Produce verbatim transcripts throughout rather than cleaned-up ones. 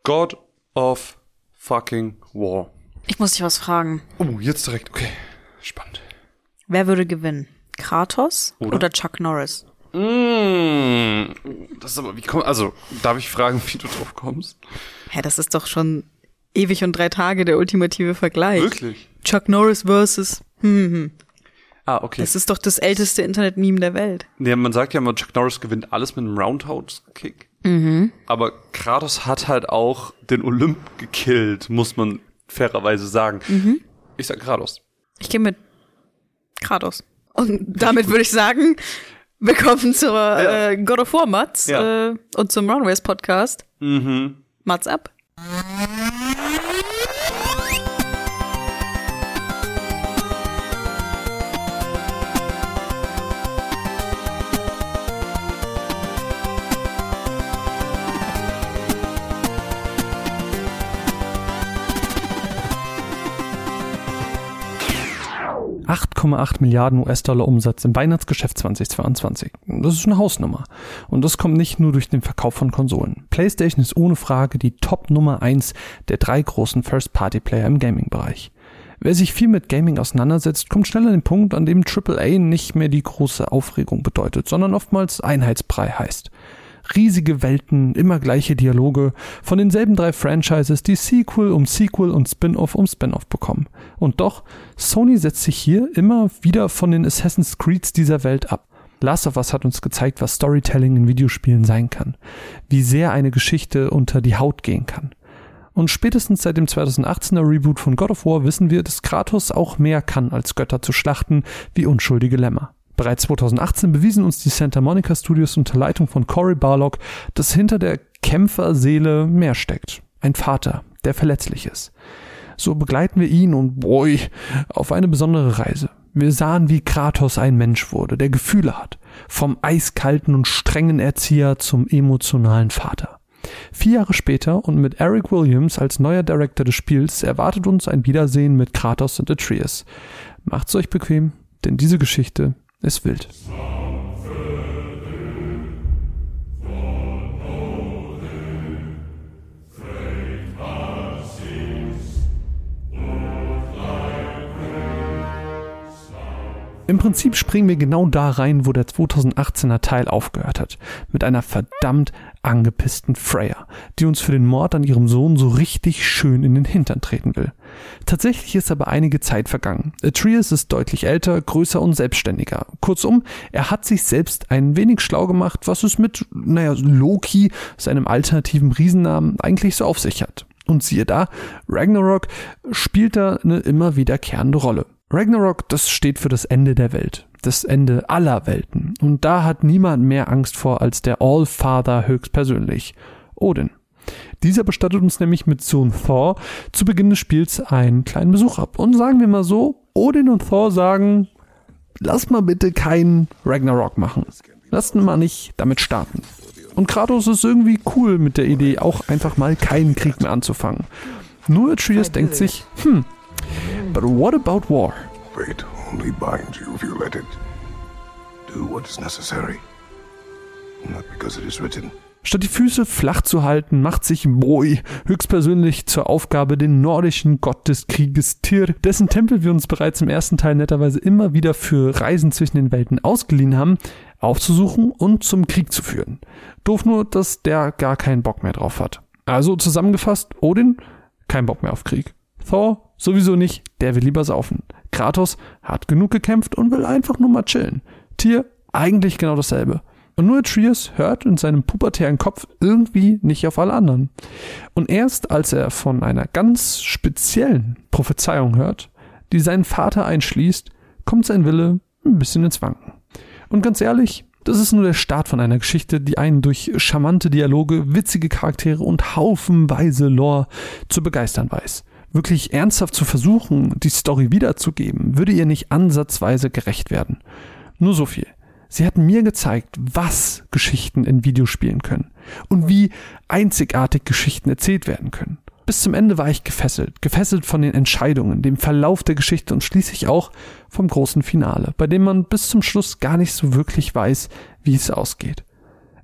God of fucking War. Ich muss dich was fragen. Oh, jetzt direkt. Okay, spannend. Wer würde gewinnen? Kratos oder, oder Chuck Norris? Mm, das ist aber, wie komm, also, darf ich fragen, wie du drauf kommst? Hä, das ist doch schon ewig und drei Tage der ultimative Vergleich. Wirklich? Chuck Norris versus hm, hm. Ah, okay. Das ist doch das älteste Internet-Meme der Welt. Ja, man sagt ja immer, Chuck Norris gewinnt alles mit einem Roundhouse-Kick. Mhm. Aber Kratos hat halt auch den Olymp gekillt, muss man fairerweise sagen. Mhm. Ich sag Kratos. Ich gehe mit Kratos. Und damit würde ich sagen, willkommen zur ja. äh, God of War Mats ja. äh, und zum Runways Podcast. Mhm. Mats ab. acht Komma acht Milliarden U S-Dollar Umsatz im Weihnachtsgeschäft zweitausendzweiundzwanzig. Das ist eine Hausnummer. Und das kommt nicht nur durch den Verkauf von Konsolen. PlayStation ist ohne Frage die Top Nummer eins der drei großen First-Party-Player im Gaming-Bereich. Wer sich viel mit Gaming auseinandersetzt, kommt schnell an den Punkt, an dem Triple A nicht mehr die große Aufregung bedeutet, sondern oftmals Einheitsbrei heißt. Riesige Welten, immer gleiche Dialoge, von denselben drei Franchises, die Sequel um Sequel und Spin-Off um Spin-Off bekommen. Und doch, Sony setzt sich hier immer wieder von den Assassin's Creeds dieser Welt ab. Last of Us hat uns gezeigt, was Storytelling in Videospielen sein kann, wie sehr eine Geschichte unter die Haut gehen kann. Und spätestens seit dem zweitausendachtzehner Reboot von God of War wissen wir, dass Kratos auch mehr kann, als Götter zu schlachten wie unschuldige Lämmer. Bereits zweitausendachtzehn bewiesen uns die Santa Monica Studios unter Leitung von Cory Barlog, dass hinter der Kämpferseele mehr steckt. Ein Vater, der verletzlich ist. So begleiten wir ihn und boy, auf eine besondere Reise. Wir sahen, wie Kratos ein Mensch wurde, der Gefühle hat. Vom eiskalten und strengen Erzieher zum emotionalen Vater. Vier Jahre später und mit Eric Williams als neuer Director des Spiels erwartet uns ein Wiedersehen mit Kratos und Atreus. Macht's euch bequem, denn diese Geschichte ist wild. Im Prinzip springen wir genau da rein, wo der zweitausendachtzehner Teil aufgehört hat. Mit einer verdammt angepissten Freya, die uns für den Mord an ihrem Sohn so richtig schön in den Hintern treten will. Tatsächlich ist aber einige Zeit vergangen. Atreus ist deutlich älter, größer und selbstständiger. Kurzum, er hat sich selbst ein wenig schlau gemacht, was es mit, naja, Loki, seinem alternativen Riesennamen, eigentlich so auf sich hat. Und siehe da, Ragnarok spielt da eine immer wiederkehrende Rolle. Ragnarok, das steht für das Ende der Welt, das Ende aller Welten. Und da hat niemand mehr Angst vor als der Allfather höchstpersönlich, Odin. Dieser bestattet uns nämlich mit Sohn Thor zu Beginn des Spiels einen kleinen Besuch ab. Und sagen wir mal so, Odin und Thor sagen, lass mal bitte keinen Ragnarok machen. Lasst mal nicht damit starten. Und Kratos ist irgendwie cool mit der Idee, auch einfach mal keinen Krieg mehr anzufangen. Nur Atreus denkt sich, hm, but what about war? Fate only binds you if you let it. Do what is necessary, not because it is written. Statt die Füße flach zu halten, macht sich Boi höchstpersönlich zur Aufgabe, den nordischen Gott des Krieges Tyr, dessen Tempel wir uns bereits im ersten Teil netterweise immer wieder für Reisen zwischen den Welten ausgeliehen haben, aufzusuchen und zum Krieg zu führen. Doof nur, dass der gar keinen Bock mehr drauf hat. Also zusammengefasst, Odin, kein Bock mehr auf Krieg. Thor, sowieso nicht, der will lieber saufen. Kratos hat genug gekämpft und will einfach nur mal chillen. Tyr, eigentlich genau dasselbe. Und nur Atreus hört in seinem pubertären Kopf irgendwie nicht auf alle anderen. Und erst als er von einer ganz speziellen Prophezeiung hört, die seinen Vater einschließt, kommt sein Wille ein bisschen ins Wanken. Und ganz ehrlich, das ist nur der Start von einer Geschichte, die einen durch charmante Dialoge, witzige Charaktere und haufenweise Lore zu begeistern weiß. Wirklich ernsthaft zu versuchen, die Story wiederzugeben, würde ihr nicht ansatzweise gerecht werden. Nur so viel. Sie hat mir gezeigt, was Geschichten in Videospielen können und wie einzigartig Geschichten erzählt werden können. Bis zum Ende war ich gefesselt, gefesselt von den Entscheidungen, dem Verlauf der Geschichte und schließlich auch vom großen Finale, bei dem man bis zum Schluss gar nicht so wirklich weiß, wie es ausgeht.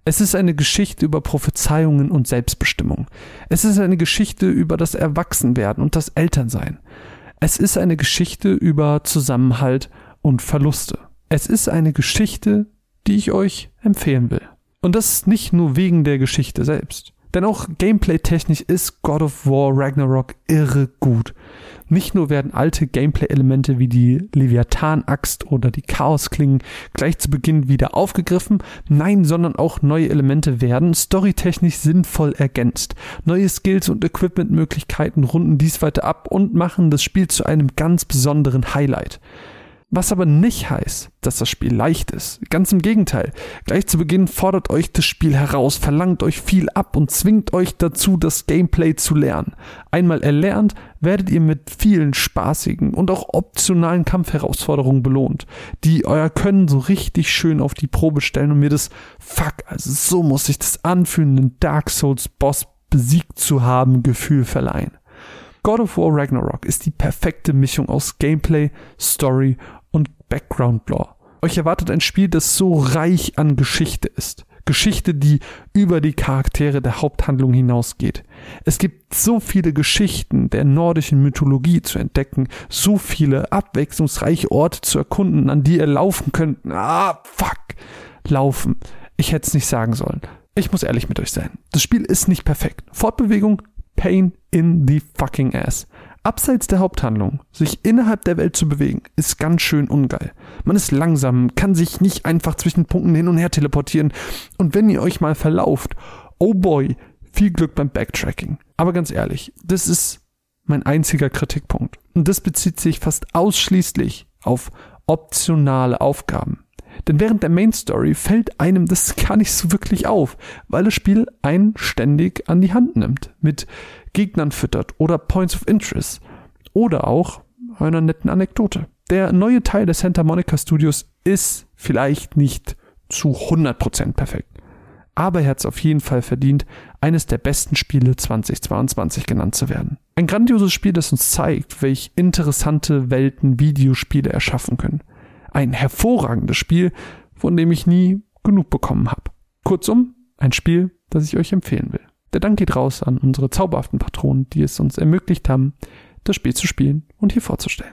Es ist eine Geschichte über Prophezeiungen und Selbstbestimmung. Es ist eine Geschichte über das Erwachsenwerden und das Elternsein. Es ist eine Geschichte über Zusammenhalt und Verluste. Es ist eine Geschichte, die ich euch empfehlen will. Und das ist nicht nur wegen der Geschichte selbst. Denn auch gameplay-technisch ist God of War Ragnarok irre gut. Nicht nur werden alte Gameplay-Elemente wie die Leviathan-Axt oder die Chaosklingen gleich zu Beginn wieder aufgegriffen, nein, sondern auch neue Elemente werden storytechnisch sinnvoll ergänzt. Neue Skills und Equipment-Möglichkeiten runden dies weiter ab und machen das Spiel zu einem ganz besonderen Highlight. Was aber nicht heißt, dass das Spiel leicht ist. Ganz im Gegenteil. Gleich zu Beginn fordert euch das Spiel heraus, verlangt euch viel ab und zwingt euch dazu, das Gameplay zu lernen. Einmal erlernt, werdet ihr mit vielen spaßigen und auch optionalen Kampfherausforderungen belohnt, die euer Können so richtig schön auf die Probe stellen und mir das Fuck, also so muss sich das anfühlen, einen Dark Souls Boss besiegt zu haben, Gefühl verleihen. God of War Ragnarok ist die perfekte Mischung aus Gameplay, Story und Background-Lore. Euch erwartet ein Spiel, das so reich an Geschichte ist. Geschichte, die über die Charaktere der Haupthandlung hinausgeht. Es gibt so viele Geschichten der nordischen Mythologie zu entdecken, so viele abwechslungsreiche Orte zu erkunden, an die ihr laufen könnt. Ah, fuck. Laufen. Ich hätte es nicht sagen sollen. Ich muss ehrlich mit euch sein. Das Spiel ist nicht perfekt. Fortbewegung, pain in the fucking ass. Abseits der Haupthandlung, sich innerhalb der Welt zu bewegen, ist ganz schön ungeil. Man ist langsam, kann sich nicht einfach zwischen Punkten hin und her teleportieren. Und wenn ihr euch mal verlauft, oh boy, viel Glück beim Backtracking. Aber ganz ehrlich, das ist mein einziger Kritikpunkt. Und das bezieht sich fast ausschließlich auf optionale Aufgaben. Denn während der Main Story fällt einem das gar nicht so wirklich auf, weil das Spiel einen ständig an die Hand nimmt, mit Gegnern füttert oder Points of Interest oder auch einer netten Anekdote. Der neue Teil der Santa Monica Studios ist vielleicht nicht zu hundert Prozent perfekt, aber er hat es auf jeden Fall verdient, eines der besten Spiele zweitausendzweiundzwanzig genannt zu werden. Ein grandioses Spiel, das uns zeigt, welch interessante Welten Videospiele erschaffen können. Ein hervorragendes Spiel, von dem ich nie genug bekommen habe. Kurzum, ein Spiel, das ich euch empfehlen will. Der Dank geht raus an unsere zauberhaften Patronen, die es uns ermöglicht haben, das Spiel zu spielen und hier vorzustellen.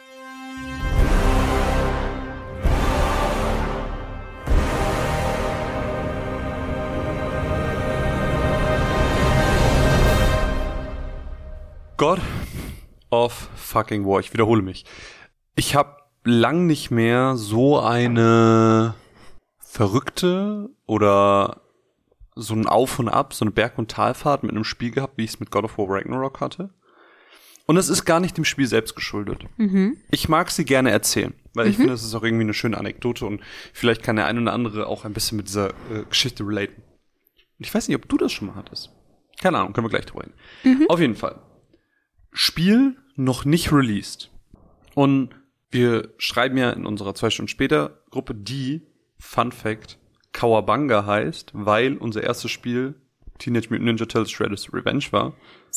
God of fucking War. Ich wiederhole mich. Ich habe lang nicht mehr so eine verrückte oder so ein Auf und Ab, so eine Berg- und Talfahrt mit einem Spiel gehabt, wie ich es mit God of War Ragnarok hatte. Und es ist gar nicht dem Spiel selbst geschuldet. Mhm. Ich mag sie gerne erzählen, weil mhm. ich finde, es ist auch irgendwie eine schöne Anekdote und vielleicht kann der eine oder andere auch ein bisschen mit dieser äh, Geschichte relaten. Und ich weiß nicht, ob du das schon mal hattest. Keine Ahnung, können wir gleich drüber reden. Mhm. Auf jeden Fall. Spiel noch nicht released. Und wir schreiben ja in unserer zwei Stunden später Gruppe, die, Fun Fact, Kawabanga heißt, weil unser erstes Spiel Teenage Mutant Ninja Turtles Shredder's Revenge war.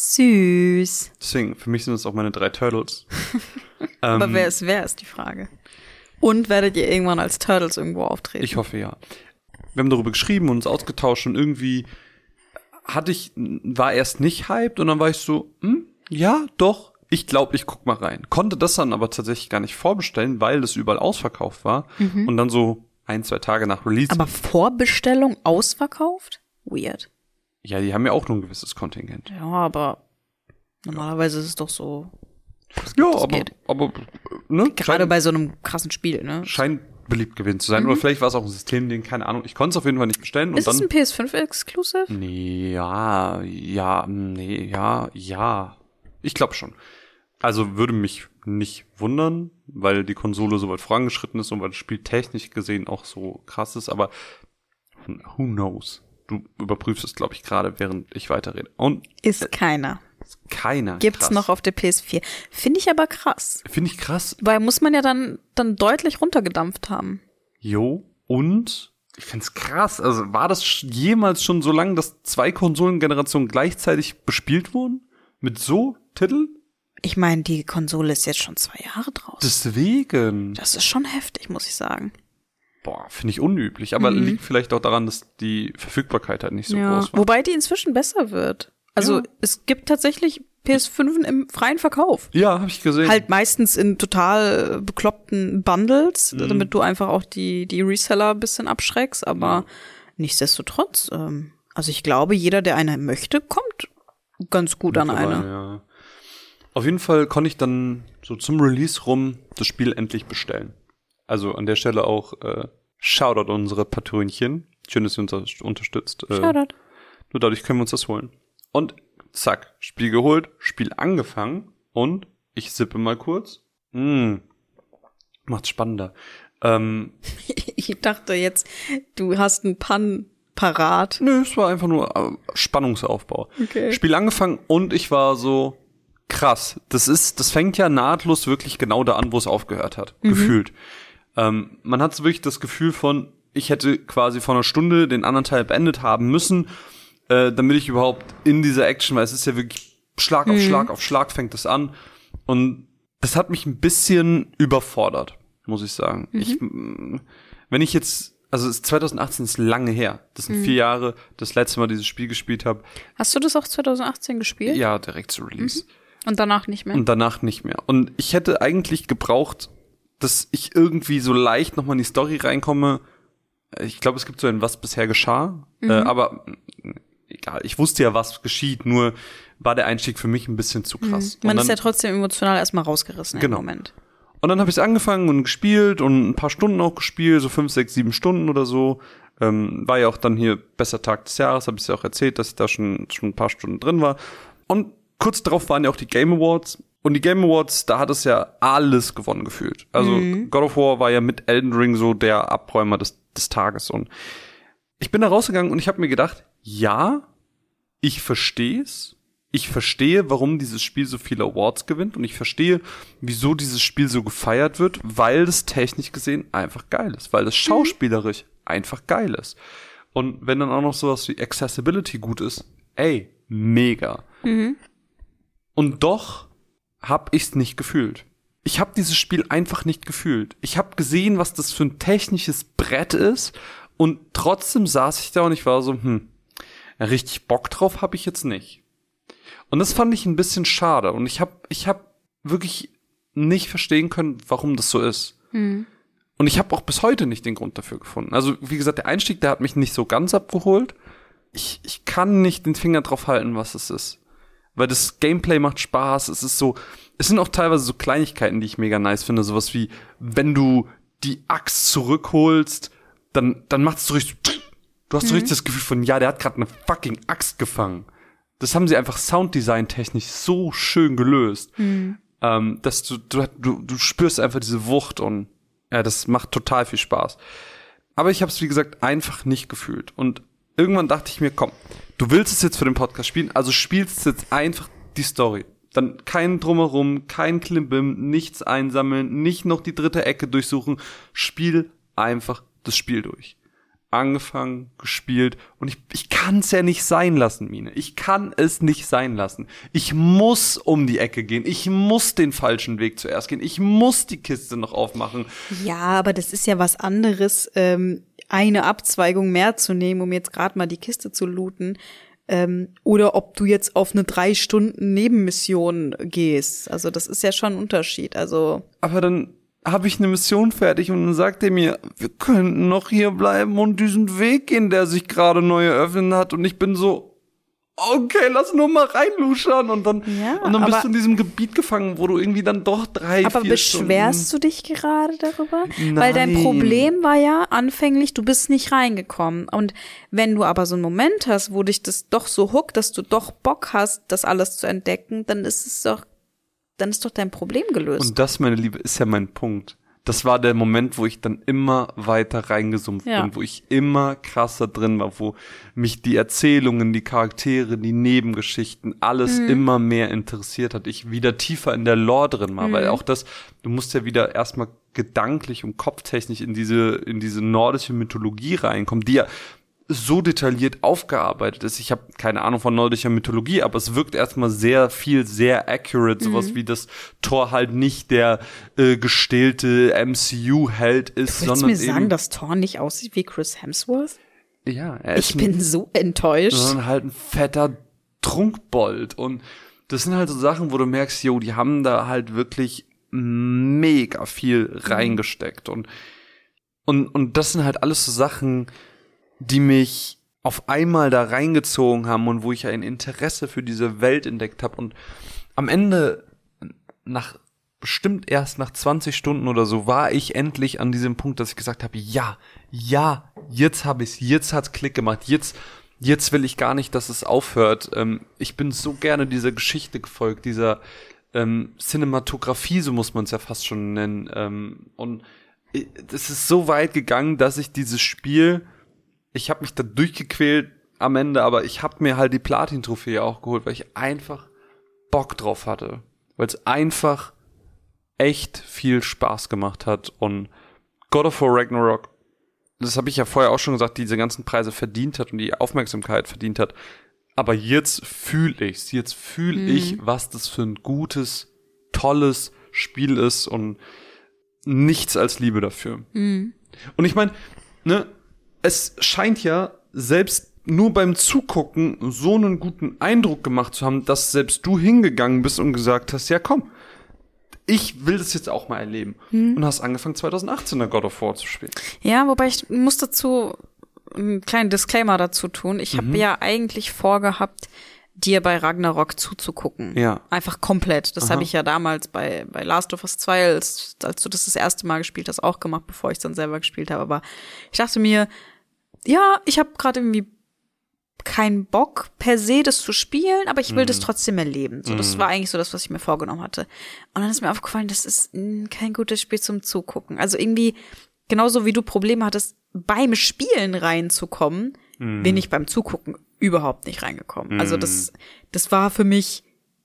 Süß. Deswegen, für mich sind das auch meine drei Turtles. Aber ähm, wer ist wer, ist die Frage. Und werdet ihr irgendwann als Turtles irgendwo auftreten? Ich hoffe, ja. Wir haben darüber geschrieben und uns ausgetauscht und irgendwie hatte ich, war erst nicht hyped und dann war ich so, hm, ja, doch, ich glaube, ich guck mal rein. Konnte das dann aber tatsächlich gar nicht vorbestellen, weil das überall ausverkauft war. Mhm. Und dann so ein, zwei Tage nach Release. Aber Vorbestellung ausverkauft? Weird. Ja, die haben ja auch nur ein gewisses Kontingent. Ja, aber normalerweise ja. ist es doch so. Ja, aber, aber ne? Gerade scheint, bei so einem krassen Spiel, ne? Scheint beliebt gewesen zu sein. Mhm. Oder vielleicht war es auch ein Systemding, keine Ahnung. Ich konnte es auf jeden Fall nicht bestellen. Und ist es ein P S fünf Exclusive? Nee, ja, ja, nee, ja, ja. Ich glaube schon. Also würde mich nicht wundern, weil die Konsole so weit vorangeschritten ist und weil das Spiel technisch gesehen auch so krass ist, aber who knows? Du überprüfst es, glaube ich, gerade, während ich weiterrede. Und ist äh, keiner. Ist keiner. Gibt's krass. Noch auf der P S vier. Finde ich aber krass. Finde ich krass. Weil muss man ja dann, dann deutlich runtergedampft haben. Jo, und ich find's krass. Also war das jemals schon so lange, dass zwei Konsolengenerationen gleichzeitig bespielt wurden? Mit so Titeln? Ich meine, die Konsole ist jetzt schon zwei Jahre draußen. Deswegen. Das ist schon heftig, muss ich sagen. boah, finde ich unüblich. Aber Mhm. liegt vielleicht auch daran, dass die Verfügbarkeit halt nicht so ja. groß war. Wobei die inzwischen besser wird. Also Ja. es gibt tatsächlich P S fünf im freien Verkauf. Ja, habe ich gesehen. Halt meistens in total bekloppten Bundles, Mhm. damit du einfach auch die, die Reseller ein bisschen abschreckst. Aber mhm. nichtsdestotrotz, ähm, also ich glaube, jeder, der eine möchte, kommt ganz gut an eine. Ja. Auf jeden Fall konnte ich dann so zum Release rum das Spiel endlich bestellen. Also an der Stelle auch äh, Shoutout an unsere Patrönchen. Schön, dass ihr uns das unterstützt. Äh, Shoutout. Nur dadurch können wir uns das holen. Und zack, Spiel geholt, Spiel angefangen und ich sippe mal kurz. Mm, macht's spannender. Ähm, ich dachte jetzt, du hast einen Pun parat. Nö, es war einfach nur äh, Spannungsaufbau. Okay. Spiel angefangen und ich war so, krass, das ist, das fängt ja nahtlos wirklich genau da an, wo es aufgehört hat, mhm. gefühlt. Ähm, man hat so wirklich das Gefühl von, ich hätte quasi vor einer Stunde den anderen Teil beendet haben müssen, äh, damit ich überhaupt in dieser Action, weil es ist ja wirklich Schlag auf mhm. Schlag auf Schlag fängt es an und das hat mich ein bisschen überfordert, muss ich sagen. Mhm. Ich, wenn ich jetzt, also zwanzig achtzehn ist lange her, das sind mhm. vier Jahre, das letzte Mal dieses Spiel gespielt habe. Hast du das auch zwanzig achtzehn gespielt? Ja, direkt zu Release. Mhm. Und danach nicht mehr? Und danach nicht mehr. Und ich hätte eigentlich gebraucht, dass ich irgendwie so leicht nochmal in die Story reinkomme. Ich glaube, es gibt so ein Was bisher geschah. Mhm. Äh, aber egal, ich wusste ja, was geschieht, nur war der Einstieg für mich ein bisschen zu krass. Mhm. Man dann, ist ja trotzdem emotional erstmal rausgerissen genau. im Moment. Und dann habe ich es angefangen und gespielt und ein paar Stunden auch gespielt, so fünf, sechs, sieben Stunden oder so. Ähm, war ja auch dann hier besser Tag des Jahres, habe ich ja auch erzählt, dass ich da schon schon ein paar Stunden drin war. Und kurz darauf waren ja auch die Game Awards. Und die Game Awards, da hat es ja alles gewonnen gefühlt. Also mhm. God of War war ja mit Elden Ring so der Abräumer des, des Tages. Und ich bin da rausgegangen und ich habe mir gedacht, ja, ich verstehe es. Ich verstehe, warum dieses Spiel so viele Awards gewinnt. Und ich verstehe, wieso dieses Spiel so gefeiert wird, weil es technisch gesehen einfach geil ist. Weil es schauspielerisch mhm. einfach geil ist. Und wenn dann auch noch sowas wie Accessibility gut ist, ey, mega. Mhm. Und doch hab ich's nicht gefühlt. Ich hab dieses Spiel einfach nicht gefühlt. Ich hab gesehen, was das für ein technisches Brett ist und trotzdem saß ich da und ich war so, hm, ja, richtig Bock drauf hab ich jetzt nicht. Und das fand ich ein bisschen schade und ich hab, ich hab wirklich nicht verstehen können, warum das so ist. Hm. Und ich hab auch bis heute nicht den Grund dafür gefunden. Also, wie gesagt, der Einstieg, der hat mich nicht so ganz abgeholt. Ich, ich kann nicht den Finger drauf halten, was es ist. Weil das Gameplay macht Spaß, es ist so, es sind auch teilweise so Kleinigkeiten, die ich mega nice finde, sowas wie, wenn du die Axt zurückholst, dann, dann macht es so richtig, du hast mhm. so richtig das Gefühl von, ja, der hat gerade eine fucking Axt gefangen. Das haben sie einfach Sounddesign-technisch so schön gelöst, mhm. ähm, dass du, du, du, du spürst einfach diese Wucht und, ja, das macht total viel Spaß. Aber ich habe es, wie gesagt, einfach nicht gefühlt und irgendwann dachte ich mir, komm, du willst es jetzt für den Podcast spielen, also spielst jetzt einfach die Story. Dann kein Drumherum, kein Klimbim, nichts einsammeln, nicht noch die dritte Ecke durchsuchen. Spiel einfach das Spiel durch. Angefangen, gespielt und ich, ich kann es ja nicht sein lassen, Mine. Ich kann es nicht sein lassen. Ich muss um die Ecke gehen. Ich muss den falschen Weg zuerst gehen. Ich muss die Kiste noch aufmachen. Ja, aber das ist ja was anderes, ähm, eine Abzweigung mehr zu nehmen, um jetzt gerade mal die Kiste zu looten. Ähm, oder ob du jetzt auf eine drei Stunden Nebenmission gehst. Also das ist ja schon ein Unterschied. Also aber dann habe ich eine Mission fertig und dann sagt er mir, wir könnten noch hier bleiben und diesen Weg gehen, der sich gerade neu eröffnet hat. Und ich bin so, okay, lass nur mal reinluschern. Und dann, ja, und dann bist du in diesem Gebiet gefangen, wo du irgendwie dann doch drei, aber vier Stunden... Aber beschwerst du dich gerade darüber? Nein. Weil dein Problem war ja anfänglich, du bist nicht reingekommen. Und wenn du aber so einen Moment hast, wo dich das doch so hookt, dass du doch Bock hast, das alles zu entdecken, dann ist es doch, dann ist doch dein Problem gelöst. Und das, meine Liebe, ist ja mein Punkt. Das war der Moment, wo ich dann immer weiter reingesumpft ja. bin, wo ich immer krasser drin war, wo mich die Erzählungen, die Charaktere, die Nebengeschichten, alles mhm. immer mehr interessiert hat. Ich wieder tiefer in der Lore drin war, mhm. weil auch das, du musst ja wieder erstmal gedanklich und kopftechnisch in diese, in diese nordische Mythologie reinkommen, die ja so detailliert aufgearbeitet ist. Ich habe keine Ahnung von nordischer Mythologie, aber es wirkt erstmal sehr viel, sehr accurate, sowas mhm. wie das Thor halt nicht der äh, gestählte M C U-Held ist, du sondern mir sagen, eben, dass Thor nicht aussieht wie Chris Hemsworth? Ja, er ist ich bin ein, so enttäuscht. Sondern halt ein fetter Trunkbold. Und das sind halt so Sachen, wo du merkst, jo, die haben da halt wirklich mega viel reingesteckt. Und, und, und das sind halt alles so Sachen, die mich auf einmal da reingezogen haben und wo ich ein Interesse für diese Welt entdeckt habe. Und am Ende, nach bestimmt erst nach zwanzig Stunden oder so, war ich endlich an diesem Punkt, dass ich gesagt habe, ja, ja, jetzt habe ich's, jetzt hat's Klick gemacht, jetzt, jetzt will ich gar nicht, dass es aufhört. Ähm, ich bin so gerne dieser Geschichte gefolgt, dieser ähm, Cinematografie, so muss man es ja fast schon nennen. Ähm, und es ist so weit gegangen, dass ich dieses Spiel, ich habe mich da durchgequält am Ende, aber ich habe mir halt die Platin-Trophäe auch geholt, weil ich einfach Bock drauf hatte. Weil es einfach echt viel Spaß gemacht hat. Und God of War Ragnarok, das habe ich ja vorher auch schon gesagt, diese ganzen Preise verdient hat und die Aufmerksamkeit verdient hat. Aber jetzt fühle ich's. Jetzt fühle mhm. ich, was das für ein gutes, tolles Spiel ist und nichts als Liebe dafür. Mhm. Und ich meine, ne, es scheint ja selbst nur beim Zugucken so einen guten Eindruck gemacht zu haben, dass selbst du hingegangen bist und gesagt hast, ja komm, ich will das jetzt auch mal erleben. Hm. Und hast angefangen, zwanzig achtzehn God of War zu spielen. Ja, wobei ich muss dazu einen kleinen Disclaimer dazu tun. Ich mhm. habe ja eigentlich vorgehabt, dir bei Ragnarok zuzugucken. Ja. Einfach komplett. Das habe ich ja damals bei bei Last of Us zwei, als, als du das das erste Mal gespielt hast, auch gemacht, bevor ich es dann selber gespielt habe. Aber ich dachte mir, ja, ich habe gerade irgendwie keinen Bock per se, das zu spielen, aber ich will mm. das trotzdem erleben. So, das mm. war eigentlich so das, was ich mir vorgenommen hatte. Und dann ist mir aufgefallen, das ist mh, kein gutes Spiel zum Zugucken. Also irgendwie, genauso wie du Probleme hattest, beim Spielen reinzukommen, mm. bin ich beim Zugucken überhaupt nicht reingekommen. Mm. Also das, das war für mich,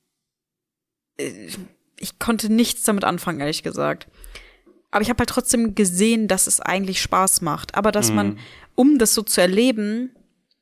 ich konnte nichts damit anfangen, ehrlich gesagt. Aber ich habe halt trotzdem gesehen, dass es eigentlich Spaß macht. Aber dass mm. man, um das so zu erleben,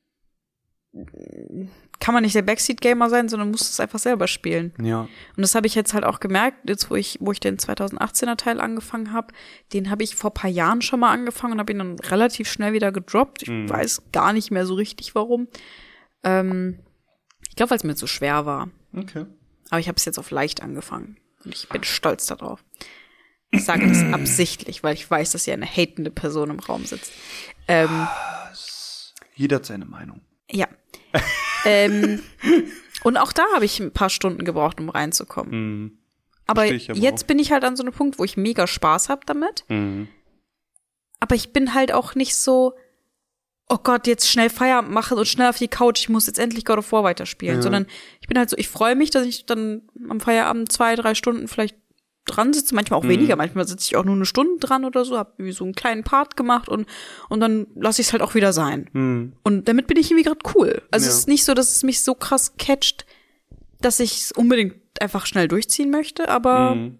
kann man nicht der Backseat-Gamer sein, sondern muss es einfach selber spielen. Ja. Und das habe ich jetzt halt auch gemerkt, jetzt wo ich wo ich den zwanzig achtzehner Teil angefangen habe, den habe ich vor paar Jahren schon mal angefangen und habe ihn dann relativ schnell wieder gedroppt. Ich mm. weiß gar nicht mehr so richtig, warum. Ähm, ich glaube, weil es mir zu schwer war. Okay. Aber ich habe es jetzt auf leicht angefangen. Und ich bin stolz darauf. Ich sage das absichtlich, weil ich weiß, dass hier eine hatende Person im Raum sitzt. Ähm, Jeder hat seine Meinung. Ja. ähm, und auch da habe ich ein paar Stunden gebraucht, um reinzukommen. Mhm. Aber jetzt auch. bin ich halt an so einem Punkt, wo ich mega Spaß habe damit. Mhm. Aber ich bin halt auch nicht so, oh Gott, jetzt schnell Feierabend machen und schnell auf die Couch, ich muss jetzt endlich God of War weiterspielen. Ja. Sondern ich bin halt so, ich freue mich, dass ich dann am Feierabend zwei, drei Stunden vielleicht dran sitze, manchmal auch mhm. weniger, manchmal sitze ich auch nur eine Stunde dran oder so, habe irgendwie so einen kleinen Part gemacht und und dann lasse ich es halt auch wieder sein. Mhm. Und damit bin ich irgendwie gerade cool. Also ja. es ist nicht so, dass es mich so krass catcht, dass ich es unbedingt einfach schnell durchziehen möchte, aber mhm.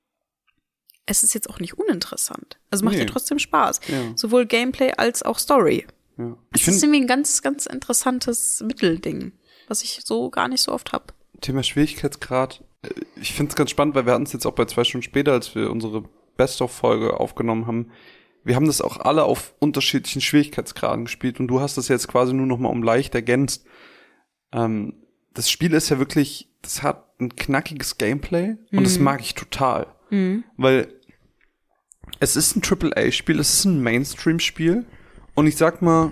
es ist jetzt auch nicht uninteressant. Also macht nee. ja trotzdem Spaß. Ja. Sowohl Gameplay als auch Story. Ja. Ich das ist irgendwie ein ganz, ganz interessantes Mittelding, was ich so gar nicht so oft habe. Thema Schwierigkeitsgrad. Ich finde es ganz spannend, weil wir hatten es jetzt auch bei zwei Stunden später, als wir unsere Best-of-Folge aufgenommen haben. Wir haben das auch alle auf unterschiedlichen Schwierigkeitsgraden gespielt und du hast das jetzt quasi nur noch mal um leicht ergänzt. Ähm, das Spiel ist ja wirklich, das hat ein knackiges Gameplay und mhm. das mag ich total. Mhm. Weil es ist ein Triple A Spiel, es ist ein Mainstream-Spiel und ich sag mal,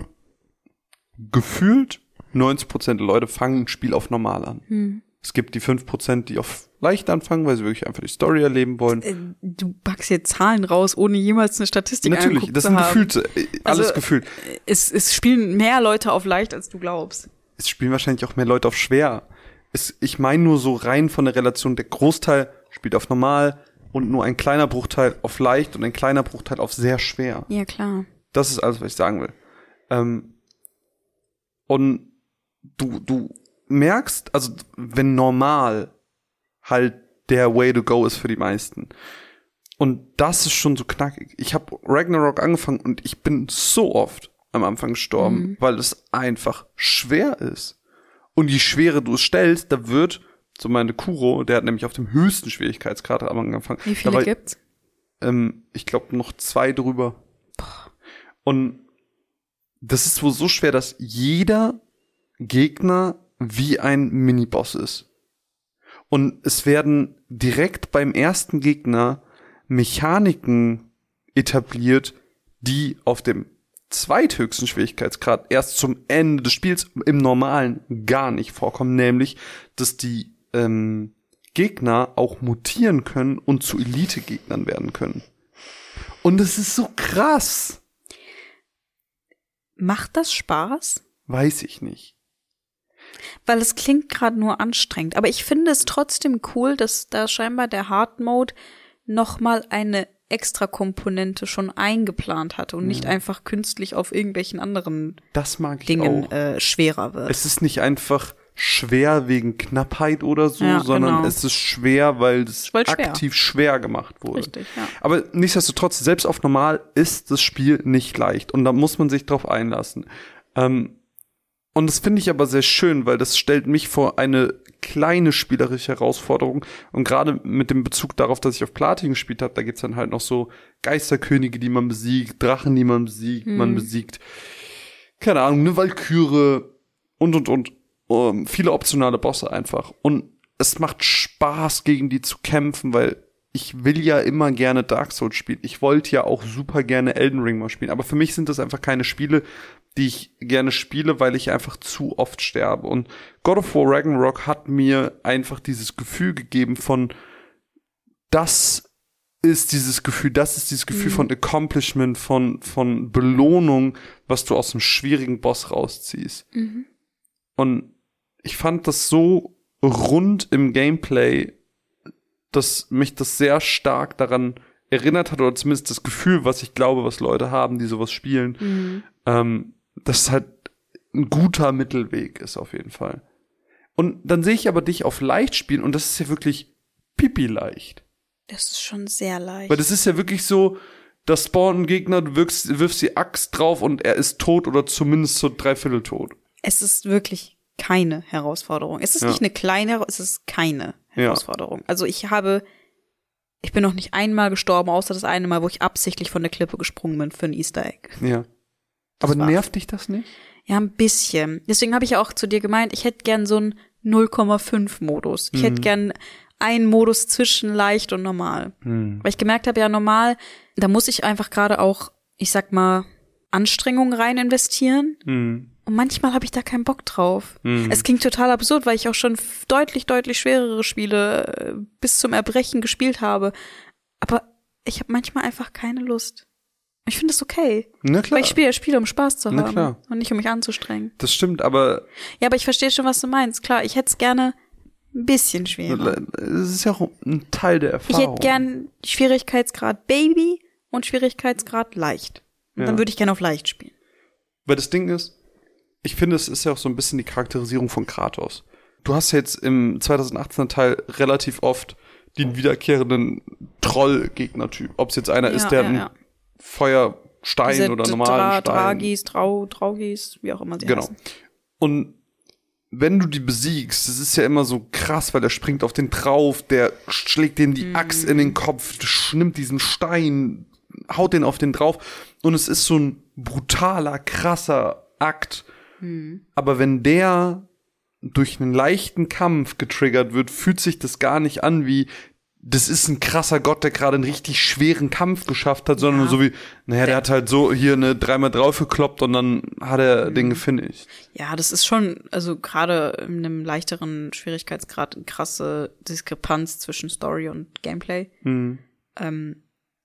gefühlt neunzig Prozent der Leute fangen ein Spiel auf normal an. Mhm. Es gibt die fünf Prozent, die auf leicht anfangen, weil sie wirklich einfach die Story erleben wollen. Du packst jetzt Zahlen raus, ohne jemals eine Statistik Natürlich, das sind Gefühlte, alles also, gefühlt. Es, es spielen mehr Leute auf leicht, als du glaubst. Es spielen wahrscheinlich auch mehr Leute auf schwer. Es, ich meine nur so rein von der Relation, der Großteil spielt auf normal und nur ein kleiner Bruchteil auf leicht und ein kleiner Bruchteil auf sehr schwer. Ja, klar. Das ist alles, was ich sagen will. Ähm, und du, du merkst, also wenn normal halt der Way to go ist für die meisten. Und das ist schon so knackig. Ich habe Ragnarok angefangen und ich bin so oft am Anfang gestorben, Mhm. weil es einfach schwer ist. Und je schwerer du es stellst, da wird, so meine Kuro, der hat nämlich auf dem höchsten Schwierigkeitsgrad am angefangen. Wie viele da war, gibt's? Ähm, ich glaube noch zwei drüber. Und das ist wohl so schwer, dass jeder Gegner wie ein Miniboss ist. Und es werden direkt beim ersten Gegner Mechaniken etabliert, die auf dem zweithöchsten Schwierigkeitsgrad erst zum Ende des Spiels im Normalen gar nicht vorkommen, nämlich, dass die ähm, Gegner auch mutieren können und zu Elite-Gegnern werden können. Und es ist so krass. Macht das Spaß? Weiß ich nicht. Weil es klingt gerade nur anstrengend. Aber ich finde es trotzdem cool, dass da scheinbar der Hard Mode noch mal eine extra Komponente schon eingeplant hatte und nicht einfach künstlich auf irgendwelchen anderen Das mag ich Dingen auch. äh, schwerer wird. Es ist nicht einfach schwer wegen Knappheit oder so, Ja, sondern genau. es ist schwer, weil es Weil schwer. aktiv schwer gemacht wurde. Richtig, ja. Aber nichtsdestotrotz, selbst auf normal ist das Spiel nicht leicht und da muss man sich drauf einlassen. Ähm, und das finde ich aber sehr schön, weil das stellt mich vor eine kleine spielerische Herausforderung und gerade mit dem Bezug darauf, dass ich auf Platin gespielt habe, da gibt's dann halt noch so Geisterkönige, die man besiegt, Drachen, die man besiegt, Mhm. man besiegt, keine Ahnung, eine Walküre und und und um, viele optionale Bosse einfach. Und es macht Spaß, gegen die zu kämpfen, weil ich will ja immer gerne Dark Souls spielen. Ich wollte ja auch super gerne Elden Ring mal spielen. Aber für mich sind das einfach keine Spiele, die ich gerne spiele, weil ich einfach zu oft sterbe. Und God of War Ragnarok hat mir einfach dieses Gefühl gegeben von, das ist dieses Gefühl, das ist dieses Gefühl Mhm. von Accomplishment, von, von Belohnung, was du aus einem schwierigen Boss rausziehst. Mhm. Und ich fand das so rund im Gameplay, dass mich das sehr stark daran erinnert hat, oder zumindest das Gefühl, was ich glaube, was Leute haben, die sowas spielen, Mhm. ähm, dass es halt ein guter Mittelweg ist auf jeden Fall. Und dann sehe ich aber dich auf leicht spielen und das ist ja wirklich pipi leicht. Das ist schon sehr leicht. Weil das ist ja wirklich so, da spawnt ein Gegner, du wirkst, wirfst die Axt drauf und er ist tot oder zumindest so dreiviertel tot. Es ist wirklich keine Herausforderung. Es ist Ja. nicht eine kleine, es ist keine Ja. Herausforderung. Also ich habe, ich bin noch nicht einmal gestorben, außer das eine Mal, wo ich absichtlich von der Klippe gesprungen bin für ein Easter Egg. Ja. Aber war's. nervt dich das nicht? Ja, ein bisschen. Deswegen habe ich ja auch zu dir gemeint, ich hätte gern so einen null Komma fünf Modus. Ich Mhm. hätte gern einen Modus zwischen leicht und normal. Hm. Weil ich gemerkt habe, ja, normal, da muss ich einfach gerade auch, ich sag mal, Anstrengungen rein investieren. Hm. Und manchmal habe ich da keinen Bock drauf. Mhm. Es klingt total absurd, weil ich auch schon f- deutlich, deutlich schwerere Spiele äh, bis zum Erbrechen gespielt habe. Aber ich habe manchmal einfach keine Lust. Ich finde das okay. Na klar. Weil ich spiele ja Spiele, um Spaß zu Na haben. klar. Und nicht, um mich anzustrengen. Das stimmt, aber Ja, aber ich verstehe schon, was du meinst. Klar, ich hätte es gerne ein bisschen schwerer. es ist ja auch ein Teil der Ich Erfahrung. hätte gern Schwierigkeitsgrad Baby und Schwierigkeitsgrad leicht. Und Ja. dann würde ich gerne auf leicht spielen. Weil das Ding ist, ich finde, es ist ja auch so ein bisschen die Charakterisierung von Kratos. Du hast jetzt im zweitausendachtzehner Teil relativ oft den wiederkehrenden Troll-Gegnertyp. Ob es jetzt einer Ja, ist, der ja, ein ja. Feuerstein Diese oder Dra- normalen Stein. Dragis, Trau, Traugis, wie auch immer sie Genau. heißen. Und wenn du die besiegst, das ist ja immer so krass, weil er springt auf den drauf, der schlägt den die Axt in den Kopf, nimmt diesen Stein, haut den auf den drauf und es ist so ein brutaler, krasser Akt. Aber wenn der durch einen leichten Kampf getriggert wird, fühlt sich das gar nicht an wie, das ist ein krasser Gott, der gerade einen richtig schweren Kampf geschafft hat, sondern Ja. so wie, naja, der hat halt so hier eine dreimal drauf gekloppt und dann hat er den gefinisht. Ja, das ist schon, also gerade in einem leichteren Schwierigkeitsgrad eine krasse Diskrepanz zwischen Story und Gameplay. Hm. Ähm,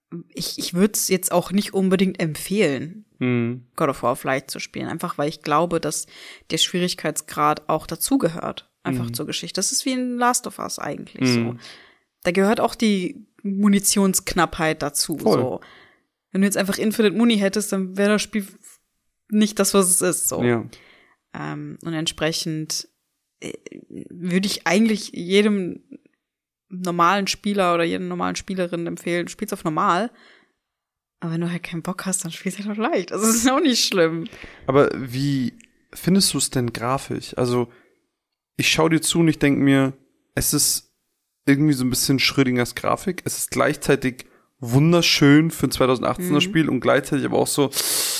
ich ich würde es jetzt auch nicht unbedingt empfehlen, Hm. God of War auf leicht zu spielen, einfach weil ich glaube, dass der Schwierigkeitsgrad auch dazugehört, einfach zur Geschichte. Das ist wie in Last of Us eigentlich so. Da gehört auch die Munitionsknappheit dazu. Voll. So. Wenn du jetzt einfach Infinite Muni hättest, dann wäre das Spiel nicht das, was es ist. So. Ja. Ähm, und entsprechend äh, würde ich eigentlich jedem normalen Spieler oder jeder normalen Spielerin empfehlen, spiel's auf normal. Aber wenn du halt keinen Bock hast, dann spielst du halt auch leicht. Also das ist auch nicht schlimm. Aber wie findest du es denn grafisch? Also ich schaue dir zu und ich denke mir, es ist irgendwie so ein bisschen Schrödingers Grafik. Es ist gleichzeitig wunderschön für ein zweitausendachtzehner mhm. Spiel und gleichzeitig aber auch so.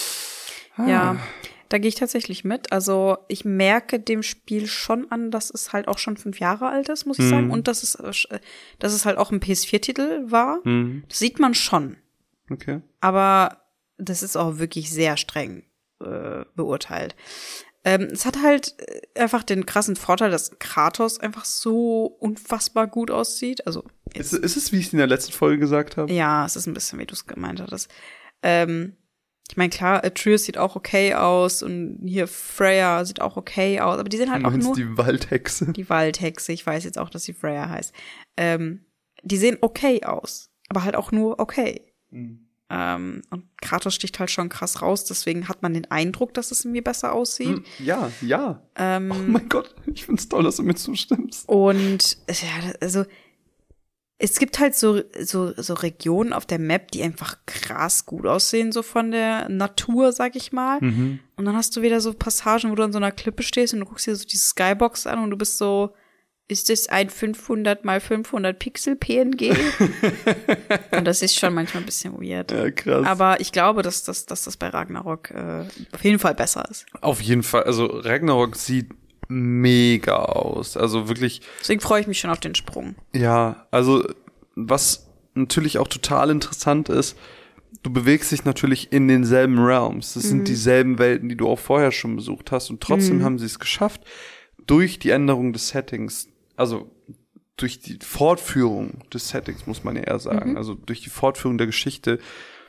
Ah. Ja, da gehe ich tatsächlich mit. Also ich merke dem Spiel schon an, dass es halt auch schon fünf Jahre alt ist, muss ich mhm. sagen. Und dass es, dass es halt auch ein P S vier Titel war. Mhm. Das sieht man schon. Okay. Aber das ist auch wirklich sehr streng äh, beurteilt. Ähm, es hat halt einfach den krassen Vorteil, dass Kratos einfach so unfassbar gut aussieht. Also ist, ist es, wie ich es in der letzten Folge gesagt habe? Ja, es ist ein bisschen, wie du es gemeint hattest. Ähm, ich meine, klar, Atreus sieht auch okay aus und hier Freya sieht auch okay aus, aber die sehen halt auch nur die Waldhexe. Die Waldhexe, ich weiß jetzt auch, dass sie Freya heißt. Ähm, die sehen okay aus, aber halt auch nur okay. Mhm. Ähm, und Kratos sticht halt schon krass raus, deswegen hat man den Eindruck, dass es irgendwie besser aussieht. Ja, ja. Ähm, oh mein Gott, ich find's toll, dass du mir zustimmst. Und ja, also es gibt halt so so so Regionen auf der Map, die einfach krass gut aussehen, so von der Natur, sag ich mal. Mhm. Und dann hast du wieder so Passagen, wo du an so einer Klippe stehst und du guckst dir so diese Skybox an und du bist so, ist das ein fünfhundert mal fünfhundert Pixel P N G? Und das ist schon manchmal ein bisschen weird. Ja, krass. Aber ich glaube, dass, dass, dass das bei Ragnarok äh, auf jeden Fall besser ist. Auf jeden Fall. Also Ragnarok sieht mega aus. Also wirklich. Deswegen freue ich mich schon auf den Sprung. Ja, also was natürlich auch total interessant ist, du bewegst dich natürlich in denselben Realms. Das mhm. sind dieselben Welten, die du auch vorher schon besucht hast. Und trotzdem mhm. haben sie es geschafft, durch die Änderung des Settings, also durch die Fortführung des Settings, muss man ja eher sagen, mhm. also durch die Fortführung der Geschichte,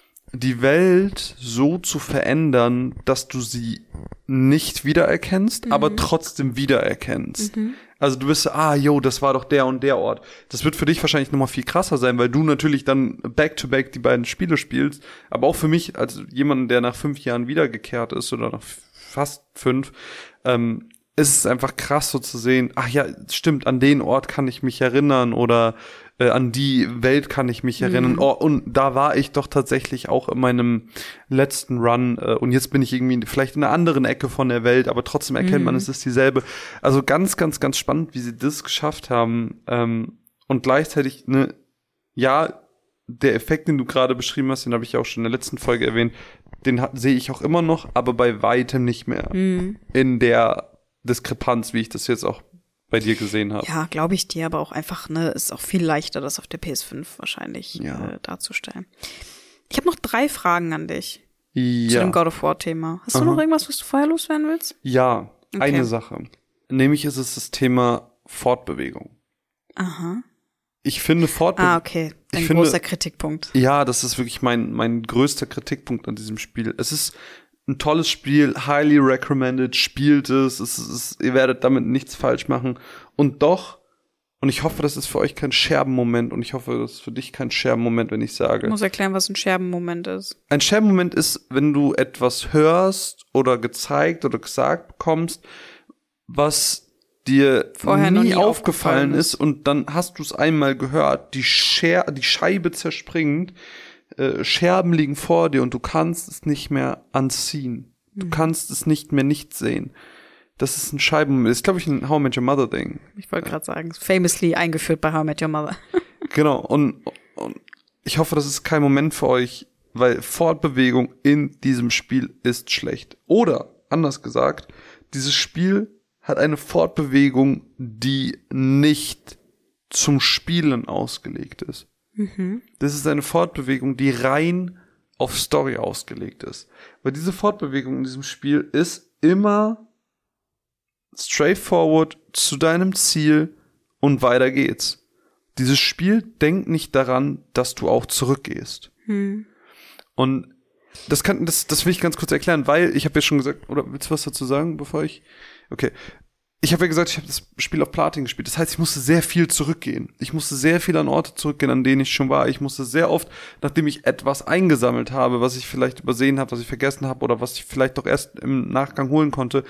die Welt so zu verändern, dass du sie nicht wiedererkennst, mhm. aber trotzdem wiedererkennst. Mhm. Also du bist, ah, yo, das war doch der und der Ort. Das wird für dich wahrscheinlich nochmal viel krasser sein, weil du natürlich dann back-to-back die beiden Spiele spielst, aber auch für mich, als jemand, der nach fünf Jahren wiedergekehrt ist, oder nach fast fünf, ähm, ist es einfach krass so zu sehen, ach ja, stimmt, an den Ort kann ich mich erinnern oder äh, an die Welt kann ich mich erinnern. Mhm. Oh, und da war ich doch tatsächlich auch in meinem letzten Run äh, und jetzt bin ich irgendwie vielleicht in einer anderen Ecke von der Welt, aber trotzdem erkennt mhm. man, es ist dieselbe. Also ganz, ganz, ganz spannend, wie sie das geschafft haben. Ähm, und gleichzeitig, ne, ja, der Effekt, den du gerade beschrieben hast, den habe ich ja auch schon in der letzten Folge erwähnt, den sehe ich auch immer noch, aber bei weitem nicht mehr mhm. in der Diskrepanz, wie ich das jetzt auch bei dir gesehen habe. Ja, glaube ich dir, aber auch einfach, ne, ist auch viel leichter, das auf der P S fünf wahrscheinlich ja. äh, darzustellen. Ich habe noch drei Fragen an dich ja. zu dem God of War-Thema. Hast Aha. du noch irgendwas, was du vorher loswerden willst? Ja, okay. Eine Sache. Nämlich ist es das Thema Fortbewegung. Aha. Ich finde Fortbewegung. Ah, okay. Ein großer finde, Kritikpunkt. Ja, das ist wirklich mein, mein größter Kritikpunkt an diesem Spiel. Es ist ein tolles Spiel, highly recommended, spielt es, es, es, ihr werdet damit nichts falsch machen. Und doch, und ich hoffe, das ist für euch kein Scherbenmoment und ich hoffe, das ist für dich kein Scherbenmoment, wenn ich sage. Ich muss erklären, was ein Scherbenmoment ist. Ein Scherbenmoment ist, wenn du etwas hörst oder gezeigt oder gesagt bekommst, was dir Vorher nie, nie aufgefallen, aufgefallen ist und dann hast du es einmal gehört, die, Scher- die Scheibe zerspringt, Äh, Scherben liegen vor dir und du kannst es nicht mehr anziehen. Du mhm. kannst es nicht mehr nicht sehen. Das ist ein Scheiben, das ist, glaube ich, ein How I Met Your Mother Ding. Ich wollte gerade sagen, famously eingeführt bei How I Met Your Mother. Genau, und, und ich hoffe, das ist kein Moment für euch, weil Fortbewegung in diesem Spiel ist schlecht. Oder, anders gesagt, dieses Spiel hat eine Fortbewegung, die nicht zum Spielen ausgelegt ist. Mhm. Das ist eine Fortbewegung, die rein auf Story ausgelegt ist. Weil diese Fortbewegung in diesem Spiel ist immer straightforward zu deinem Ziel und weiter geht's. Dieses Spiel denkt nicht daran, dass du auch zurückgehst. Mhm. Und das kann, das, das will ich ganz kurz erklären, weil ich habe ja schon gesagt, oder willst du was dazu sagen, bevor ich, okay. Ich habe ja gesagt, ich habe das Spiel auf Platin gespielt. Das heißt, ich musste sehr viel zurückgehen. Ich musste sehr viel an Orte zurückgehen, an denen ich schon war. Ich musste sehr oft, nachdem ich etwas eingesammelt habe, was ich vielleicht übersehen habe, was ich vergessen habe oder was ich vielleicht doch erst im Nachgang holen konnte,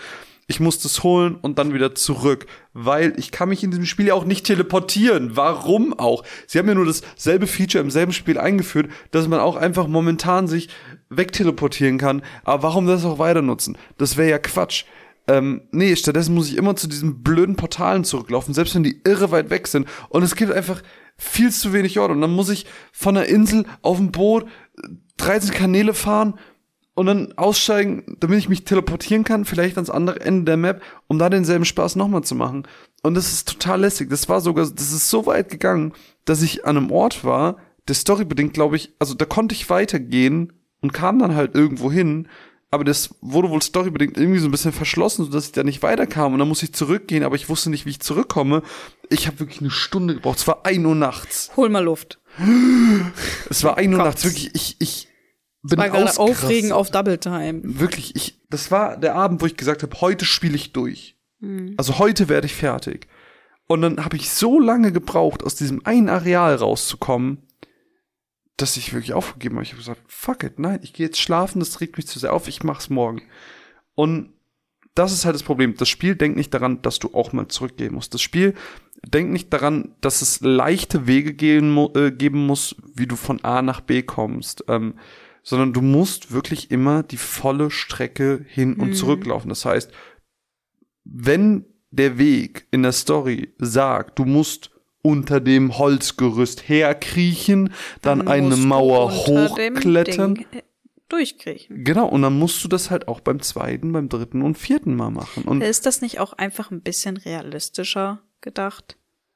ich muss das holen und dann wieder zurück, weil ich kann mich in diesem Spiel ja auch nicht teleportieren. Warum auch? Sie haben ja nur dasselbe Feature im selben Spiel eingeführt, dass man auch einfach momentan sich wegteleportieren kann. Aber warum das auch weiter nutzen? Das wäre ja Quatsch. Ähm, nee, stattdessen muss ich immer zu diesen blöden Portalen zurücklaufen, selbst wenn die irre weit weg sind. Und es gibt einfach viel zu wenig Orte. Und dann muss ich von der Insel auf dem Boot dreizehn Kanäle fahren und dann aussteigen, damit ich mich teleportieren kann, vielleicht ans andere Ende der Map, um da denselben Spaß nochmal zu machen. Und das ist total lästig. Das war sogar, das ist so weit gegangen, dass ich an einem Ort war, der storybedingt, glaube ich, also da konnte ich weitergehen und kam dann halt irgendwo hin, aber das wurde wohl storybedingt irgendwie so ein bisschen verschlossen, sodass ich da nicht weiterkam und dann musste ich zurückgehen, aber ich wusste nicht, wie ich zurückkomme. Ich habe wirklich eine Stunde gebraucht. Es war ein Uhr nachts. Hol mal Luft. Es war ein Uhr nachts. Wirklich, ich, ich bin war gerade ausgerastet. Aufregen auf Double Time. Wirklich, ich, das war der Abend, wo ich gesagt habe, heute spiele ich durch. Mhm. Also heute werde ich fertig. Und dann habe ich so lange gebraucht, aus diesem einen Areal rauszukommen, dass ich wirklich aufgegeben habe. Ich habe gesagt, fuck it, nein, ich gehe jetzt schlafen, das regt mich zu sehr auf, ich mach's morgen. Und das ist halt das Problem. Das Spiel denkt nicht daran, dass du auch mal zurückgehen musst. Das Spiel denkt nicht daran, dass es leichte Wege gehen, äh, geben muss, wie du von A nach B kommst. Ähm, sondern du musst wirklich immer die volle Strecke hin und mhm. zurücklaufen. Das heißt, wenn der Weg in der Story sagt, du musst unter dem Holzgerüst herkriechen, dann, dann eine Mauer hochklettern, durchkriechen. Genau, und dann musst du das halt auch beim zweiten, beim dritten und vierten Mal machen. Und ist das nicht auch einfach ein bisschen realistischer gedacht?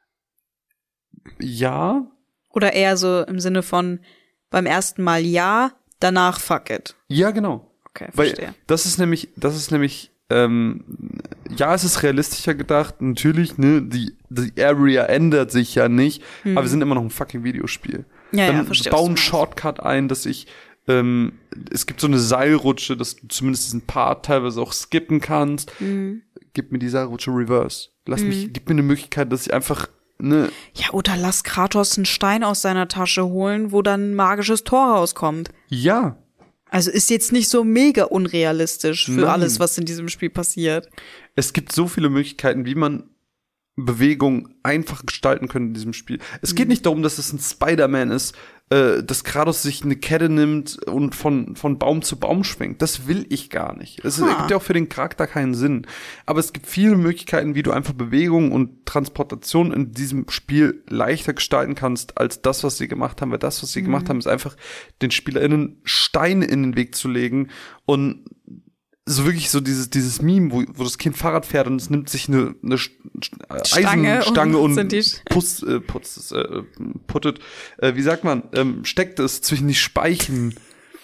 Ja. Oder eher so im Sinne von beim ersten Mal ja, danach fuck it. Ja, genau. Okay, verstehe. Weil das ist nämlich, das ist nämlich, ähm, ja, es ist realistischer gedacht, natürlich, ne, die, die Area ändert sich ja nicht, hm. aber wir sind immer noch ein fucking Videospiel. Ja, Dann ja, verstehe. Bauen einen Shortcut ein, dass ich, ähm, es gibt so eine Seilrutsche, dass du zumindest diesen Part teilweise auch skippen kannst. Hm. Gib mir die Seilrutsche reverse. Lass hm. mich, gib mir eine Möglichkeit, dass ich einfach, ne. Ja, oder lass Kratos einen Stein aus seiner Tasche holen, wo dann ein magisches Tor rauskommt. Ja. Also ist jetzt nicht so mega unrealistisch für Nein. alles, was in diesem Spiel passiert. Es gibt so viele Möglichkeiten, wie man Bewegung einfach gestalten kann in diesem Spiel. Es mhm. geht nicht darum, dass es ein Spider-Man ist, äh, dass Kratos sich eine Kette nimmt und von von Baum zu Baum schwenkt. Das will ich gar nicht. Es ha. gibt ja auch für den Charakter keinen Sinn. Aber es gibt viele Möglichkeiten, wie du einfach Bewegung und Transportation in diesem Spiel leichter gestalten kannst, als das, was sie gemacht haben. Weil das, was sie mhm. gemacht haben, ist einfach den SpielerInnen Steine in den Weg zu legen und so wirklich so dieses dieses Meme, wo, wo das Kind Fahrrad fährt und es nimmt sich eine, eine Eisenstange und, und putzt, äh, putzt es, äh, puttet, äh, wie sagt man, ähm, steckt es zwischen die Speichen.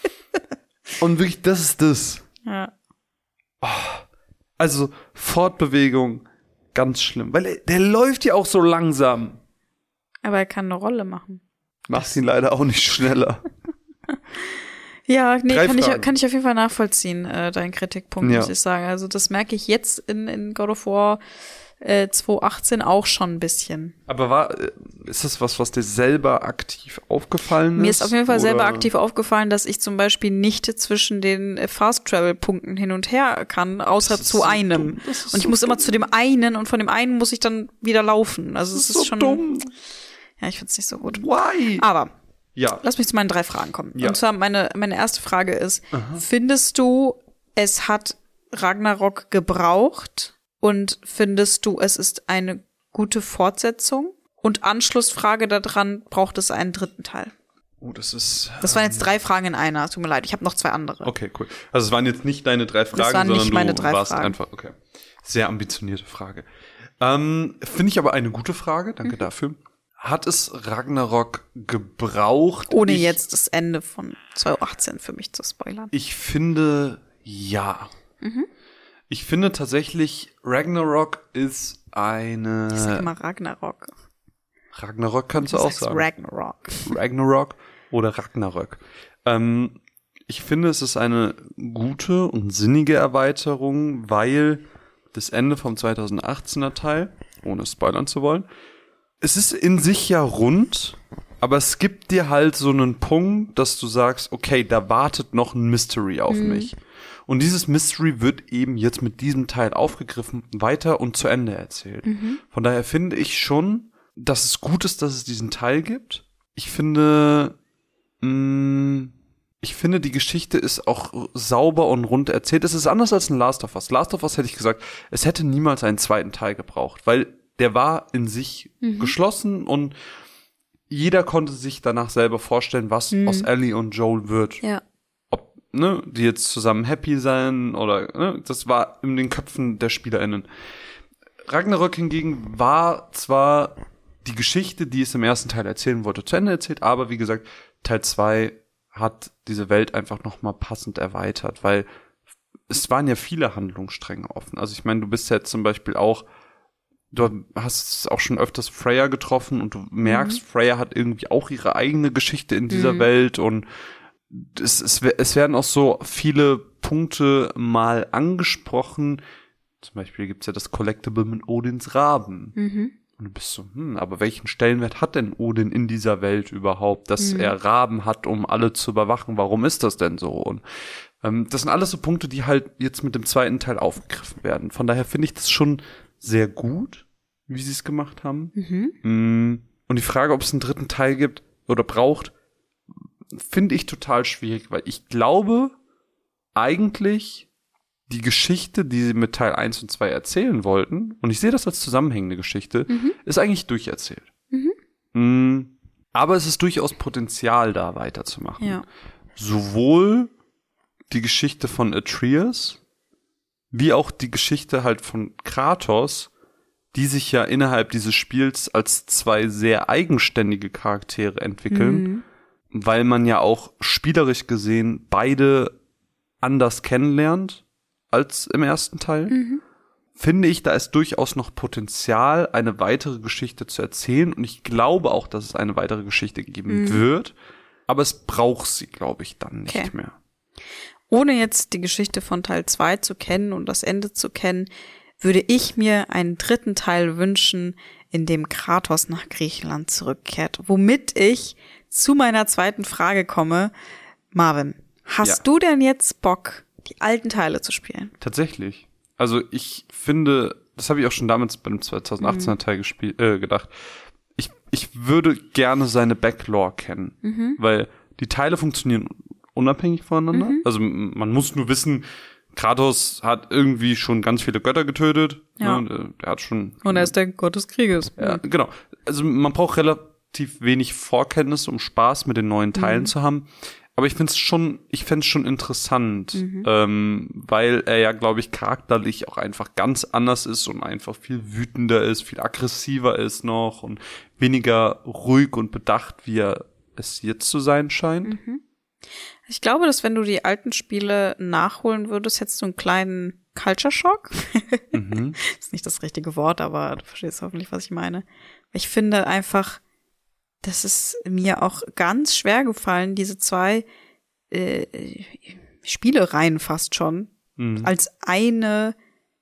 Und wirklich, das ist das. Ja. Oh, also Fortbewegung, ganz schlimm. Weil er, der läuft ja auch so langsam. Aber er kann eine Rolle machen. Macht ihn leider auch nicht schneller. Ja, nee, kann ich, kann ich auf jeden Fall nachvollziehen, äh, deinen Kritikpunkt, ja. muss ich sagen. Also das merke ich jetzt in, in God of War äh, zwanzig achtzehn auch schon ein bisschen. Aber war, ist das was, was dir selber aktiv aufgefallen ist? Mir ist auf jeden Fall oder? selber aktiv aufgefallen, dass ich zum Beispiel nicht zwischen den Fast-Travel-Punkten hin und her kann, außer zu so einem. Und ich so muss dumm. immer zu dem einen und von dem einen muss ich dann wieder laufen. Also es ist, ist so schon dumm. Ja, ich find's nicht so gut. Why? Aber ja. Lass mich zu meinen drei Fragen kommen. Ja. Und zwar meine, meine erste Frage ist, Aha. findest du, es hat Ragnarok gebraucht? Und findest du, es ist eine gute Fortsetzung? Und Anschlussfrage daran, braucht es einen dritten Teil? Oh, das ist... Das waren jetzt drei Fragen in einer, tut mir leid, ich habe noch zwei andere. Okay, cool. Also es waren jetzt nicht deine drei Fragen, das waren sondern nicht meine du drei warst Fragen. einfach... Okay, sehr ambitionierte Frage. Ähm, finde ich aber eine gute Frage, danke mhm. dafür. Hat es Ragnarok gebraucht? Ohne ich, jetzt das Ende von zwanzig achtzehn für mich zu spoilern. Ich finde, ja. Mhm. Ich finde tatsächlich, Ragnarok ist eine... Ich sag immer Ragnarok. Ragnarok kannst du, du auch sagen. Ragnarok. Ragnarok oder Ragnarök. Ähm, ich finde, es ist eine gute und sinnige Erweiterung, weil das Ende vom zwanzig achtzehner Teil, ohne spoilern zu wollen, es ist in sich ja rund, aber es gibt dir halt so einen Punkt, dass du sagst, okay, da wartet noch ein Mystery auf mhm. mich. Und dieses Mystery wird eben jetzt mit diesem Teil aufgegriffen, weiter und zu Ende erzählt. Mhm. Von daher finde ich schon, dass es gut ist, dass es diesen Teil gibt. Ich finde, mh, ich finde, die Geschichte ist auch sauber und rund erzählt. Es ist anders als in Last of Us. Last of Us hätte ich gesagt, es hätte niemals einen zweiten Teil gebraucht, weil der war in sich mhm. geschlossen und jeder konnte sich danach selber vorstellen, was mhm. aus Ellie und Joel wird. Ja. Ob, ne, die jetzt zusammen happy sein oder, ne, das war in den Köpfen der SpielerInnen. Ragnarök hingegen war zwar die Geschichte, die es im ersten Teil erzählen wollte, zu Ende erzählt, aber wie gesagt, Teil zwei hat diese Welt einfach nochmal passend erweitert, weil es waren ja viele Handlungsstränge offen. Also ich meine, du bist ja zum Beispiel auch du hast auch schon öfters Freya getroffen und du merkst, mhm. Freya hat irgendwie auch ihre eigene Geschichte in dieser mhm. Welt und es, es, es werden auch so viele Punkte mal angesprochen. Zum Beispiel gibt's ja das Collectible mit Odins Raben. Mhm. Und du bist so, hm, aber welchen Stellenwert hat denn Odin in dieser Welt überhaupt, dass mhm. er Raben hat, um alle zu überwachen? Warum ist das denn so? Und ähm, das sind alles so Punkte, die halt jetzt mit dem zweiten Teil aufgegriffen werden. Von daher finde ich das schon sehr gut, wie sie es gemacht haben. Mhm. Und die Frage, ob es einen dritten Teil gibt oder braucht, finde ich total schwierig, weil ich glaube, eigentlich die Geschichte, die sie mit Teil eins und zwei erzählen wollten, und ich sehe das als zusammenhängende Geschichte, mhm. ist eigentlich durcherzählt. Mhm. Aber es ist durchaus Potenzial, da weiterzumachen. Ja. Sowohl die Geschichte von Atreus, wie auch die Geschichte halt von Kratos, die sich ja innerhalb dieses Spiels als zwei sehr eigenständige Charaktere entwickeln, mhm. weil man ja auch spielerisch gesehen beide anders kennenlernt als im ersten Teil. Mhm. Finde ich, da ist durchaus noch Potenzial, eine weitere Geschichte zu erzählen, und ich glaube auch, dass es eine weitere Geschichte geben mhm. wird, aber es braucht sie, glaube ich, dann nicht okay. mehr. Ohne jetzt die Geschichte von Teil zwei zu kennen und das Ende zu kennen, würde ich mir einen dritten Teil wünschen, in dem Kratos nach Griechenland zurückkehrt. Womit ich zu meiner zweiten Frage komme. Marvin, hast ja. du denn jetzt Bock, die alten Teile zu spielen? Tatsächlich. Also ich finde, das habe ich auch schon damals beim zweitausendachtzehner mhm. Teil gespielt, äh, gedacht, ich, ich würde gerne seine Backlore kennen, mhm. weil die Teile funktionieren unabhängig voneinander. Mhm. Also man muss nur wissen, Kratos hat irgendwie schon ganz viele Götter getötet. Ja. Ne? Der hat schon. Und er ist der Gott des Krieges. Ja, genau. Also man braucht relativ wenig Vorkenntnis, um Spaß mit den neuen Teilen mhm. zu haben. Aber ich finde es schon, ich fände es schon interessant, mhm. ähm, weil er ja, glaube ich, charakterlich auch einfach ganz anders ist und einfach viel wütender ist, viel aggressiver ist noch und weniger ruhig und bedacht, wie er es jetzt zu sein scheint. Mhm. Ich glaube, dass wenn du die alten Spiele nachholen würdest, hättest du einen kleinen Culture-Shock. Mhm. Ist nicht das richtige Wort, aber du verstehst hoffentlich, was ich meine. Ich finde einfach, das ist mir auch ganz schwer gefallen, diese zwei äh, Spielereien fast schon mhm. als eine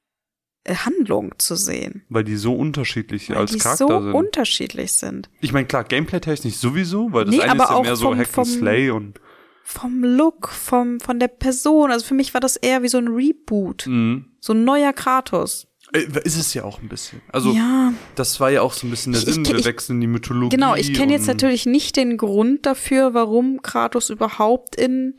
äh, Handlung zu sehen. Weil die so unterschiedlich weil als die Charakter so sind. unterschiedlich sind. Ich meine, klar, Gameplay-technisch sowieso, weil das nee, eine ist ja auch mehr so vom, Hack and Slay und vom Look, vom von der Person. Also für mich war das eher wie so ein Reboot. Mhm. So ein neuer Kratos. Ist es ja auch ein bisschen. Also ja. das war ja auch so ein bisschen der Sinn, ich, ich, wir wechseln die Mythologie. Genau, ich kenne jetzt natürlich nicht den Grund dafür, warum Kratos überhaupt in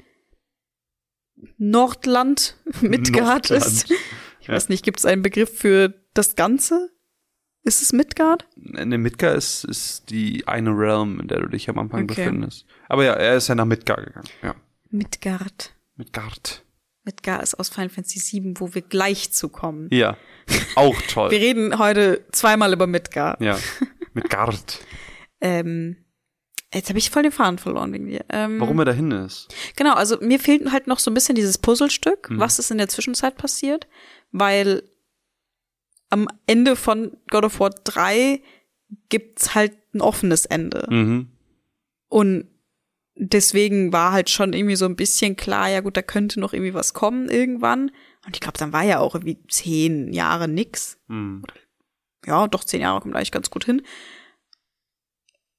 Nordland Midgard Nordland. ist. Ich ja. weiß nicht, gibt es einen Begriff für das Ganze? Ist es Midgard? Ne, Midgard ist, ist die eine Realm, in der du dich am Anfang okay. befindest. Aber ja, er ist ja nach Midgard gegangen. Ja. Midgard. Midgard. Midgard ist aus Final Fantasy sieben, wo wir gleich zu kommen. Ja, auch toll. Wir reden heute zweimal über Midgard. Ja, Midgard. ähm, jetzt habe ich voll den Faden verloren wegen dir. Ähm, Warum er dahin ist? Genau, also mir fehlt halt noch so ein bisschen dieses Puzzlestück, mhm. was ist in der Zwischenzeit passiert, weil am Ende von God of War drei gibt's halt ein offenes Ende. Mhm. Und deswegen war halt schon irgendwie so ein bisschen klar, ja gut, da könnte noch irgendwie was kommen irgendwann. Und ich glaube, dann war ja auch irgendwie zehn Jahre nix. Mhm. Ja, doch, zehn Jahre kommt eigentlich ganz gut hin.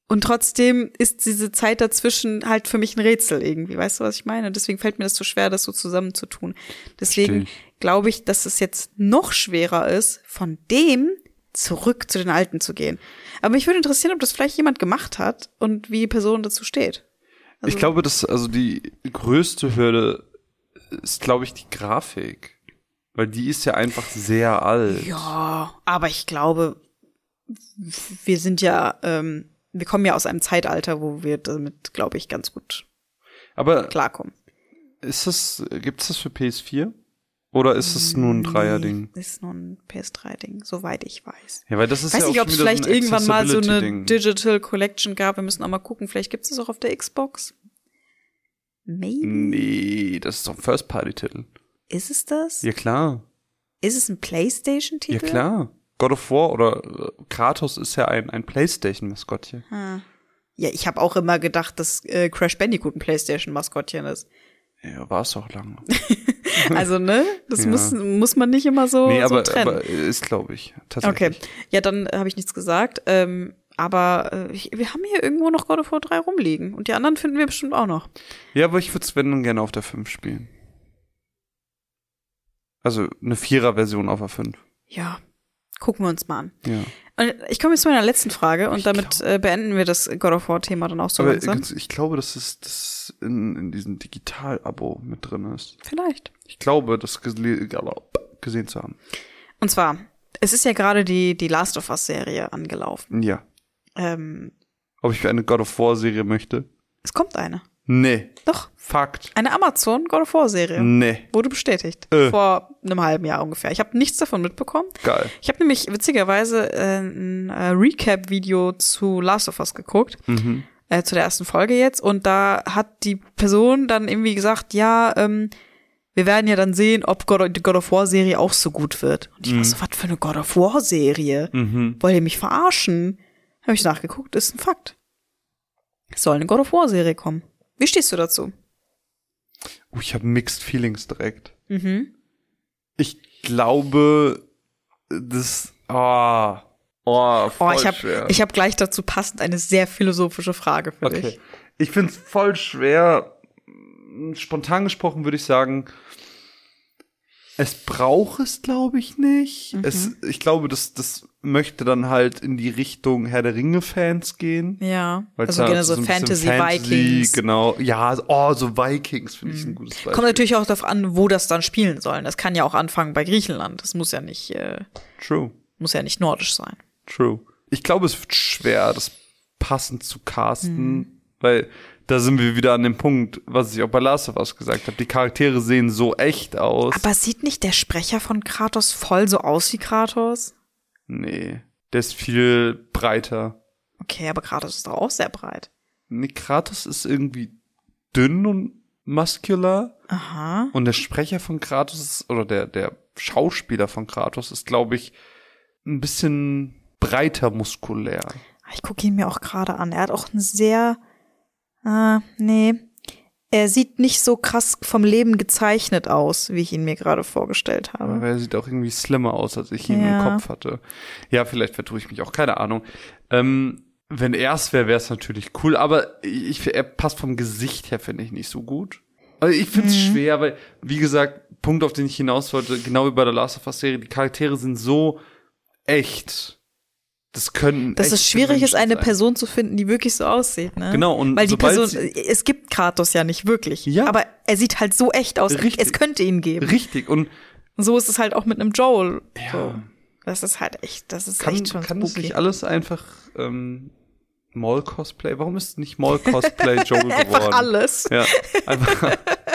Und trotzdem ist diese Zeit dazwischen halt für mich ein Rätsel irgendwie. Weißt du, was ich meine? Deswegen fällt mir das so schwer, das so zusammenzutun. Deswegen glaube ich, dass es jetzt noch schwerer ist, von dem zurück zu den Alten zu gehen. Aber mich würde interessieren, ob das vielleicht jemand gemacht hat und wie die Person dazu steht. Also, ich glaube, dass also die größte Hürde ist, glaube ich, die Grafik. Weil die ist ja einfach sehr alt. Ja, aber ich glaube, wir sind ja, ähm, wir kommen ja aus einem Zeitalter, wo wir damit, glaube ich, ganz gut aber klarkommen. Ist das, gibt's das für P S vier? Oder ist es nur ein Dreier-Ding? Nee, ist nur ein P S drei Ding, soweit ich weiß. Ja, weil das ist weiß ja nicht, auch ob es schon wieder vielleicht so ein irgendwann mal so eine Accessibility-Ding. Digital Collection gab. Wir müssen auch mal gucken. Vielleicht gibt es es auch auf der Xbox. Maybe. Nee, das ist doch ein First-Party-Titel. Ist es das? Ja, klar. Ist es ein PlayStation-Titel? Ja, klar. God of War oder äh, Kratos ist ja ein, ein PlayStation-Maskottchen. Hm. Ja, ich habe auch immer gedacht, dass äh, Crash Bandicoot ein PlayStation-Maskottchen ist. Ja, war es auch lange. Also, ne? Das Ja. muss, muss man nicht immer so, nee, so aber, trennen. aber ist, glaube ich, tatsächlich. Okay, ja, dann habe ich nichts gesagt. Ähm, aber äh, ich, wir haben hier irgendwo noch God of War drei rumliegen. Und die anderen finden wir bestimmt auch noch. Ja, aber ich würde es, wenn dann, gerne auf der fünf spielen. Also eine Vierer-Version auf der fünf. Ja, gucken wir uns mal an. Ja. Und ich komme jetzt zu meiner letzten Frage und Ich damit glaub- äh, beenden wir das God of War-Thema dann auch so Aber langsam. ich, ich glaube, dass es das in, in diesem Digital-Abo mit drin ist. Vielleicht. Ich glaube, das gele- gesehen zu haben. Und zwar, es ist ja gerade die, die Last of Us-Serie angelaufen. Ja. Ähm, Ob ich für eine God of War-Serie möchte? es kommt eine. Nee. Doch, Fakt. eine Amazon God of War-Serie. Nee. Wurde bestätigt. Äh. Vor einem halben Jahr ungefähr. Ich habe nichts davon mitbekommen. Geil. Ich habe nämlich witzigerweise äh, ein äh, Recap-Video zu Last of Us geguckt, Mhm. äh, zu der ersten Folge jetzt. Und da hat die Person dann irgendwie gesagt, ja, ähm, wir werden ja dann sehen, ob God, die God of War-Serie auch so gut wird. Und ich war so, was für eine God of War-Serie? Mhm. Wollt ihr mich verarschen? Habe ich nachgeguckt, ist ein Fakt. Es soll eine God of War-Serie kommen. Wie stehst du dazu? Oh, ich habe Mixed Feelings direkt. Mhm. Ich glaube, das. Oh. Oh, voll Oh, ich schwer. habe ich hab gleich dazu passend eine sehr philosophische Frage für Okay. dich. Ich find's voll schwer. Spontan gesprochen würde ich sagen, es braucht es, glaube ich, nicht. Mhm. Es, ich glaube, das, das möchte dann halt in die Richtung Herr der Ringe-Fans gehen. Ja, Weil's also da gerne so ein bisschen Fantasy, Vikings. Genau. Ja, oh, so Vikings finde ich ein gutes Beispiel. Kommt natürlich auch darauf an, wo das dann spielen sollen. Das kann ja auch anfangen bei Griechenland. Das muss ja nicht, äh, True. muss ja nicht nordisch sein. True. Ich glaube, es wird schwer, das passend zu casten, Hm. weil da sind wir wieder an dem Punkt, was ich auch bei Last of Us gesagt habe. Die Charaktere sehen so echt aus. Aber sieht nicht der Sprecher von Kratos voll so aus wie Kratos? Nee, der ist viel breiter. Okay, aber Kratos ist doch auch sehr breit. Nee, Kratos ist irgendwie dünn und muscular. Aha. Und der Sprecher von Kratos ist, oder der, der Schauspieler von Kratos ist, glaube ich, ein bisschen breiter muskulär. Ich gucke ihn mir auch gerade an. Er hat auch ein sehr, ah, nee, er sieht nicht so krass vom Leben gezeichnet aus, wie ich ihn mir gerade vorgestellt habe. Aber er sieht auch irgendwie slimmer aus, als ich ihn Ja. im Kopf hatte. Ja, vielleicht vertue ich mich auch, keine Ahnung. Ähm, wenn er es wäre, wäre es natürlich cool, aber ich, er passt vom Gesicht her, finde ich, nicht so gut. Also ich finde es Mhm. schwer, weil, wie gesagt, Punkt, auf den ich hinaus wollte, genau wie bei der Last of Us Serie, die Charaktere sind so echt. Das können Dass es echte schwierig ist, Menschen eine sein. Person zu finden, die wirklich so aussieht, ne? Genau, und weil die sobald Person, sie- es gibt Kratos ja nicht wirklich, Ja. aber er sieht halt so echt aus. Richtig. Es könnte ihn geben. Richtig, und So ist es halt auch mit einem Joel. Ja. So. Das ist halt echt, das ist kann, echt schon kann es spooky. nicht alles einfach ähm, Mall-Cosplay? Warum ist es nicht Mall-Cosplay Joel geworden? Einfach alles. Ja, einfach.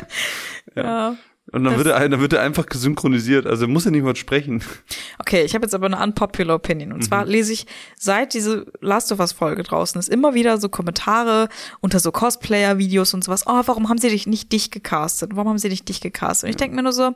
Ja. Und dann Das- wird, er, dann wird er einfach gesynchronisiert. Also er muss ja nicht mal sprechen. Okay, ich habe jetzt aber eine unpopular Opinion. Und zwar lese ich, seit diese Last of Us Folge draußen ist, immer wieder so Kommentare unter so Cosplayer-Videos und sowas. Oh, warum haben sie dich nicht dich gecastet? Warum haben sie nicht dich gecastet? Und ich denke mir nur so,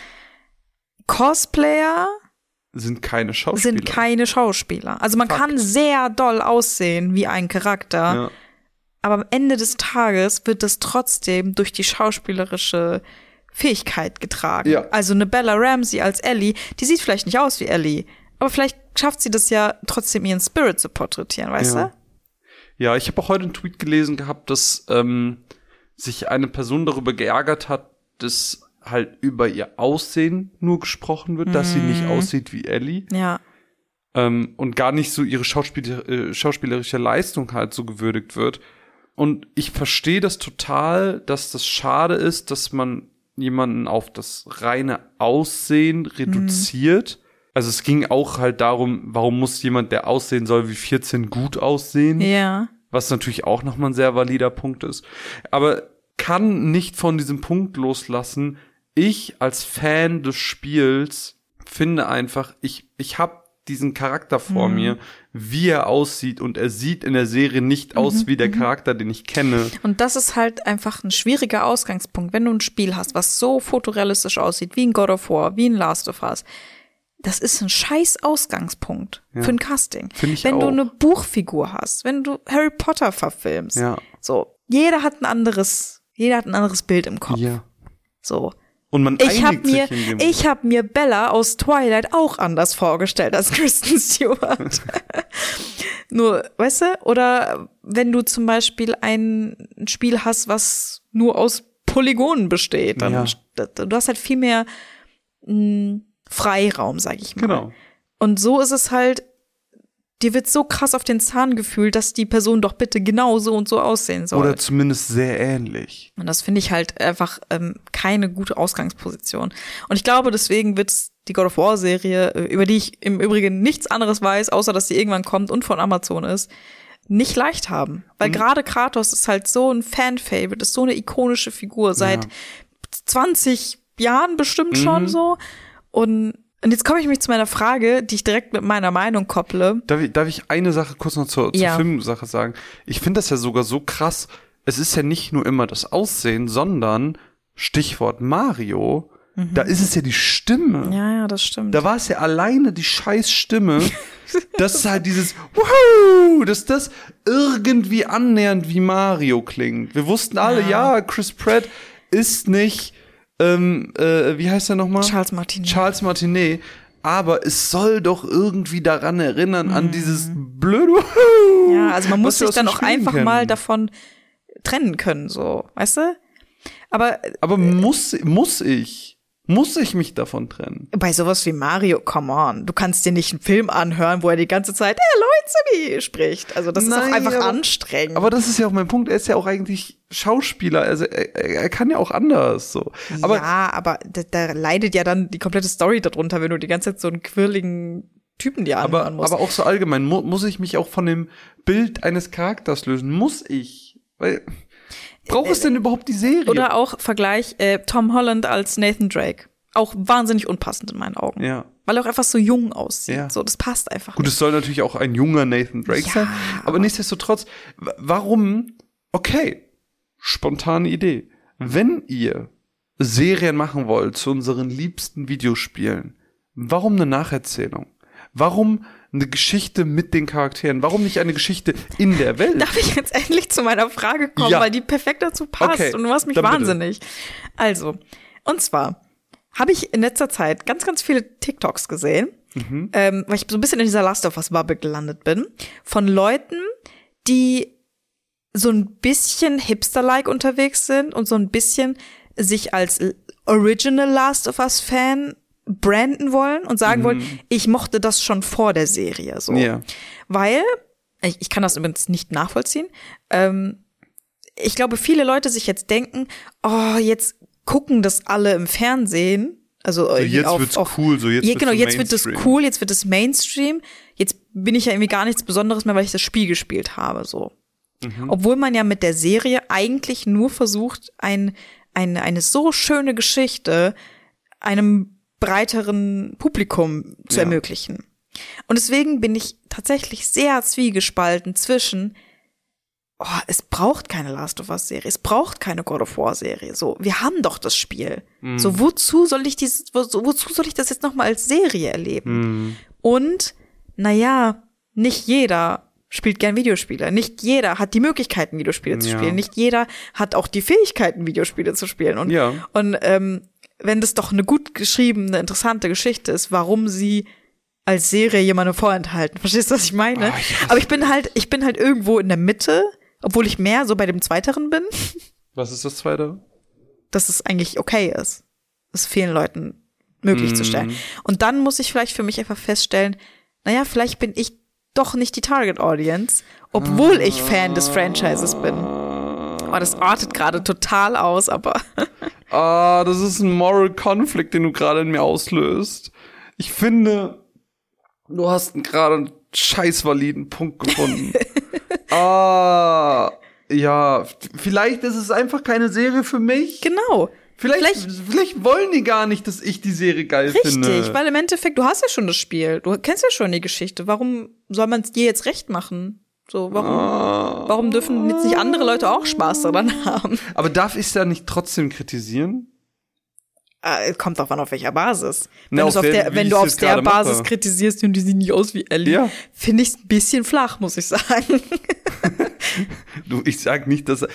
Cosplayer Sind keine Schauspieler. sind keine Schauspieler. Also man Fakt. kann sehr doll aussehen wie ein Charakter, Ja. aber am Ende des Tages wird das trotzdem durch die schauspielerische Fähigkeit getragen. Ja. Also eine Bella Ramsey als Ellie, die sieht vielleicht nicht aus wie Ellie, aber vielleicht schafft sie das ja trotzdem, ihren Spirit zu porträtieren, weißt Ja. du? Ja, ich habe auch heute einen Tweet gelesen gehabt, dass ähm, sich eine Person darüber geärgert hat, dass halt über ihr Aussehen nur gesprochen wird, mm. dass sie nicht aussieht wie Ellie. Ja. Ähm, und gar nicht so ihre Schauspieler, äh, schauspielerische Leistung halt so gewürdigt wird. Und ich verstehe das total, dass das schade ist, dass man jemanden auf das reine Aussehen reduziert. Mm. Also es ging auch halt darum, warum muss jemand, der aussehen soll wie vierzehn, gut aussehen? Ja. Was natürlich auch nochmal ein sehr valider Punkt ist. Aber kann nicht von diesem Punkt loslassen. Ich als Fan des Spiels finde einfach, ich ich habe diesen Charakter vor mhm. mir, wie er aussieht, und er sieht in der Serie nicht aus mhm. wie der Charakter, den ich kenne. Und das ist halt einfach ein schwieriger Ausgangspunkt, wenn du ein Spiel hast, was so fotorealistisch aussieht, wie ein God of War, wie ein Last of Us. Das ist ein scheiß Ausgangspunkt ja. für ein Casting. Find ich wenn auch. du eine Buchfigur hast, wenn du Harry Potter verfilmst, ja. so, jeder hat ein anderes, jeder hat ein anderes Bild im Kopf. Ja. So. Und man ich habe einigt mir, sich in dem ich habe mir Bella aus Twilight auch anders vorgestellt als Kristen Stewart. Nur, weißt du? Oder wenn du zum Beispiel ein Spiel hast, was nur aus Polygonen besteht, dann ja. du hast halt viel mehr mh, Freiraum, sag ich mal. Genau. Und so ist es halt, dir wird so krass auf den Zahn gefühlt, dass die Person doch bitte genau so und so aussehen soll. Oder zumindest sehr ähnlich. Und das finde ich halt einfach ähm, keine gute Ausgangsposition. Und ich glaube, deswegen wird die God of War Serie, über die ich im Übrigen nichts anderes weiß, außer dass sie irgendwann kommt und von Amazon ist, nicht leicht haben. Weil mhm. gerade Kratos ist halt so ein Fan-Favorite, ist so eine ikonische Figur, seit ja. zwanzig Jahren bestimmt mhm. schon so. Und Und jetzt komme ich mich zu meiner Frage, die ich direkt mit meiner Meinung kopple. Darf ich, darf ich eine Sache kurz noch zur, zur ja. Filmsache sagen? Ich finde das ja sogar so krass. Es ist ja nicht nur immer das Aussehen, sondern Stichwort Mario, mhm. da ist es ja die Stimme. Ja, ja, das stimmt. Da war es ja alleine die scheiß Stimme. Das ist halt dieses Wuhu, dass das irgendwie annähernd wie Mario klingt. Wir wussten alle, ja, ja Chris Pratt ist nicht Ähm, äh, wie heißt er nochmal? Charles Martinet. Charles Martinet. Aber es soll doch irgendwie daran erinnern, mm. an dieses blöde Wuhu, ja, also man muss sich dann auch Spielen einfach kennen. mal davon trennen können, so, weißt du? Aber Aber muss, muss ich? Muss ich mich davon trennen? Bei sowas wie Mario, come on. Du kannst dir nicht einen Film anhören, wo er die ganze Zeit Hello, it's me spricht. Also das Nein, ist auch einfach aber, anstrengend. Aber das ist ja auch mein Punkt. Er ist ja auch eigentlich Schauspieler. Also er, er kann ja auch anders so. Aber ja, aber da, da leidet ja dann die komplette Story darunter, wenn du die ganze Zeit so einen quirligen Typen dir anhören aber, musst. aber auch so allgemein, mu- muss ich mich auch von dem Bild eines Charakters lösen? Muss ich? Weil braucht es denn überhaupt die Serie? Oder auch Vergleich äh, Tom Holland als Nathan Drake. Auch wahnsinnig unpassend in meinen Augen. Ja. Weil er auch einfach so jung aussieht. Ja. So, das passt einfach Gut, nicht. es soll natürlich auch ein junger Nathan Drake Ja, sein. Aber, aber nichtsdestotrotz, w- warum, okay, spontane Idee. Wenn ihr Serien machen wollt zu unseren liebsten Videospielen, warum eine Nacherzählung? Warum eine Geschichte mit den Charakteren? Warum nicht eine Geschichte in der Welt? Darf ich jetzt endlich zu meiner Frage kommen, Ja. weil die perfekt dazu passt Okay, und du machst mich dann bitte. wahnsinnig. Also, und zwar habe ich in letzter Zeit ganz, ganz viele TikToks gesehen, Mhm. ähm, weil ich so ein bisschen in dieser Last of Us Bubble gelandet bin, von Leuten, die so ein bisschen Hipster-like unterwegs sind und so ein bisschen sich als Original Last of Us Fan branden wollen und sagen Mhm. wollen, ich mochte das schon vor der Serie, so. Ja. Weil, ich, ich kann das übrigens nicht nachvollziehen, ähm, ich glaube, viele Leute sich jetzt denken, oh, jetzt gucken das alle im Fernsehen, also So, jetzt auf, wird's auf, cool, so jetzt ja, wird's genau, so jetzt wird es Mainstream. cool, jetzt wird es Mainstream, jetzt bin ich ja irgendwie gar nichts Besonderes mehr, weil ich das Spiel gespielt habe, so. Mhm. Obwohl man ja mit der Serie eigentlich nur versucht, ein, ein, eine so schöne Geschichte einem breiteren Publikum zu Ja. ermöglichen. Und deswegen bin ich tatsächlich sehr zwiegespalten zwischen, oh, es braucht keine Last of Us Serie, es braucht keine God of War Serie. So, wir haben doch das Spiel. Mhm. So, wozu soll ich dieses, wo, wozu soll ich das jetzt nochmal als Serie erleben? Mhm. Und, naja, nicht jeder spielt gern Videospiele. Nicht jeder hat die Möglichkeiten, Videospiele zu Ja. spielen. Nicht jeder hat auch die Fähigkeiten, Videospiele zu spielen. Und, Ja. und ähm, wenn das doch eine gut geschriebene, interessante Geschichte ist, warum sie als Serie jemandem vorenthalten. Verstehst du, was ich meine? Oh, ich Aber ich bin halt, ich bin halt irgendwo in der Mitte, obwohl ich mehr so bei dem Zweiteren bin. Was ist das Zweite? Dass es eigentlich okay ist, es vielen Leuten möglich Mm. zu stellen. Und dann muss ich vielleicht für mich einfach feststellen, naja, vielleicht bin ich doch nicht die Target Audience, obwohl ich Fan des Franchises bin. Oh, das artet gerade total aus, aber Ah, das ist ein Moral Conflict, den du gerade in mir auslöst. Ich finde, du hast gerade einen scheiß validen Punkt gefunden. ah, ja, vielleicht ist es einfach keine Serie für mich. genau. Vielleicht, Vielleicht- vielleicht wollen die gar nicht, dass ich die Serie geil finde. Richtig, weil im Endeffekt, du hast ja schon das Spiel, du kennst ja schon die Geschichte. Warum soll man es dir jetzt recht machen? So, warum, Ah. warum dürfen jetzt nicht andere Leute auch Spaß daran haben? Aber darf ich es da nicht trotzdem kritisieren? Äh, kommt drauf an, auf welcher Basis. Wenn, Na, du's auf auf der- der, wie wenn ich's du auf jetzt der gerade mache. Basis kritisierst und die sieht nicht aus wie Ellie, Ja. finde ich es ein bisschen flach, muss ich sagen. Du, ich sag nicht, dass.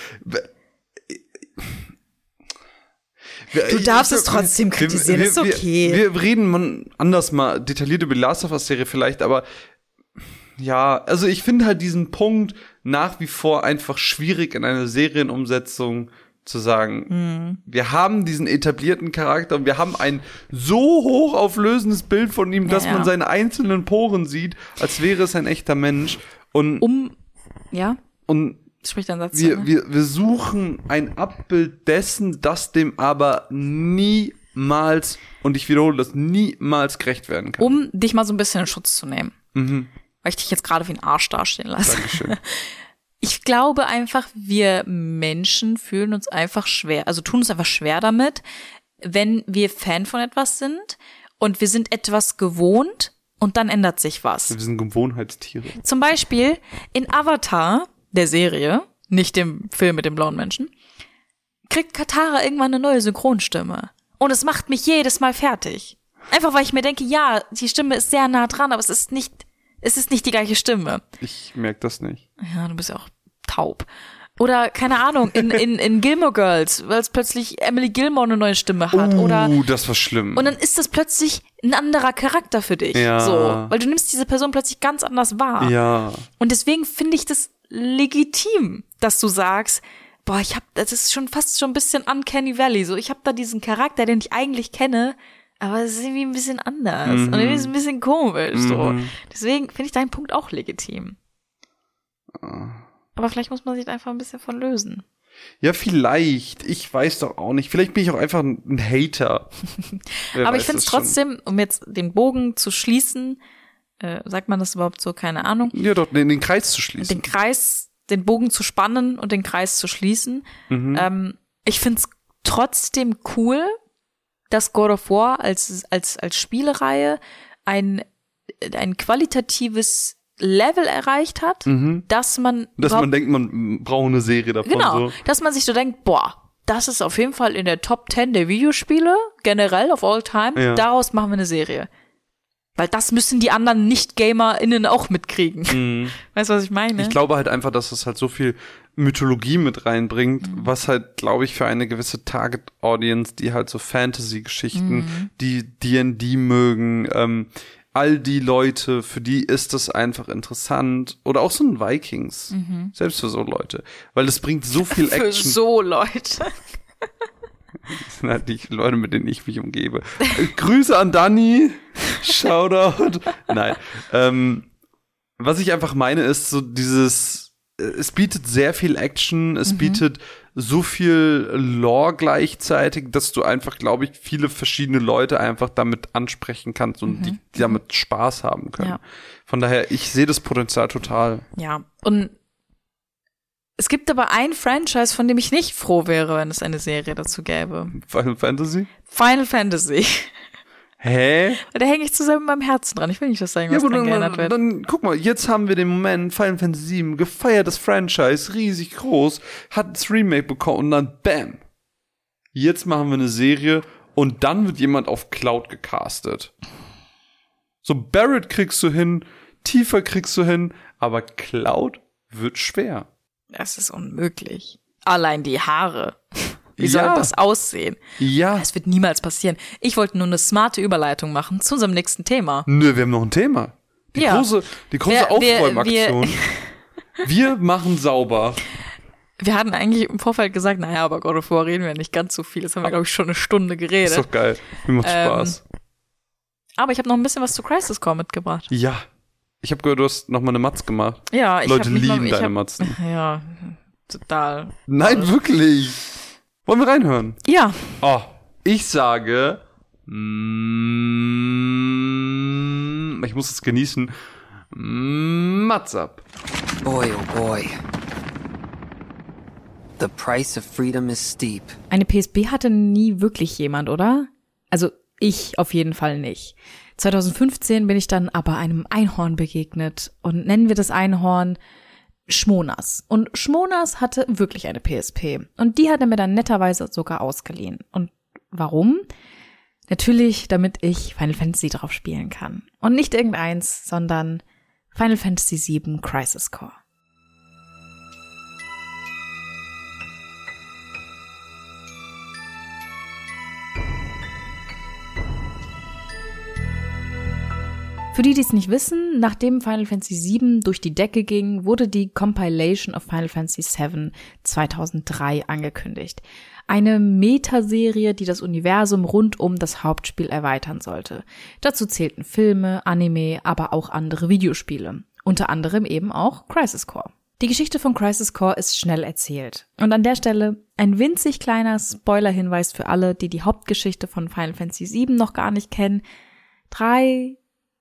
Du darfst es trotzdem kritisieren, ist okay. Wir, wir reden man anders mal detailliert über die Last of Us Serie vielleicht, aber ja, also ich finde halt diesen Punkt nach wie vor einfach schwierig in einer Serienumsetzung zu sagen, Mhm. wir haben diesen etablierten Charakter und wir haben ein so hochauflösendes Bild von ihm, dass Ja, ja. man seine einzelnen Poren sieht, als wäre es ein echter Mensch. Und, Um, ja, und sprich deinen Satz zu wir, Ende. wir, wir suchen ein Abbild dessen, das dem aber niemals, und ich wiederhole das, niemals gerecht werden kann. Um dich mal so ein bisschen in Schutz zu nehmen. Mhm. Weil ich dich jetzt gerade wie ein Arsch dastehen lasse. Dankeschön. Ich glaube einfach, wir Menschen fühlen uns einfach schwer, also tun uns einfach schwer damit, wenn wir Fan von etwas sind und wir sind etwas gewohnt und dann ändert sich was. Wir sind Gewohnheitstiere. Zum Beispiel in Avatar, der Serie, nicht dem Film mit dem blauen Menschen, kriegt Katara irgendwann eine neue Synchronstimme. Und es macht mich jedes Mal fertig. Einfach weil ich mir denke, ja, die Stimme ist sehr nah dran, aber es ist nicht, es ist nicht die gleiche Stimme. Ich merke das nicht. Ja, du bist ja auch taub. Oder, keine Ahnung, in, in, in Gilmore Girls, weil es plötzlich Emily Gilmore eine neue Stimme hat. Oder, Uh, das war schlimm. und dann ist das plötzlich ein anderer Charakter für dich. Ja. So. Weil du nimmst diese Person plötzlich ganz anders wahr. ja. Und deswegen finde ich das legitim, dass du sagst, boah, ich hab, das ist schon fast schon ein bisschen Uncanny Valley. So, ich habe da diesen Charakter, den ich eigentlich kenne, aber es ist irgendwie ein bisschen anders. Mhm. Und irgendwie ist es ein bisschen komisch. So. Mhm. Deswegen finde ich deinen Punkt auch legitim. Aber vielleicht muss man sich da einfach ein bisschen von lösen. Ja, vielleicht. Ich weiß doch auch nicht. Vielleicht bin ich auch einfach ein Hater. Wer Aber weiß ich finde es das schon. trotzdem, um jetzt den Bogen zu schließen, äh, sagt man das überhaupt so, keine Ahnung, Ja, doch, den, den Kreis zu schließen. den Kreis, den Bogen zu spannen und den Kreis zu schließen. Mhm. Ähm, ich finde es trotzdem cool, dass God of War als, als, als Spielereihe ein, ein qualitatives Level erreicht hat, Mhm. dass man Dass überhaupt- man denkt, man braucht eine Serie davon. Genau, So. dass man sich so denkt, boah, das ist auf jeden Fall in der Top zehn der Videospiele, generell of all time, Ja. daraus machen wir eine Serie. Weil das müssen die anderen Nicht-GamerInnen auch mitkriegen. Mhm. Weißt du, was ich meine? Ich glaube halt einfach, dass es halt so viel Mythologie mit reinbringt, Mhm. was halt, glaube ich, für eine gewisse Target-Audience, die halt so Fantasy-Geschichten, Mhm. die D und D mögen, ähm, all die Leute, für die ist das einfach interessant. Oder auch so ein Vikings. Selbst für so Leute. Weil es bringt so viel Mhm. Für Action. so Leute. Das sind halt die Leute, mit denen ich mich umgebe. Äh, Grüße an Dani. Shoutout. Nein. Ähm, was ich einfach meine, ist so dieses, äh, es bietet sehr viel Action, es Mhm. bietet so viel Lore gleichzeitig, dass du einfach, glaube ich, viele verschiedene Leute einfach damit ansprechen kannst und die, die damit Spaß haben können. Mhm. Ja. Von daher, ich sehe das Potenzial total. Ja, und es gibt aber ein Franchise, von dem ich nicht froh wäre, wenn es eine Serie dazu gäbe. Final Fantasy? Final Fantasy. Hä? Da hänge ich zusammen mit meinem Herzen dran. Ich will nicht, dass da Ja, irgendwas aber dran dann, geändert dann, wird. dann, guck mal, jetzt haben wir den Moment, Final Fantasy sieben, gefeiertes Franchise, riesig groß, hat das Remake bekommen und dann bam. Jetzt machen wir eine Serie und dann wird jemand auf Cloud gecastet. So Barrett kriegst du hin, Tifa kriegst du hin, aber Cloud wird schwer. Das ist unmöglich. Allein die Haare. Wie Ja. soll das aussehen? Ja. Es wird niemals passieren. Ich wollte nur eine smarte Überleitung machen zu unserem nächsten Thema. Nö, wir haben noch ein Thema. Die Ja. große, die große Wir- wir- Aufräumaktion. Wir, machen sauber. Wir hatten eigentlich im Vorfeld gesagt, naja, aber God of War reden wir nicht ganz so viel. Das haben wir, glaube ich, schon eine Stunde geredet. Ist doch geil. Mir macht Ähm, Spaß. Aber ich habe noch ein bisschen was zu Crisis Core mitgebracht. Ja. Ich habe gehört, du hast noch mal eine Matz gemacht. Ja, ich Leute hab mich lieben mal, ich deine hab, Matzen. Ja, total. Nein, wirklich. Wollen wir reinhören? Ja, Oh, ich sage, mm, ich muss es genießen. Matz ab. Boy, oh boy. The price of freedom is steep. eine P S B hatte nie wirklich jemand, oder? Also ich auf jeden Fall nicht. zwanzig fünfzehn bin ich dann aber einem Einhorn begegnet und nennen wir das Einhorn Schmonas. Und Schmonas hatte wirklich eine P S P und die hat er mir dann netterweise sogar ausgeliehen. Und warum? Natürlich, damit ich Final Fantasy drauf spielen kann. Und nicht irgendeins, sondern Final Fantasy sieben Crisis Core. Für die, die es nicht wissen, nachdem Final Fantasy sieben durch die Decke ging, wurde die Compilation of Final Fantasy sieben zweitausenddrei angekündigt. Eine Metaserie, die das Universum rund um das Hauptspiel erweitern sollte. Dazu zählten Filme, Anime, aber auch andere Videospiele. Unter anderem eben auch Crisis Core. Die Geschichte von Crisis Core ist schnell erzählt. Und an der Stelle ein winzig kleiner Spoiler-Hinweis für alle, die die Hauptgeschichte von Final Fantasy sieben noch gar nicht kennen. Drei,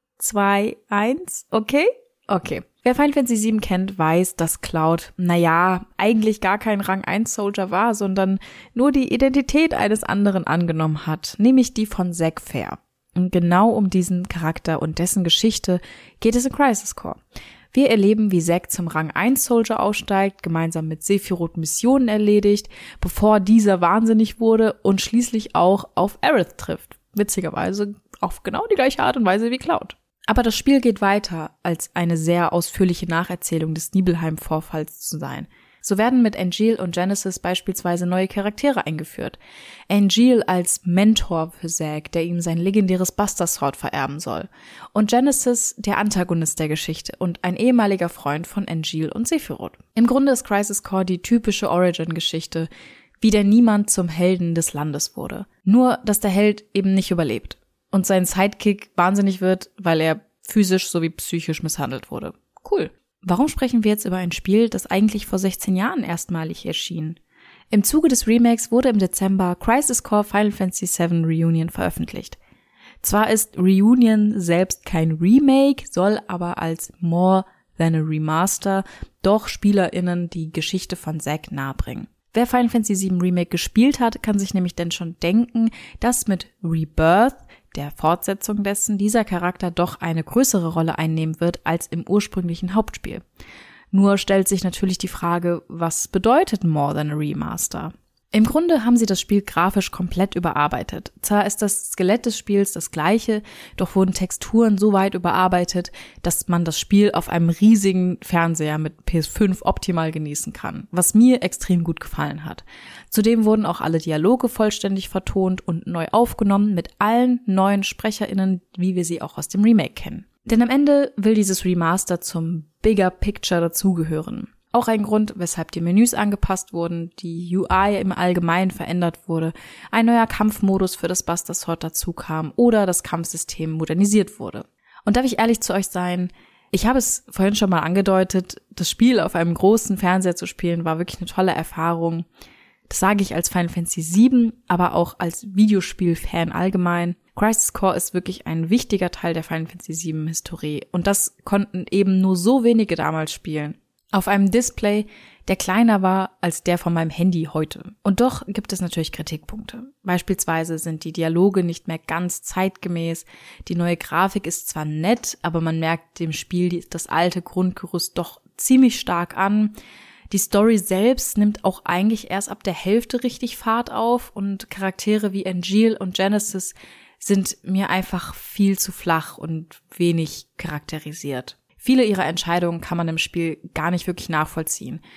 zwei, eins, okay? Okay. Wer Final Fantasy sieben kennt, weiß, dass Cloud, naja, eigentlich gar kein Rang eins Soldier war, sondern nur die Identität eines anderen angenommen hat, nämlich die von Zack Fair. Und genau um diesen Charakter und dessen Geschichte geht es in Crisis Core. Wir erleben, wie Zack zum Rang eins Soldier aufsteigt, gemeinsam mit Sephiroth Missionen erledigt, bevor dieser wahnsinnig wurde und schließlich auch auf Aerith trifft. Witzigerweise auf genau die gleiche Art und Weise wie Cloud. Aber das Spiel geht weiter, als eine sehr ausführliche Nacherzählung des Nibelheim-Vorfalls zu sein. So werden mit Angeal und Genesis beispielsweise neue Charaktere eingeführt. Angeal als Mentor für Zack, der ihm sein legendäres Buster Sword vererben soll. Und Genesis, der Antagonist der Geschichte und ein ehemaliger Freund von Angeal und Sephiroth. Im Grunde ist Crisis Core die typische Origin-Geschichte, wie der Niemand zum Helden des Landes wurde. Nur, dass der Held eben nicht überlebt. Und sein Sidekick wahnsinnig wird, weil er physisch sowie psychisch misshandelt wurde. Cool. Warum sprechen wir jetzt über ein Spiel, das eigentlich vor sechzehn Jahren erstmalig erschien? Im Zuge des Remakes wurde im Dezember Crisis Core Final Fantasy sieben Reunion veröffentlicht. Zwar ist Reunion selbst kein Remake, soll aber als More Than a Remaster doch SpielerInnen die Geschichte von Zack nahebringen. Wer Final Fantasy sieben Remake gespielt hat, kann sich nämlich denn schon denken, dass mit Rebirth, der Fortsetzung dessen, dieser Charakter doch eine größere Rolle einnehmen wird als im ursprünglichen Hauptspiel. Nur stellt sich natürlich die Frage, was bedeutet More Than a Remaster? Im Grunde haben sie das Spiel grafisch komplett überarbeitet. Zwar ist das Skelett des Spiels das gleiche, doch wurden Texturen so weit überarbeitet, dass man das Spiel auf einem riesigen Fernseher mit P S fünf optimal genießen kann, was mir extrem gut gefallen hat. Zudem wurden auch alle Dialoge vollständig vertont und neu aufgenommen mit allen neuen SprecherInnen, wie wir sie auch aus dem Remake kennen. Denn am Ende will dieses Remaster zum Bigger Picture dazugehören. Auch ein Grund, weshalb die Menüs angepasst wurden, die U I im Allgemeinen verändert wurde, ein neuer Kampfmodus für das Buster Sword dazu kam oder das Kampfsystem modernisiert wurde. Und darf ich ehrlich zu euch sein, ich habe es vorhin schon mal angedeutet, das Spiel auf einem großen Fernseher zu spielen war wirklich eine tolle Erfahrung. Das sage ich als Final Fantasy sieben, aber auch als Videospiel-Fan allgemein. Crisis Core ist wirklich ein wichtiger Teil der Final Fantasy sieben Historie und das konnten eben nur so wenige damals spielen. Auf einem Display, der kleiner war als der von meinem Handy heute. Und doch gibt es natürlich Kritikpunkte. Beispielsweise sind die Dialoge nicht mehr ganz zeitgemäß. Die neue Grafik ist zwar nett, aber man merkt dem Spiel das alte Grundgerüst doch ziemlich stark an. Die Story selbst nimmt auch eigentlich erst ab der Hälfte richtig Fahrt auf und Charaktere wie Angeal und Genesis sind mir einfach viel zu flach und wenig charakterisiert. Viele ihrer Entscheidungen kann man im Spiel gar nicht wirklich nachvollziehen.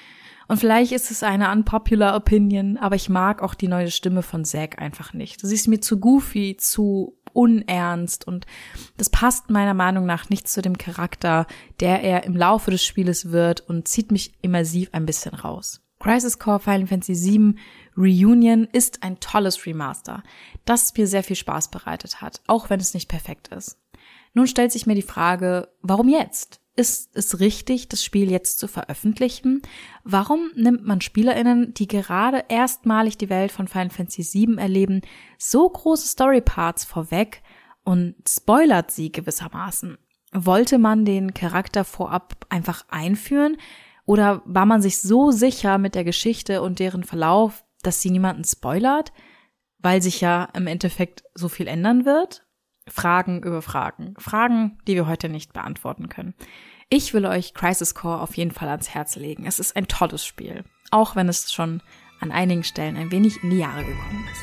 Und vielleicht ist es eine unpopular Opinion, aber ich mag auch die neue Stimme von Zack einfach nicht. Sie ist mir zu goofy, zu unernst und das passt meiner Meinung nach nicht zu dem Charakter, der er im Laufe des Spieles wird und zieht mich immersiv ein bisschen raus. Crisis Core Final Fantasy sieben Reunion ist ein tolles Remaster, das mir sehr viel Spaß bereitet hat, auch wenn es nicht perfekt ist. Nun stellt sich mir die Frage, warum jetzt? Ist es richtig, das Spiel jetzt zu veröffentlichen? Warum nimmt man SpielerInnen, die gerade erstmalig die Welt von Final Fantasy sieben erleben, so große Storyparts vorweg und spoilert sie gewissermaßen? Wollte man den Charakter vorab einfach einführen? Oder war man sich so sicher mit der Geschichte und deren Verlauf, dass sie niemanden spoilert? Weil sich ja im Endeffekt so viel ändern wird? Fragen über Fragen. Fragen, die wir heute nicht beantworten können. Ich will euch Crisis Core auf jeden Fall ans Herz legen. Es ist ein tolles Spiel, auch wenn es schon an einigen Stellen ein wenig in die Jahre gekommen ist.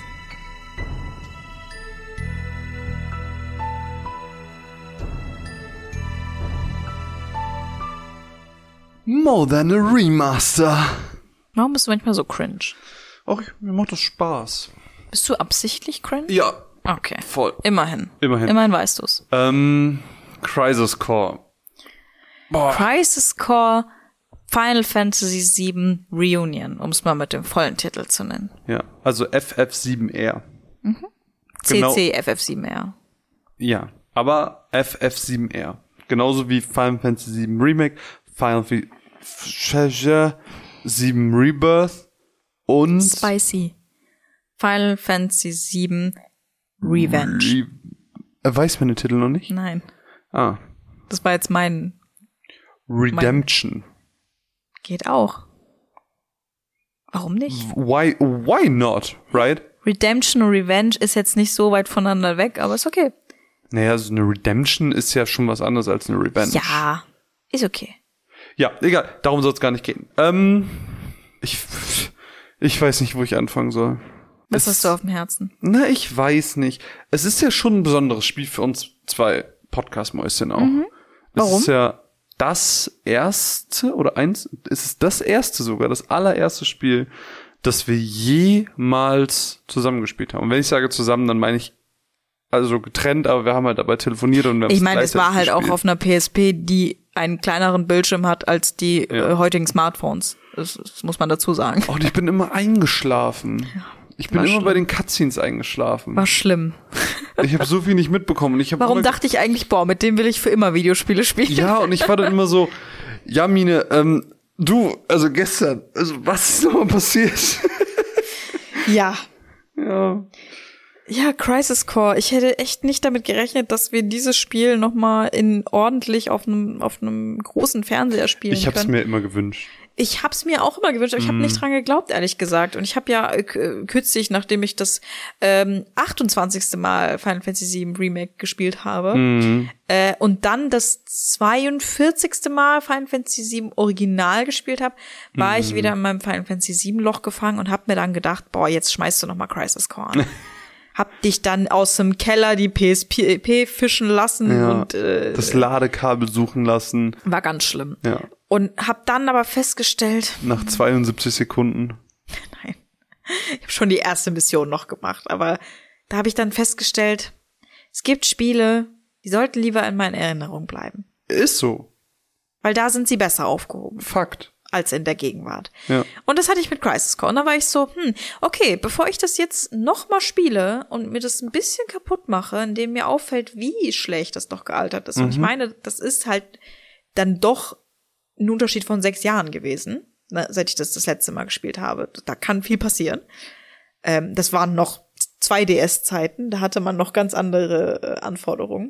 More than a Remaster. Warum bist du manchmal so cringe? Ach, mir macht das Spaß. Bist du absichtlich cringe? Ja. Okay. Voll. Immerhin. Immerhin. Immerhin weißt du's. Ähm, Crisis Core. Boah. Crisis Core Final Fantasy sieben Reunion, um es mal mit dem vollen Titel zu nennen. Ja, also F F sieben R. Mhm. Genau. C C F F sieben R. Ja, aber F F sieben R. Genauso wie Final Fantasy sieben Remake, Final Fantasy sieben Rebirth und Spicy. Final Fantasy sieben Revenge. Re- er weiß meine Titel noch nicht? Nein. Ah. Das war jetzt mein... Redemption. Mein Geht auch. Warum nicht? Why, why not, right? Redemption und Revenge ist jetzt nicht so weit voneinander weg, aber ist okay. Naja, so eine Redemption ist ja schon was anderes als eine Revenge. Ja, ist okay. Ja, egal, darum soll es gar nicht gehen. Ähm, ich, ich weiß nicht, wo ich anfangen soll. Was es, hast du auf dem Herzen? Na, ich weiß nicht. Es ist ja schon ein besonderes Spiel für uns zwei Podcast-Mäuschen auch. Mhm. Warum? Es ist ja das erste oder eins, es ist das erste sogar, das allererste Spiel, das wir jemals zusammengespielt haben. Und wenn ich sage zusammen, dann meine ich also getrennt, aber wir haben halt dabei telefoniert und wir haben Ich meine, es war halt gespielt. auch auf einer P S P, die einen kleineren Bildschirm hat als die Ja. äh, heutigen Smartphones. Das, das muss man dazu sagen. Oh, und ich bin immer eingeschlafen. Ich bin War immer schlimm. bei den Cutscenes eingeschlafen. War schlimm. Ich habe so viel nicht mitbekommen. Und ich hab Warum immer, dachte ich eigentlich, boah, mit dem will ich für immer Videospiele spielen? Ja, und ich war dann immer so, ja, Mine, ähm, du, also gestern, also was ist nochmal passiert? Ja. Ja. Ja, Crisis Core. Ich hätte echt nicht damit gerechnet, dass wir dieses Spiel noch mal in ordentlich auf einem auf einem großen Fernseher spielen Ich hab's können. mir immer gewünscht. Ich hab's mir auch immer gewünscht, aber ich habe nicht dran geglaubt, ehrlich gesagt. Und ich habe ja äh, k- kürzlich, nachdem ich das ähm, achtundzwanzigste Mal Final Fantasy sieben Remake gespielt habe, Mhm. äh, und dann das zweiundvierzigste Mal Final Fantasy sieben Original gespielt habe, war Mhm. ich wieder in meinem Final Fantasy sieben Loch gefangen und habe mir dann gedacht, boah, jetzt schmeißt du noch mal Crisis Core an. Hab dich dann aus dem Keller die P S P fischen lassen Ja, und äh, das Ladekabel suchen lassen. war ganz schlimm. Ja. Und hab dann aber festgestellt, Nach zweiundsiebzig Sekunden. nein, ich habe schon die erste Mission noch gemacht, aber da habe ich dann festgestellt, es gibt Spiele, die sollten lieber in meinen Erinnerungen bleiben. Ist so. Weil da sind sie besser aufgehoben Fakt. als in der Gegenwart. Ja. Und das hatte ich mit Crisis Core. Und da war ich so, hm, okay, bevor ich das jetzt noch mal spiele und mir das ein bisschen kaputt mache, indem mir auffällt, wie schlecht das doch gealtert ist. Und ich meine, das ist halt dann doch ein Unterschied von sechs Jahren gewesen, ne, seit ich das das letzte Mal gespielt habe. Da kann viel passieren. Ähm, das waren noch zwei D S-Zeiten, da hatte man noch ganz andere äh, Anforderungen.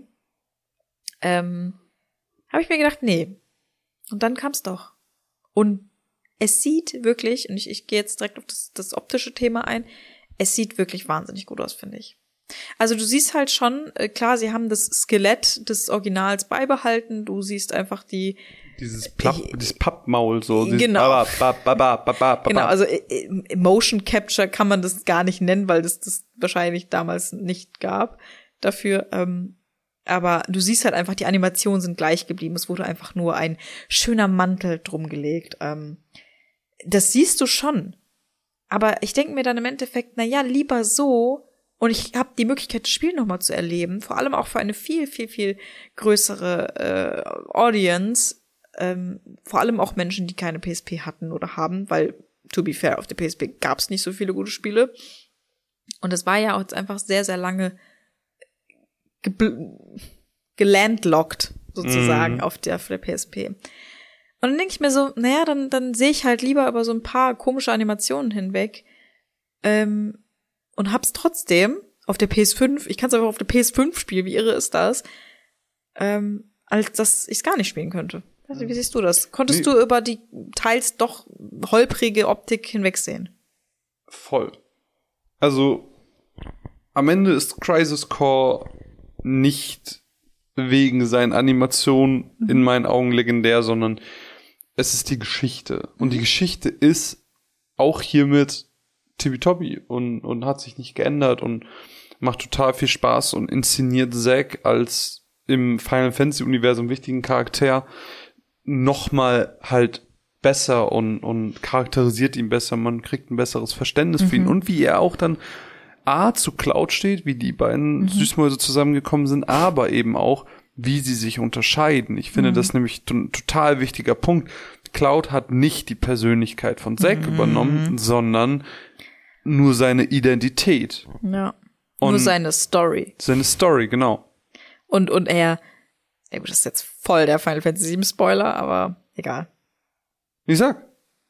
Ähm, habe ich mir gedacht, nee. Und dann kam's doch. Und es sieht wirklich, und ich, ich gehe jetzt direkt auf das, das optische Thema ein, es sieht wirklich wahnsinnig gut aus, finde ich. Also du siehst halt schon, äh, klar, sie haben das Skelett des Originals beibehalten, du siehst einfach die, Dieses, Plapp, dieses Pappmaul so. Dieses Genau. Ba, ba, ba, ba, ba, ba, ba. genau, also äh, äh, Motion Capture kann man das gar nicht nennen, weil das das wahrscheinlich damals nicht gab dafür. Ähm, aber du siehst halt einfach, die Animationen sind gleich geblieben. Es wurde einfach nur ein schöner Mantel drum gelegt. Ähm, das siehst du schon. Aber ich denke mir dann im Endeffekt, na ja, lieber so, und ich habe die Möglichkeit, das Spiel nochmal zu erleben, vor allem auch für eine viel, viel, viel größere äh, Audience, ähm, vor allem auch Menschen, die keine P S P hatten oder haben, weil, to be fair, auf der P S P gab es nicht so viele gute Spiele. Und es war ja auch jetzt einfach sehr, sehr lange ge- gelandlockt, sozusagen, mm. auf der, auf der P S P. Und dann denke ich mir so, naja, dann, dann sehe ich halt lieber über so ein paar komische Animationen hinweg, ähm, und hab's trotzdem auf der P S fünf, ich kann es einfach auf der P S fünf spielen, wie irre ist das, ähm, als dass ich es gar nicht spielen könnte. Also, wie siehst du das? Konntest nee. du über die teils doch holprige Optik hinwegsehen? Voll. Also, am Ende ist Crisis Core nicht wegen seinen Animationen mhm. in meinen Augen legendär, sondern es ist die Geschichte. Und die Geschichte ist auch hiermit tippitoppi und, und hat sich nicht geändert und macht total viel Spaß und inszeniert Zack als im Final Fantasy Universum wichtigen Charakter nochmal halt besser und, und charakterisiert ihn besser. Man kriegt ein besseres Verständnis mhm. für ihn und wie er auch dann A zu Cloud steht, wie die beiden mhm. Süßmäuse zusammengekommen sind, aber eben auch, wie sie sich unterscheiden. Ich finde mhm. das nämlich ein total wichtiger Punkt. Cloud hat nicht die Persönlichkeit von Zack mhm. übernommen, sondern nur seine Identität. Ja. Und nur seine Story. Seine Story, genau. Und, und er, ey, das ist jetzt voll der Final Fantasy sieben Spoiler, aber egal. Wie sag?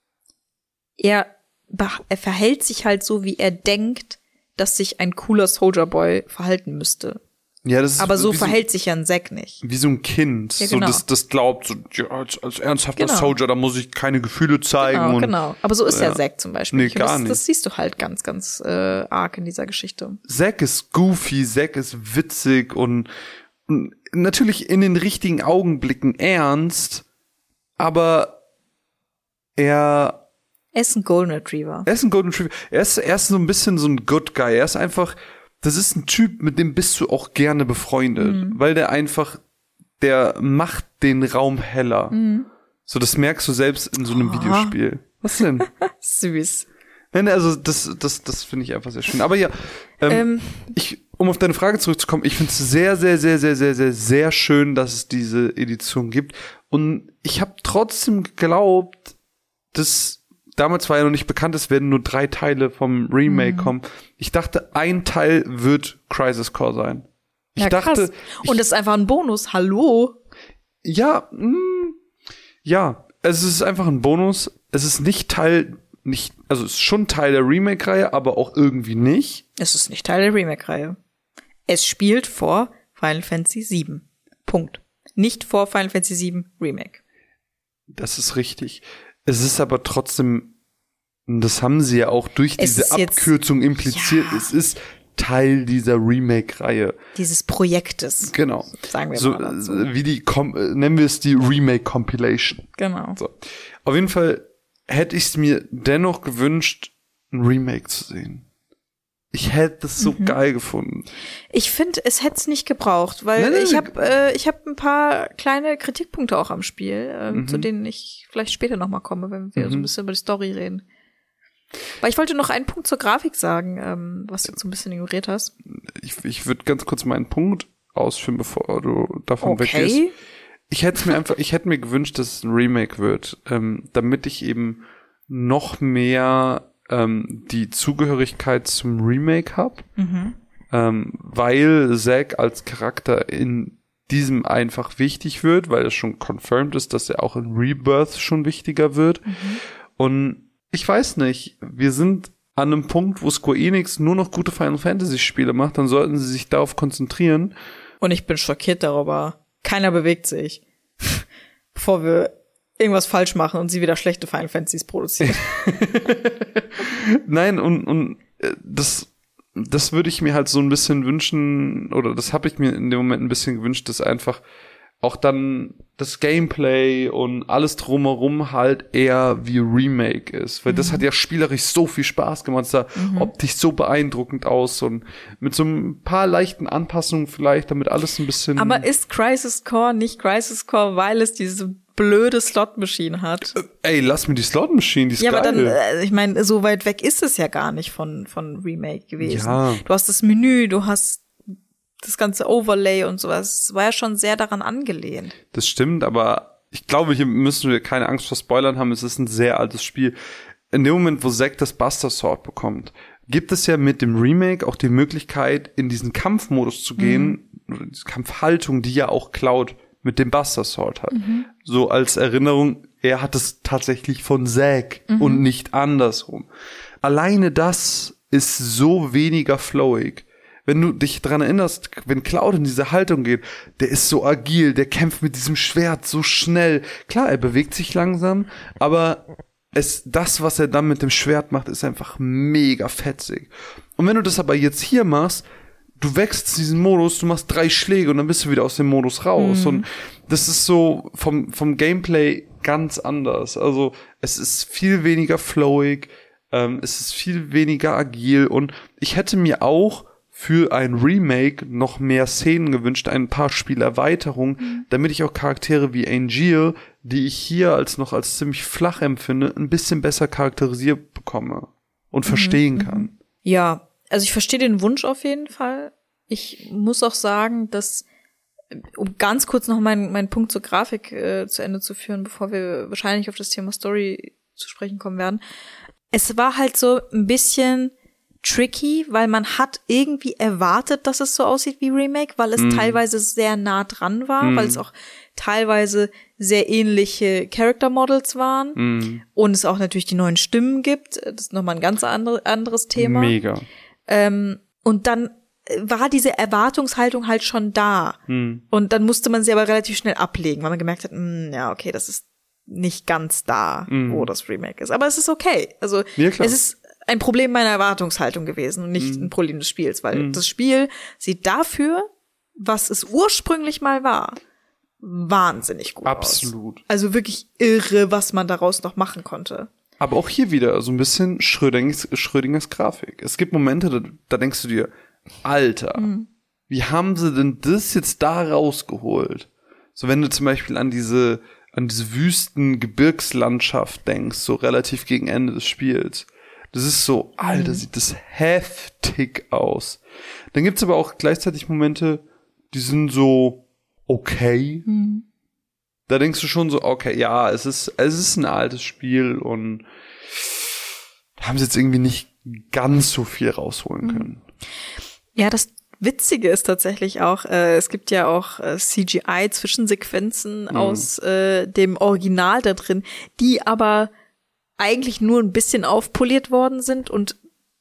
Er, er verhält sich halt so, wie er denkt, dass sich ein cooler Soldier Boy verhalten müsste. Ja, das ist aber so wie verhält so, sich ja ein Zack nicht. Wie so ein Kind. Ja, genau. So, das, das glaubt, so, ja, als, als ernsthafter genau. Soldier, da muss ich keine Gefühle zeigen. Genau, und, genau. Aber so ist ja, ja Zack zum Beispiel. Nee, gar das, nicht. Das siehst du halt ganz, ganz äh, arg in dieser Geschichte. Zack ist goofy, Zack ist witzig und, und natürlich in den richtigen Augenblicken ernst, aber er Er ist ein Golden Retriever. Er ist ein Golden Retriever. Er ist, er ist so ein bisschen so ein Good Guy. Er ist einfach, das ist ein Typ, mit dem bist du auch gerne befreundet, mhm. weil der einfach, der macht den Raum heller. Mhm. So, das merkst du selbst in so einem oh. Videospiel. Was denn? Süß. Nein, also das, das, das finde ich einfach sehr schön. Aber ja, ähm, ähm. ich, um auf deine Frage zurückzukommen, ich finde es sehr, sehr, sehr, sehr, sehr, sehr, sehr schön, dass es diese Edition gibt. Und ich habe trotzdem geglaubt, dass damals war ja noch nicht bekannt, es werden nur drei Teile vom Remake mhm. kommen. Ich dachte, ein Teil wird Crisis Core sein. Ich ja, dachte, krass. Und es ist einfach ein Bonus. Hallo? Ja, mh, ja. Es ist einfach ein Bonus. Es ist nicht Teil, nicht, also es ist schon Teil der Remake-Reihe, aber auch irgendwie nicht. Es ist nicht Teil der Remake-Reihe. Es spielt vor Final Fantasy sieben. Punkt. Nicht vor Final Fantasy sieben Remake. Das ist richtig. Es ist aber trotzdem, das haben sie ja auch durch es diese Abkürzung jetzt, impliziert, ja. Es ist Teil dieser Remake-Reihe. Dieses Projektes. Genau. Sagen wir so, mal dazu. Wie die, nennen wir es die Remake-Compilation. Genau. So. Auf jeden Fall hätte ich es mir dennoch gewünscht, ein Remake zu sehen. Ich hätte das so mhm. geil gefunden. Ich finde, es hätte es nicht gebraucht, weil nein, nein, ich habe äh, ich habe ein paar kleine Kritikpunkte auch am Spiel, äh, mhm. zu denen ich vielleicht später noch mal komme, wenn wir mhm. so ein bisschen über die Story reden. Weil ich wollte noch einen Punkt zur Grafik sagen, ähm, was du jetzt so ein bisschen ignoriert hast. Ich, ich würde ganz kurz meinen Punkt ausführen, bevor du davon okay. weggehst. Ich hätte mir einfach, ich hätte mir gewünscht, dass es ein Remake wird, ähm, damit ich eben noch mehr ähm, die Zugehörigkeit zum Remake habe, mhm. ähm, weil Zack als Charakter in diesem einfach wichtig wird, weil es schon confirmed ist, dass er auch in Rebirth schon wichtiger wird. Mhm. Und ich weiß nicht, wir sind an einem Punkt, wo Square Enix nur noch gute Final Fantasy Spiele macht, dann sollten sie sich darauf konzentrieren. Und ich bin schockiert darüber. Keiner bewegt sich, bevor wir irgendwas falsch machen und sie wieder schlechte Final Fantasies produzieren. Nein, und, und das, das würde ich mir halt so ein bisschen wünschen, oder das habe ich mir in dem Moment ein bisschen gewünscht, dass einfach auch dann das Gameplay und alles drumherum halt eher wie Remake ist. Weil mhm. das hat ja spielerisch so viel Spaß gemacht. Es sah mhm. optisch so beeindruckend aus und mit so ein paar leichten Anpassungen vielleicht, damit alles ein bisschen... Aber ist Crisis Core nicht Crisis Core, weil es diese blöde Slot-Machine hat. Ey, lass mir die Slot Machine, die ist Ja, geil. aber dann, äh, ich meine, so weit weg ist es ja gar nicht von von Remake gewesen. Ja. Du hast das Menü, du hast das ganze Overlay und sowas. Es war ja schon sehr daran angelehnt. Das stimmt, aber ich glaube, hier müssen wir keine Angst vor Spoilern haben. Es ist ein sehr altes Spiel. In dem Moment, wo Zack das Buster Sword bekommt, gibt es ja mit dem Remake auch die Möglichkeit, in diesen Kampfmodus zu gehen, mhm. diese Kampfhaltung, die ja auch Cloud mit dem Buster Sword hat. Mhm. So als Erinnerung, er hat es tatsächlich von Zack mhm. und nicht andersrum. Alleine das ist so weniger flowig. Wenn du dich dran erinnerst, wenn Cloud in diese Haltung geht, der ist so agil, der kämpft mit diesem Schwert so schnell. Klar, er bewegt sich langsam, aber es, das, was er dann mit dem Schwert macht, ist einfach mega fetzig. Und wenn du das aber jetzt hier machst, du wechselst diesen Modus, du machst drei Schläge und dann bist du wieder aus dem Modus raus. Mhm. Und das ist so vom, vom Gameplay ganz anders. Also es ist viel weniger flowig, ähm, es ist viel weniger agil und ich hätte mir auch für ein Remake noch mehr Szenen gewünscht, ein paar Spielerweiterungen, mhm. damit ich auch Charaktere wie Angeal, die ich hier als noch als ziemlich flach empfinde, ein bisschen besser charakterisiert bekomme und mhm. verstehen kann. Ja, also ich verstehe den Wunsch auf jeden Fall. Ich muss auch sagen, dass, um ganz kurz noch meinen meinen Punkt zur Grafik äh, zu Ende zu führen, bevor wir wahrscheinlich auf das Thema Story zu sprechen kommen werden, es war halt so ein bisschen tricky, weil man hat irgendwie erwartet, dass es so aussieht wie Remake, weil es mm. teilweise sehr nah dran war, mm. weil es auch teilweise sehr ähnliche Character Models waren mm. und es auch natürlich die neuen Stimmen gibt. Das ist nochmal ein ganz andere, anderes Thema. Mega. Ähm, und dann war diese Erwartungshaltung halt schon da. Mm. Und dann musste man sie aber relativ schnell ablegen, weil man gemerkt hat, mh, ja, okay, das ist nicht ganz da, mm. wo das Remake ist. Aber es ist okay. Also ja, es ist ein Problem meiner Erwartungshaltung gewesen und nicht mm. ein Problem des Spiels, weil mm. das Spiel sieht dafür, was es ursprünglich mal war, wahnsinnig gut Absolut. aus. Also wirklich irre, was man daraus noch machen konnte. Aber auch hier wieder so ein bisschen Schrödingers, Schrödingers Grafik. Es gibt Momente, da, da denkst du dir, Alter, mm. wie haben sie denn das jetzt da rausgeholt? So wenn du zum Beispiel an diese, an diese Wüsten-Gebirgslandschaft denkst, so relativ gegen Ende des Spiels. Das ist so, Alter, sieht das heftig aus. Dann gibt's aber auch gleichzeitig Momente, die sind so okay. Mhm. Da denkst du schon so, okay, ja, es ist, es ist ein altes Spiel und da haben sie jetzt irgendwie nicht ganz so viel rausholen können. Ja, das Witzige ist tatsächlich auch, äh, es gibt ja auch äh, C G I-Zwischensequenzen mhm. aus äh, dem Original da drin, die aber eigentlich nur ein bisschen aufpoliert worden sind und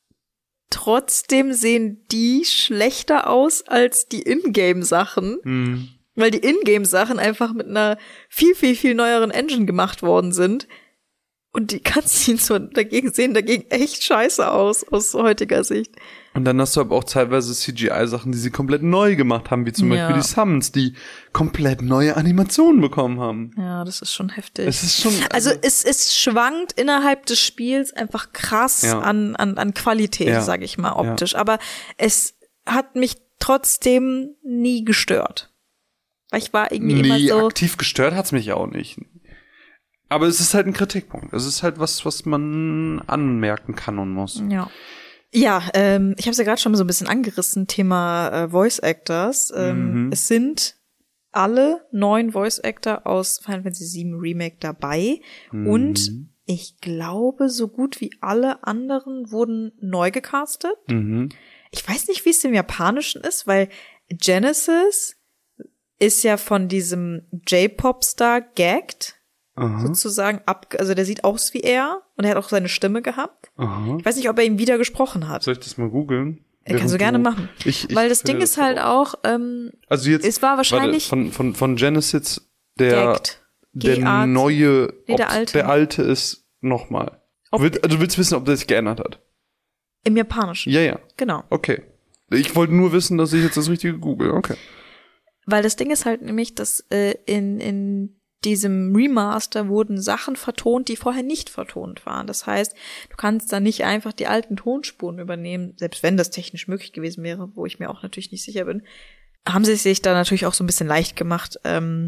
trotzdem sehen die schlechter aus als die Ingame-Sachen, mhm. weil die Ingame-Sachen einfach mit einer viel, viel, viel neueren Engine gemacht worden sind und die Cutscenes so dagegen sehen dagegen echt scheiße aus, aus heutiger Sicht. Und dann hast du aber auch teilweise C G I-Sachen, die sie komplett neu gemacht haben, wie zum ja. Beispiel die Summons, die komplett neue Animationen bekommen haben. Ja, das ist schon heftig. Es ist schon, also, also es, es schwankt innerhalb des Spiels einfach krass ja. an, an, an Qualität, ja. sag ich mal, optisch. Ja. Aber es hat mich trotzdem nie gestört. Weil ich war irgendwie nee, immer so. Aktiv gestört hat's mich auch nicht. Aber es ist halt ein Kritikpunkt. Es ist halt was, was man anmerken kann und muss. Ja. Ja, ähm, ich habe es ja gerade schon so ein bisschen angerissen, Thema äh, Voice Actors. Ähm, mhm. Es sind alle neun Voice Actor aus Final Fantasy sieben Remake dabei. Mhm. Und ich glaube, so gut wie alle anderen wurden neu gecastet. Mhm. Ich weiß nicht, wie es im Japanischen ist, weil Genesis ist ja von diesem J-Pop-Star gagged. Aha. Sozusagen ab, also der sieht aus wie er und er hat auch seine Stimme gehabt. Aha. Ich weiß nicht, ob er ihm wieder gesprochen hat. Soll ich das mal googeln? Kannst du gerne machen. Ich, ich Weil das Ding ist halt auch, ähm, also jetzt, es war wahrscheinlich warte, von, von, von Genesis der, der neue, nee, der alte. der alte ist nochmal. Du willst, also du willst wissen, ob der sich geändert hat? Im Japanischen. Ja, ja. Genau. Okay. Ich wollte nur wissen, dass ich jetzt das richtige google. Okay. Weil das Ding ist halt nämlich, dass äh, in, in diesem Remaster wurden Sachen vertont, die vorher nicht vertont waren. Das heißt, du kannst da nicht einfach die alten Tonspuren übernehmen, selbst wenn das technisch möglich gewesen wäre, wo ich mir auch natürlich nicht sicher bin. Haben sie sich da natürlich auch so ein bisschen leicht gemacht, ähm,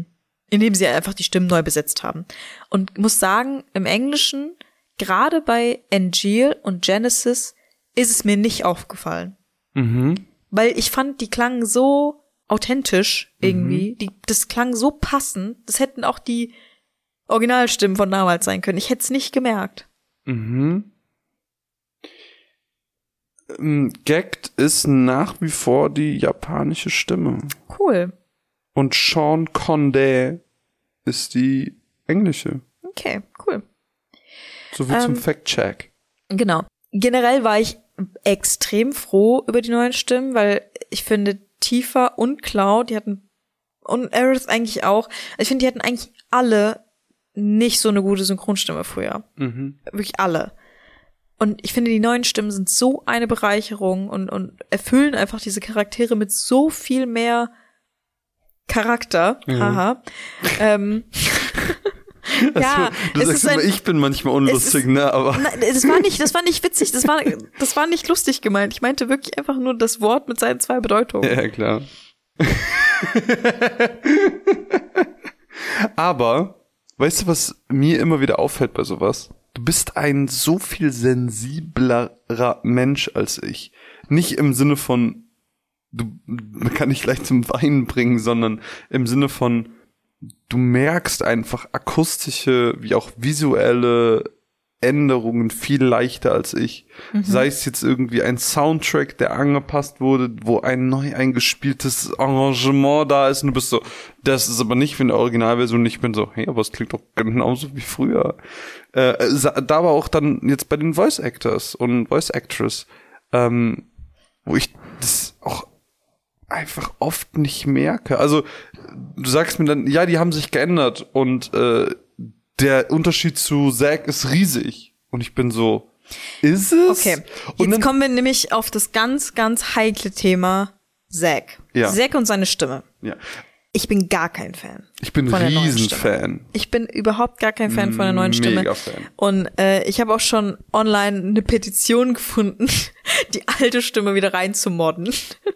indem sie einfach die Stimmen neu besetzt haben. Und muss sagen, im Englischen, gerade bei Angeal und Genesis, ist es mir nicht aufgefallen. Mhm. Weil ich fand, die klangen so authentisch irgendwie. Mhm. Die, das klang so passend. Das hätten auch die Originalstimmen von damals sein können. Ich hätte es nicht gemerkt. Mhm. Ähm, Gagged ist nach wie vor die japanische Stimme. Cool. Und Sean Condé ist die englische. Okay, cool. So viel zum Ähm, Fact-Check. Genau. Generell war ich extrem froh über die neuen Stimmen, weil ich finde, Tifa und Cloud, die hatten, und Aerith eigentlich auch, ich finde, die hatten eigentlich alle nicht so eine gute Synchronstimme früher. Mhm. Wirklich alle. Und ich finde, die neuen Stimmen sind so eine Bereicherung und, und erfüllen einfach diese Charaktere mit so viel mehr Charakter. Mhm. Haha. ähm, ja, Also, du es sagst ist ein, immer, ich bin manchmal unlustig, ist, ne? Aber Nein, das war nicht, das war nicht witzig, das war, das war nicht lustig gemeint. Ich meinte wirklich einfach nur das Wort mit seinen zwei Bedeutungen. ja, klar. Aber, weißt du, was mir immer wieder auffällt bei sowas? Du bist ein so viel sensiblerer Mensch als ich. Nicht im Sinne von, du, man kann dich gleich zum Weinen bringen, sondern im Sinne von, du merkst einfach akustische wie auch visuelle Änderungen viel leichter als ich. Mhm. Sei es jetzt irgendwie ein Soundtrack, der angepasst wurde, wo ein neu eingespieltes Arrangement da ist und du bist so, das ist aber nicht wie in der Originalversion. Ich bin so, hey, aber es klingt doch genauso wie früher. Äh, da war auch dann jetzt bei den Voice Actors und Voice Actress, ähm, wo ich das auch einfach oft nicht merke. Also du sagst mir dann, ja, die haben sich geändert und äh, der Unterschied zu Zack ist riesig. Und ich bin so, ist es? Okay, und jetzt dann, kommen wir nämlich auf das ganz, ganz heikle Thema Zack. Ja. Zack und seine Stimme. ja. Ich bin gar kein Fan. Ich bin von der neuen Riesenfan. Ich bin überhaupt gar kein Fan von der neuen Stimme. Mega Fan. Und äh, ich habe auch schon online eine Petition gefunden, die alte Stimme wieder reinzumodden.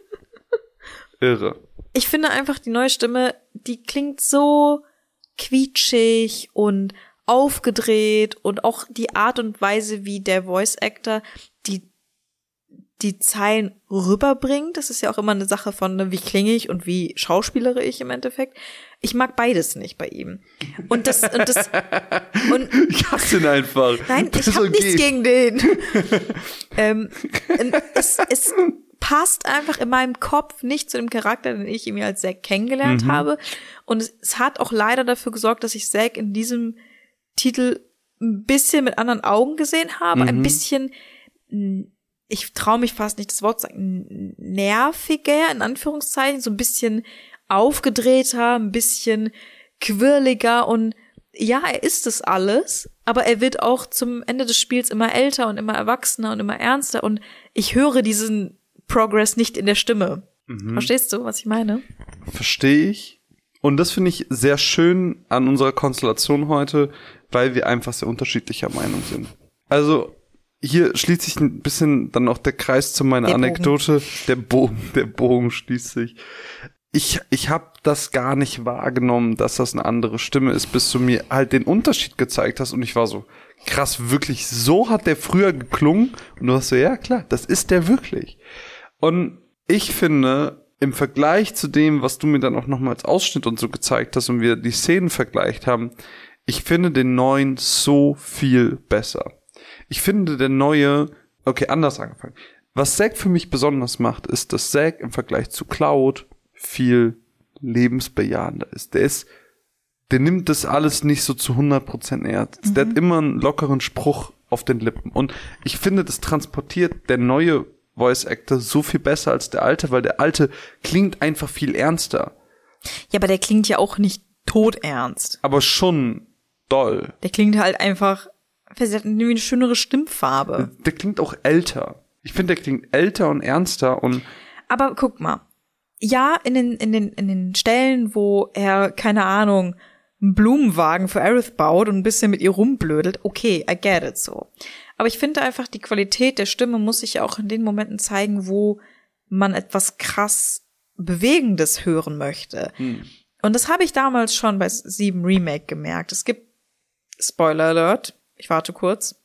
Irre. Ich finde einfach, die neue Stimme, die klingt so quietschig und aufgedreht und auch die Art und Weise, wie der Voice Actor die die Zeilen rüberbringt. Das ist ja auch immer eine Sache von, ne, wie klinge ich und wie schauspielere ich im Endeffekt. Ich mag beides nicht bei ihm. Und das und das und Ich hasse ihn einfach. nein, Das ich habe okay. nichts gegen den. ähm, es, es passt einfach in meinem Kopf nicht zu dem Charakter, den ich irgendwie als Zack kennengelernt Mhm. habe. Und es, es hat auch leider dafür gesorgt, dass ich Zack in diesem Titel ein bisschen mit anderen Augen gesehen habe. Mhm. Ein bisschen, ich traue mich fast nicht das Wort zu sagen, nerviger, in Anführungszeichen, so ein bisschen aufgedrehter, ein bisschen quirliger und ja, er ist es alles, aber er wird auch zum Ende des Spiels immer älter und immer erwachsener und immer ernster und ich höre diesen Progress nicht in der Stimme. Mhm. Verstehst du, was ich meine? Verstehe ich. Und das finde ich sehr schön an unserer Konstellation heute, weil wir einfach sehr unterschiedlicher Meinung sind. Also hier schließt sich ein bisschen dann auch der Kreis zu meiner Der Bogen. Anekdote. Der Bogen, der Bogen schließt sich. Ich, ich habe das gar nicht wahrgenommen, dass das eine andere Stimme ist, bis du mir halt den Unterschied gezeigt hast und ich war so, krass, wirklich, so hat der früher geklungen und du hast so, ja klar, das ist der wirklich. Und ich finde, im Vergleich zu dem, was du mir dann auch nochmal als Ausschnitt und so gezeigt hast und wir die Szenen vergleicht haben, ich finde den neuen so viel besser. Ich finde der neue, okay, anders angefangen. Was Zack für mich besonders macht, ist, dass Zack im Vergleich zu Cloud viel lebensbejahender ist. Der ist, der nimmt das alles nicht so zu hundert Prozent ernst. Mhm. Der hat immer einen lockeren Spruch auf den Lippen. Und ich finde, das transportiert der neue Voice Actor so viel besser als der alte, weil der alte klingt einfach viel ernster. Ja, aber der klingt ja auch nicht todernst. Aber schon doll. Der klingt halt einfach, der hat irgendwie eine schönere Stimmfarbe. Der klingt auch älter. Ich finde, der klingt älter und ernster und Aber guck mal. Ja, in den, in den, in den Stellen, wo er, keine Ahnung, einen Blumenwagen für Aerith baut und ein bisschen mit ihr rumblödelt, okay, I get it so. Aber ich finde einfach, die Qualität der Stimme muss sich ja auch in den Momenten zeigen, wo man etwas krass Bewegendes hören möchte. Hm. Und das habe ich damals schon bei sieben Remake gemerkt. Es gibt, Spoiler Alert, ich warte kurz.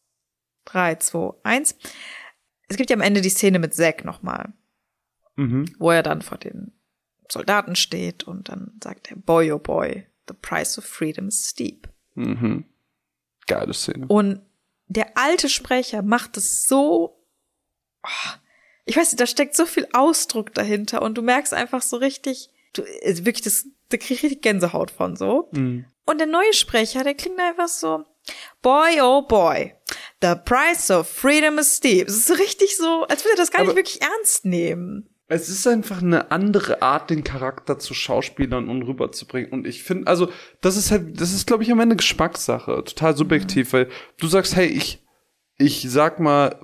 drei, zwei, eins. Es gibt ja am Ende die Szene mit Zack nochmal, Mhm. wo er dann vor den Soldaten steht und dann sagt er, boy, oh boy, the price of freedom is steep. Mhm. Geile Szene. Und der alte Sprecher macht es so, oh, ich weiß nicht, da steckt so viel Ausdruck dahinter und du merkst einfach so richtig, du, also wirklich, das, da krieg ich richtig Gänsehaut von so. Mhm. Und der neue Sprecher, der klingt einfach so, boy, oh boy, the price of freedom is steep. Es ist so richtig so, als würde er das gar Aber nicht wirklich ernst nehmen. Es ist einfach eine andere Art, den Charakter zu Schauspielern und rüberzubringen. Und ich finde, also, das ist halt, das ist, glaube ich, am Ende Geschmackssache. Total subjektiv, mhm. weil du sagst, hey, ich, ich sag mal,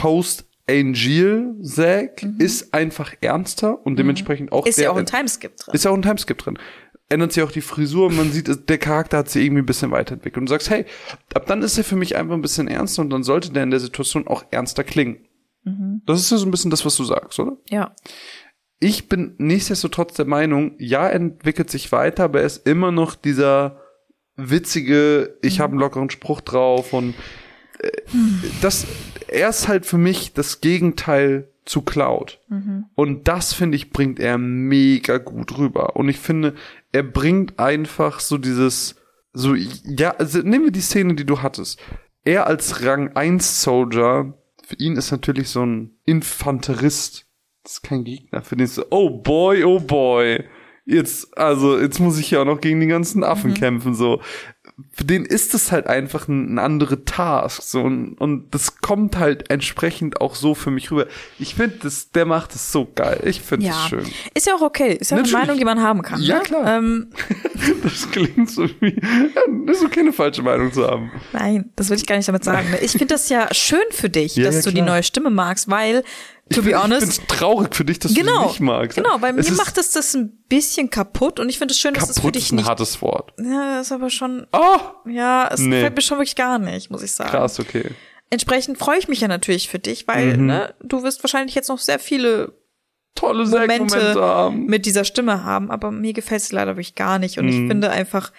Post-Angel Zack mhm. ist einfach ernster und dementsprechend auch ist der, ja auch ein Timeskip drin. Ist ja auch ein Timeskip drin. Ändert sich auch die Frisur, man sieht, der Charakter hat sich irgendwie ein bisschen weiterentwickelt. Und du sagst, hey, ab dann ist er für mich einfach ein bisschen ernster und dann sollte der in der Situation auch ernster klingen. Mhm. Das ist ja so ein bisschen das, was du sagst, oder? Ja. Ich bin nichtsdestotrotz der Meinung, ja, er entwickelt sich weiter, aber er ist immer noch dieser witzige, ich mhm. habe einen lockeren Spruch drauf und äh, mhm. das, er ist halt für mich das Gegenteil zu Cloud. Mhm. Und das, finde ich, bringt er mega gut rüber. Und ich finde, er bringt einfach so dieses, so, ja, also nehmen wir die Szene, die du hattest. Er als Rang eins Soldier, für ihn ist natürlich so ein Infanterist. Das ist kein Gegner. Für den ist so, oh boy, oh boy. Jetzt, also, jetzt muss ich ja auch noch gegen die ganzen Affen mhm. kämpfen, so. Für den ist es halt einfach ein, ein andere Task, so. Und, und das kommt halt entsprechend auch so für mich rüber. Ich finde, das, der macht es so geil. Ich finde es ja. schön. Ist ja auch okay. Ist ja Natürlich. Eine Meinung, die man haben kann. Ja, ne? klar. Ähm. Das klingt so wie, das ist okay, eine falsche Meinung zu haben. Nein, das will ich gar nicht damit sagen. Ich finde das ja schön für dich, ja, dass ja, du klar. die neue Stimme magst, weil To ich be find, honest. Ich finde es traurig für dich, dass genau, du sie nicht magst. Genau, bei es mir macht es das ein bisschen kaputt und ich finde es schön, dass es für dich ist ein nicht. hartes Wort. Ja, das ist aber schon. Oh! Ja, es nee. gefällt mir schon wirklich gar nicht, muss ich sagen. Krass, okay. Entsprechend freue ich mich ja natürlich für dich, weil mhm. ne, du wirst wahrscheinlich jetzt noch sehr viele tolle Momente, Momente haben. mit dieser Stimme haben, aber mir gefällt sie leider wirklich gar nicht und mhm. ich finde einfach,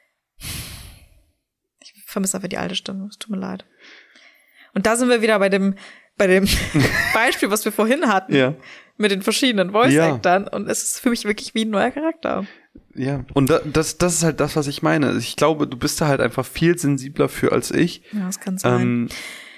ich vermisse einfach die alte Stimme, es tut mir leid. Und da sind wir wieder bei dem bei dem Beispiel, was wir vorhin hatten, ja. mit den verschiedenen Voice-Actern ja. und es ist für mich wirklich wie ein neuer Charakter. Ja, und da, das, das ist halt das, was ich meine. Ich glaube, du bist da halt einfach viel sensibler für als ich. Ja, das kann sein. Ähm,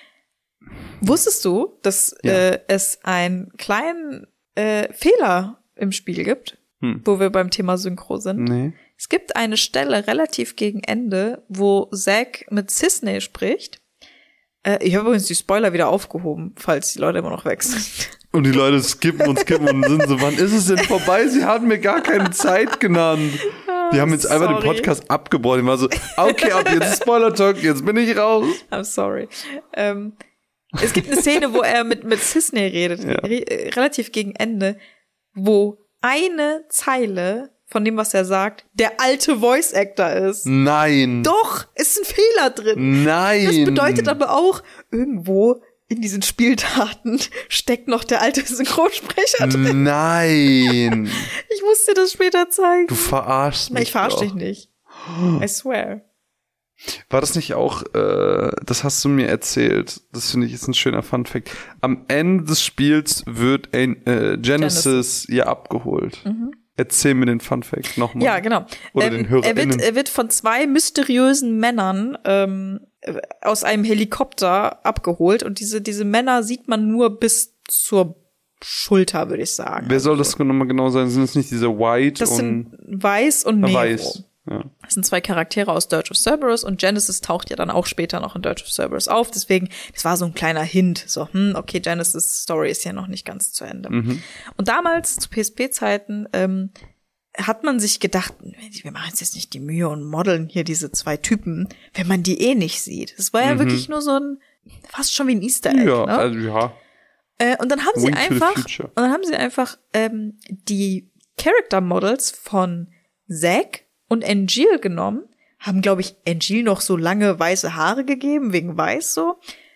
Wusstest du, dass ja. äh, es einen kleinen äh, Fehler im Spiel gibt, hm. wo wir beim Thema Synchro sind? Nee. Es gibt eine Stelle relativ gegen Ende, wo Zack mit Sisney spricht. Äh, ich habe übrigens die Spoiler wieder aufgehoben, falls die Leute immer noch weg sind. Und die Leute skippen und skippen und sind so, wann ist es denn vorbei? Sie haben mir gar keine Zeit genannt. Die haben jetzt sorry. einfach den Podcast abgebrochen. Ich war so, okay, ab jetzt Spoiler-Talk, jetzt bin ich raus. I'm sorry. Ähm, es gibt eine Szene, wo er mit, mit Sisney redet, ja. re relativ gegen Ende, wo eine Zeile von dem, was er sagt, der alte Voice-Actor ist. Nein. Doch, ist ein Fehler drin. Nein. Das bedeutet aber auch, irgendwo in diesen Spieldaten steckt noch der alte Synchronsprecher drin. Nein. Ich muss dir das später zeigen. Du verarschst mich. Nein, ich verarsch doch. dich nicht. I swear. War das nicht auch, äh, das hast du mir erzählt, das finde ich ist ein schöner Funfact. Am Ende des Spiels wird ein, äh, Genesis, Genesis ja abgeholt. Mhm. Erzähl mir den Funfact nochmal. Ja, genau. Oder ähm, den HörerInnen. Er wird, er wird von zwei mysteriösen Männern ähm, aus einem Helikopter abgeholt und diese diese Männer sieht man nur bis zur Schulter, würde ich sagen. Wer soll das nochmal genau sein? Sind es nicht diese White das und... Das sind Weiß und Nero. Weiß, ja. Das sind zwei Charaktere aus Dirge of Cerberus und Genesis taucht ja dann auch später noch in Dirge of Cerberus auf. Deswegen, das war so ein kleiner Hint. So, hm, okay, Genesis' Story ist ja noch nicht ganz zu Ende. Mhm. Und damals, zu P S P-Zeiten, ähm, hat man sich gedacht, wir machen jetzt nicht die Mühe und modeln hier diese zwei Typen, wenn man die eh nicht sieht. Das war ja mhm. wirklich nur so ein, fast schon wie ein Easter Egg. Ja, ne? also ja. Äh, und dann haben Wink sie einfach, und dann haben sie einfach ähm, die Character Models von Zack und Angeal genommen, haben, glaube ich, Angeal noch so lange weiße Haare gegeben, wegen weiß so,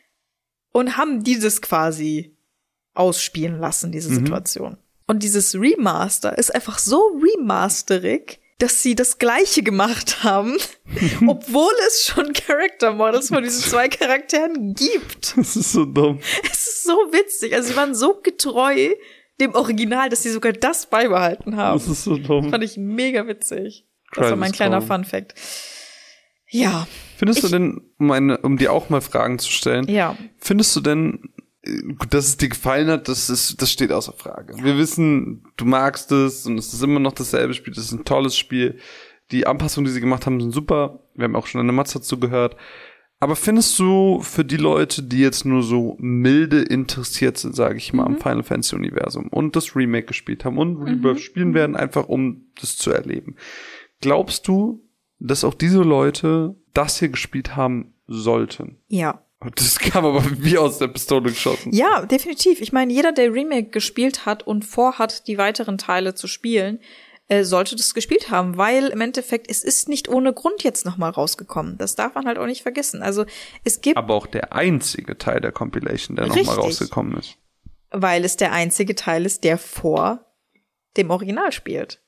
und haben dieses quasi ausspielen lassen, diese mhm. Situation. Und dieses Remaster ist einfach so remasterig, dass sie das Gleiche gemacht haben, obwohl es schon Character Models von diesen zwei Charakteren gibt. Das ist so dumm. Es ist so witzig. Also sie waren so getreu dem Original, dass sie sogar das beibehalten haben. Das ist so dumm. Fand ich mega witzig. Das Crisis war mein kleiner Core. Fun-Fact. Ja. Findest Ich- du denn, um, eine, um dir auch mal Fragen zu stellen, Ja. findest du denn, äh, gut, dass es dir gefallen hat, das ist, das steht außer Frage. Wir wissen, du magst es und es ist immer noch dasselbe Spiel, das ist ein tolles Spiel. Die Anpassungen, die sie gemacht haben, sind super. Wir haben auch schon eine Matz dazu gehört. Aber findest du für die Leute, die jetzt nur so milde interessiert sind, sage ich mal, am Final Fantasy Universum und das Remake gespielt haben und Rebirth spielen werden, einfach um das zu erleben. Glaubst du, dass auch diese Leute das hier gespielt haben sollten? Ja. Das kam aber wie aus der Pistole geschossen. Ja, definitiv. Ich meine, jeder, der Remake gespielt hat und vorhat, die weiteren Teile zu spielen, äh, sollte das gespielt haben, weil im Endeffekt, es ist nicht ohne Grund jetzt nochmal rausgekommen. Das darf man halt auch nicht vergessen. Also es gibt, Aber auch der einzige Teil der Compilation, der Richtig. nochmal rausgekommen ist. weil es der einzige Teil ist, der vor dem Original spielt.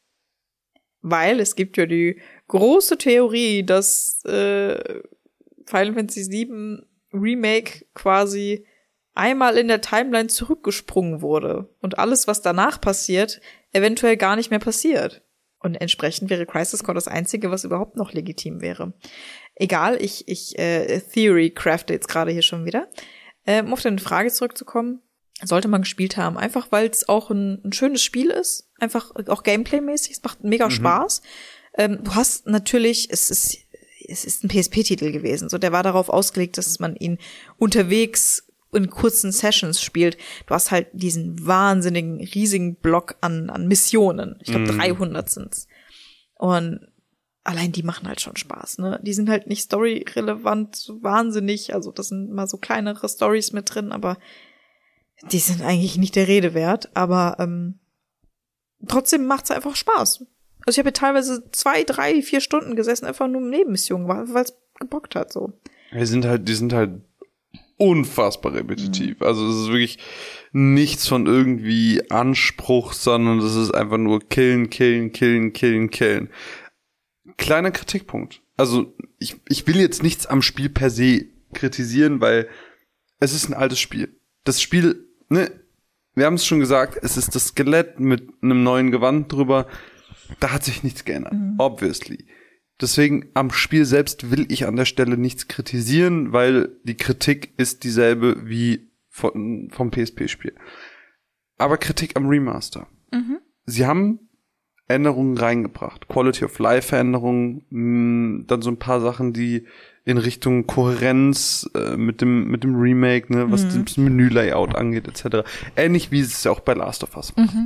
Weil es gibt ja die große Theorie, dass äh, Final Fantasy sieben Remake quasi einmal in der Timeline zurückgesprungen wurde und alles, was danach passiert, eventuell gar nicht mehr passiert. Und entsprechend wäre Crisis Core das Einzige, was überhaupt noch legitim wäre. Egal, ich, ich äh, Theory crafte jetzt gerade hier schon wieder. Äh, um auf deine Frage zurückzukommen, sollte man gespielt haben. Einfach, weil es auch ein, ein schönes Spiel ist. Einfach auch Gameplay-mäßig. Es macht mega Spaß. Ähm, du hast natürlich, es ist, es ist ein P S P-Titel gewesen. So, der war darauf ausgelegt, dass man ihn unterwegs in kurzen Sessions spielt. Du hast halt diesen wahnsinnigen, riesigen Block an, an Missionen. Ich glaube, dreihundert sind's. Und allein die machen halt schon Spaß, ne? Die sind halt nicht storyrelevant, so wahnsinnig. Also, das sind mal so kleinere Stories mit drin, aber die sind eigentlich nicht der Rede wert. Aber ähm, trotzdem macht's einfach Spaß. Also, ich habe ja teilweise zwei, drei, vier Stunden gesessen, einfach nur in Nebenmissionen, weil es gebockt hat, so. Die sind halt, die sind halt unfassbar repetitiv. Mhm. Also es ist wirklich nichts von irgendwie Anspruch, sondern das ist einfach nur killen, killen, killen, killen, killen. Kleiner Kritikpunkt. Also ich, ich will jetzt nichts am Spiel per se kritisieren, weil es ist ein altes Spiel. Das Spiel, ne, wir haben es schon gesagt, es ist das Skelett mit einem neuen Gewand drüber. Da hat sich nichts geändert, mhm. obviously. Deswegen am Spiel selbst will ich an der Stelle nichts kritisieren, weil die Kritik ist dieselbe wie von, vom P S P-Spiel. Aber Kritik am Remaster. Mhm. Sie haben Änderungen reingebracht. Quality of Life Veränderungen, mh, dann so ein paar Sachen, die in Richtung Kohärenz äh, mit dem mit dem Remake, ne, was mhm. das Menü-Layout angeht, et cetera. Ähnlich wie es ja auch bei Last of Us macht. Mhm.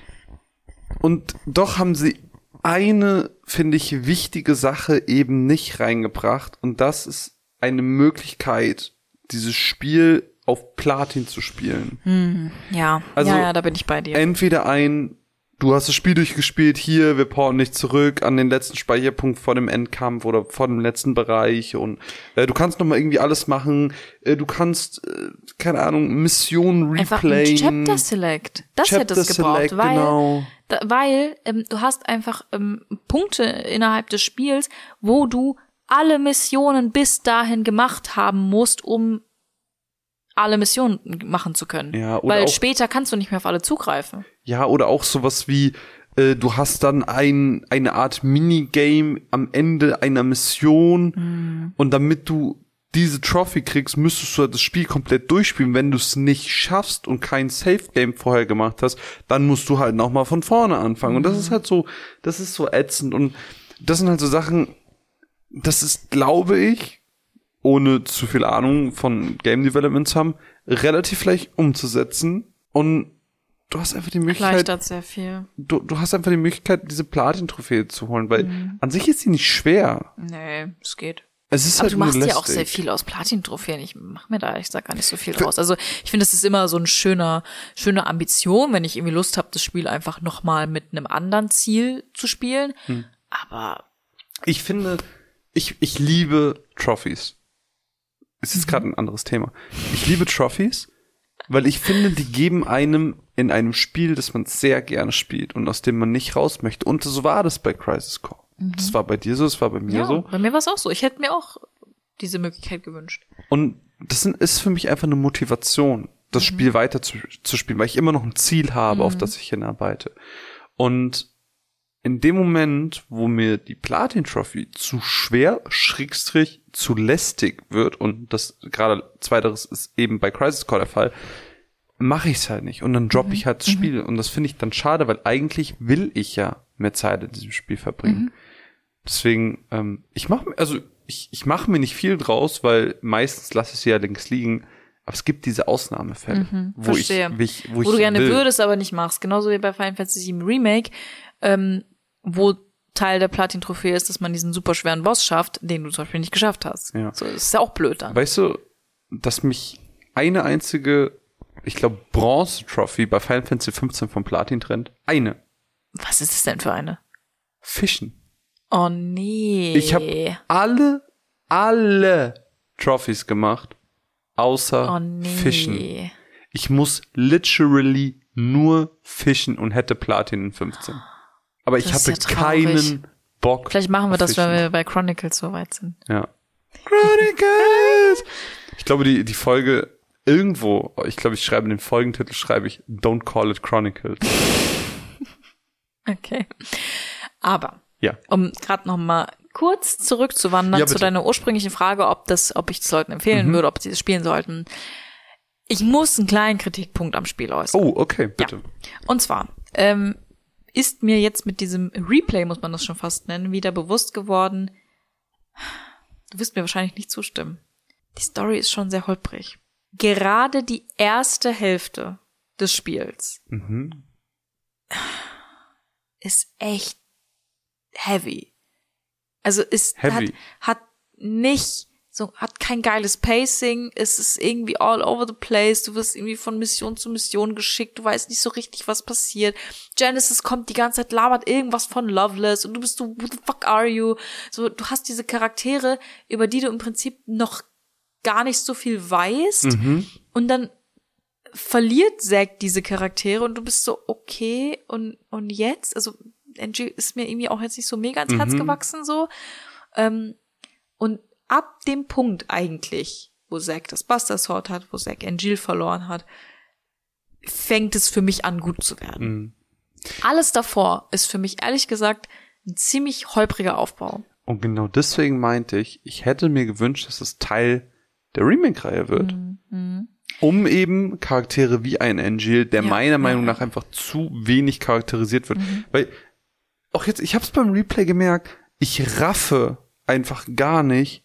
Und doch haben sie eine, finde ich, wichtige Sache eben nicht reingebracht. Und das ist eine Möglichkeit, dieses Spiel auf Platin zu spielen. Hm, ja, Also ja, ja, da bin ich bei dir. Entweder ein, du hast das Spiel durchgespielt, hier, wir powern nicht zurück an den letzten Speicherpunkt vor dem Endkampf oder vor dem letzten Bereich und äh, du kannst nochmal irgendwie alles machen. Äh, du kannst, äh, keine Ahnung, Missionen replayen. Einfach ein Chapter Select. Das Chapter hätte es gebraucht, Select, weil, genau. da, weil ähm, du hast einfach ähm, Punkte innerhalb des Spiels, wo du alle Missionen bis dahin gemacht haben musst, um alle Missionen machen zu können. Ja, oder weil auch, später kannst du nicht mehr auf alle zugreifen. Ja, oder auch sowas wie, äh, du hast dann ein, eine Art Minigame am Ende einer Mission Mhm. und damit du diese Trophy kriegst, müsstest du das Spiel komplett durchspielen. Wenn du es nicht schaffst und kein Safe-Game vorher gemacht hast, dann musst du halt nochmal von vorne anfangen. Mhm. Und das ist halt so, das ist so ätzend. Und das sind halt so Sachen, das ist, glaube ich, ohne zu viel Ahnung von Game Development zu haben, relativ leicht umzusetzen. Und du hast einfach die Möglichkeit, Erleichtert sehr viel. du, du hast einfach die Möglichkeit, diese Platin-Trophäe zu holen, weil mhm. an sich ist sie nicht schwer. Nee, es geht. Es ist Aber halt du machst nur ja auch lästig. sehr viel aus Platin-Trophäen. Ich mache mir da ehrlich gesagt gar nicht so viel draus. Also ich finde, das ist immer so ein schöner, schöne Ambition, wenn ich irgendwie Lust habe, das Spiel einfach nochmal mit einem anderen Ziel zu spielen. Hm. Aber ich finde, ich, ich liebe Trophies. Es ist mhm. gerade ein anderes Thema. Ich liebe Trophies, weil ich finde, die geben einem in einem Spiel, das man sehr gerne spielt und aus dem man nicht raus möchte. Und so war das bei Crisis Core. Mhm. Das war bei dir so, das war bei mir ja, so. Bei mir war es auch so. Ich hätte mir auch diese Möglichkeit gewünscht. Und das ist für mich einfach eine Motivation, das mhm. Spiel weiter zu, zu spielen, weil ich immer noch ein Ziel habe, mhm. auf das ich hinarbeite. Und in dem Moment, wo mir die Platin-Trophy zu schwer, schrägstrich, zu lästig wird, und das gerade zweiteres ist eben bei Crisis Core der Fall, mache ich es halt nicht. Und dann droppe mhm. ich halt das Spiel. Und das finde ich dann schade, weil eigentlich will ich ja mehr Zeit in diesem Spiel verbringen. Mhm. Deswegen, ähm, ich mache also ich, ich mache mir nicht viel draus, weil meistens lasse ich sie ja links liegen. Aber es gibt diese Ausnahmefälle, mhm, wo, ich, wo ich, wo, wo ich du gerne will. würdest, aber nicht machst. Genauso wie bei Final Fantasy sieben Remake, ähm, wo Teil der Platin-Trophäe ist, dass man diesen super schweren Boss schafft, den du zum Beispiel nicht geschafft hast. Ja. So, das ist ja auch blöd dann. Weißt du, dass mich eine einzige, ich glaube, Bronze-Trophy bei Final Fantasy fünfzehn vom Platin trennt? Eine. Was ist das denn für eine? Fischen. Oh nee. Ich habe alle, alle Trophies gemacht, außer oh nee. Fischen. Ich muss literally nur fischen und hätte Platin in fünfzehn. Aber ich hatte ja keinen Bock. Vielleicht machen wir das, Fischen. wenn wir bei Chronicles so weit sind. Ja. Chronicles! Ich glaube, die, die Folge irgendwo, ich glaube, ich schreibe in den Folgentitel, schreibe ich Don't Call It Chronicles. Okay. Aber, ja. um gerade noch mal kurz zurückzuwandern ja, zu deiner ursprünglichen Frage, ob das, ob ich es Leuten empfehlen mhm. würde, ob sie das spielen sollten. Ich muss einen kleinen Kritikpunkt am Spiel äußern. Oh, okay, bitte. Ja. Und zwar, ähm, ist mir jetzt mit diesem Replay, muss man das schon fast nennen, wieder bewusst geworden, du wirst mir wahrscheinlich nicht zustimmen. Die Story ist schon sehr holprig. Gerade die erste Hälfte des Spiels mhm. ist echt heavy. Also ist heavy. hat hat nicht so hat kein geiles Pacing, es ist irgendwie all over the place, du wirst irgendwie von Mission zu Mission geschickt, du weißt nicht so richtig, was passiert. Genesis kommt die ganze Zeit, labert irgendwas von Loveless und du bist so, who the fuck are you? So, du hast diese Charaktere, über die du im Prinzip noch gar nicht so viel weißt mhm. und dann verliert Zack diese Charaktere und du bist so, okay, und und jetzt? Also Angie ist mir irgendwie auch jetzt nicht so mega ins Herz mhm. gewachsen, so. Ähm, und ab dem Punkt eigentlich, wo Zack das Buster Sword hat, wo Zack Angie verloren hat, fängt es für mich an, gut zu werden. Mhm. Alles davor ist für mich ehrlich gesagt ein ziemlich holpriger Aufbau. Und genau deswegen meinte ich, ich hätte mir gewünscht, dass es Teil der Remake-Reihe wird. Mhm. Um eben Charaktere wie ein Angel, der Ja, meiner Meinung ja. nach einfach zu wenig charakterisiert wird. Mhm. Weil, auch jetzt, ich hab's beim Replay gemerkt, ich raffe einfach gar nicht,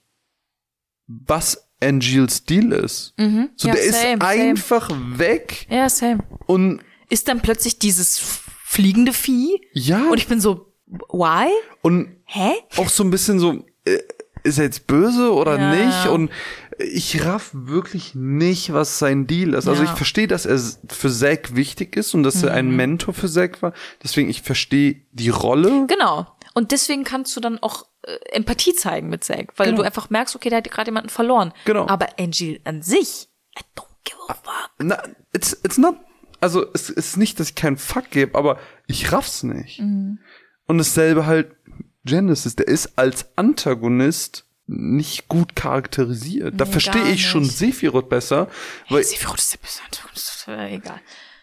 was Angels Stil ist. Mhm. So, Ja, der same, ist same. einfach weg. Ja, same. Und Ist dann plötzlich dieses fliegende Vieh ja, und ich bin so, why? und Hä? auch so ein bisschen so, äh, ist er jetzt böse oder Ja. nicht? Und ich raff wirklich nicht, was sein Deal ist. Also Ja. ich verstehe, dass er für Zack wichtig ist und dass er ein Mentor für Zack war. Deswegen, ich verstehe die Rolle. Genau. Und deswegen kannst du dann auch äh, Empathie zeigen mit Zack, weil Genau. du einfach merkst, okay, der hat gerade jemanden verloren. Genau. Aber Angel an sich, I don't give a fuck. Na, it's, it's not, also es ist nicht, dass ich keinen Fuck gebe, aber ich raff's nicht. Mhm. Und dasselbe halt Genesis, der ist als Antagonist nicht gut charakterisiert. Da Nee, verstehe gar ich schon nicht. Sephiroth besser, weil Sephiroth ist der beste Antagonist, äh, egal.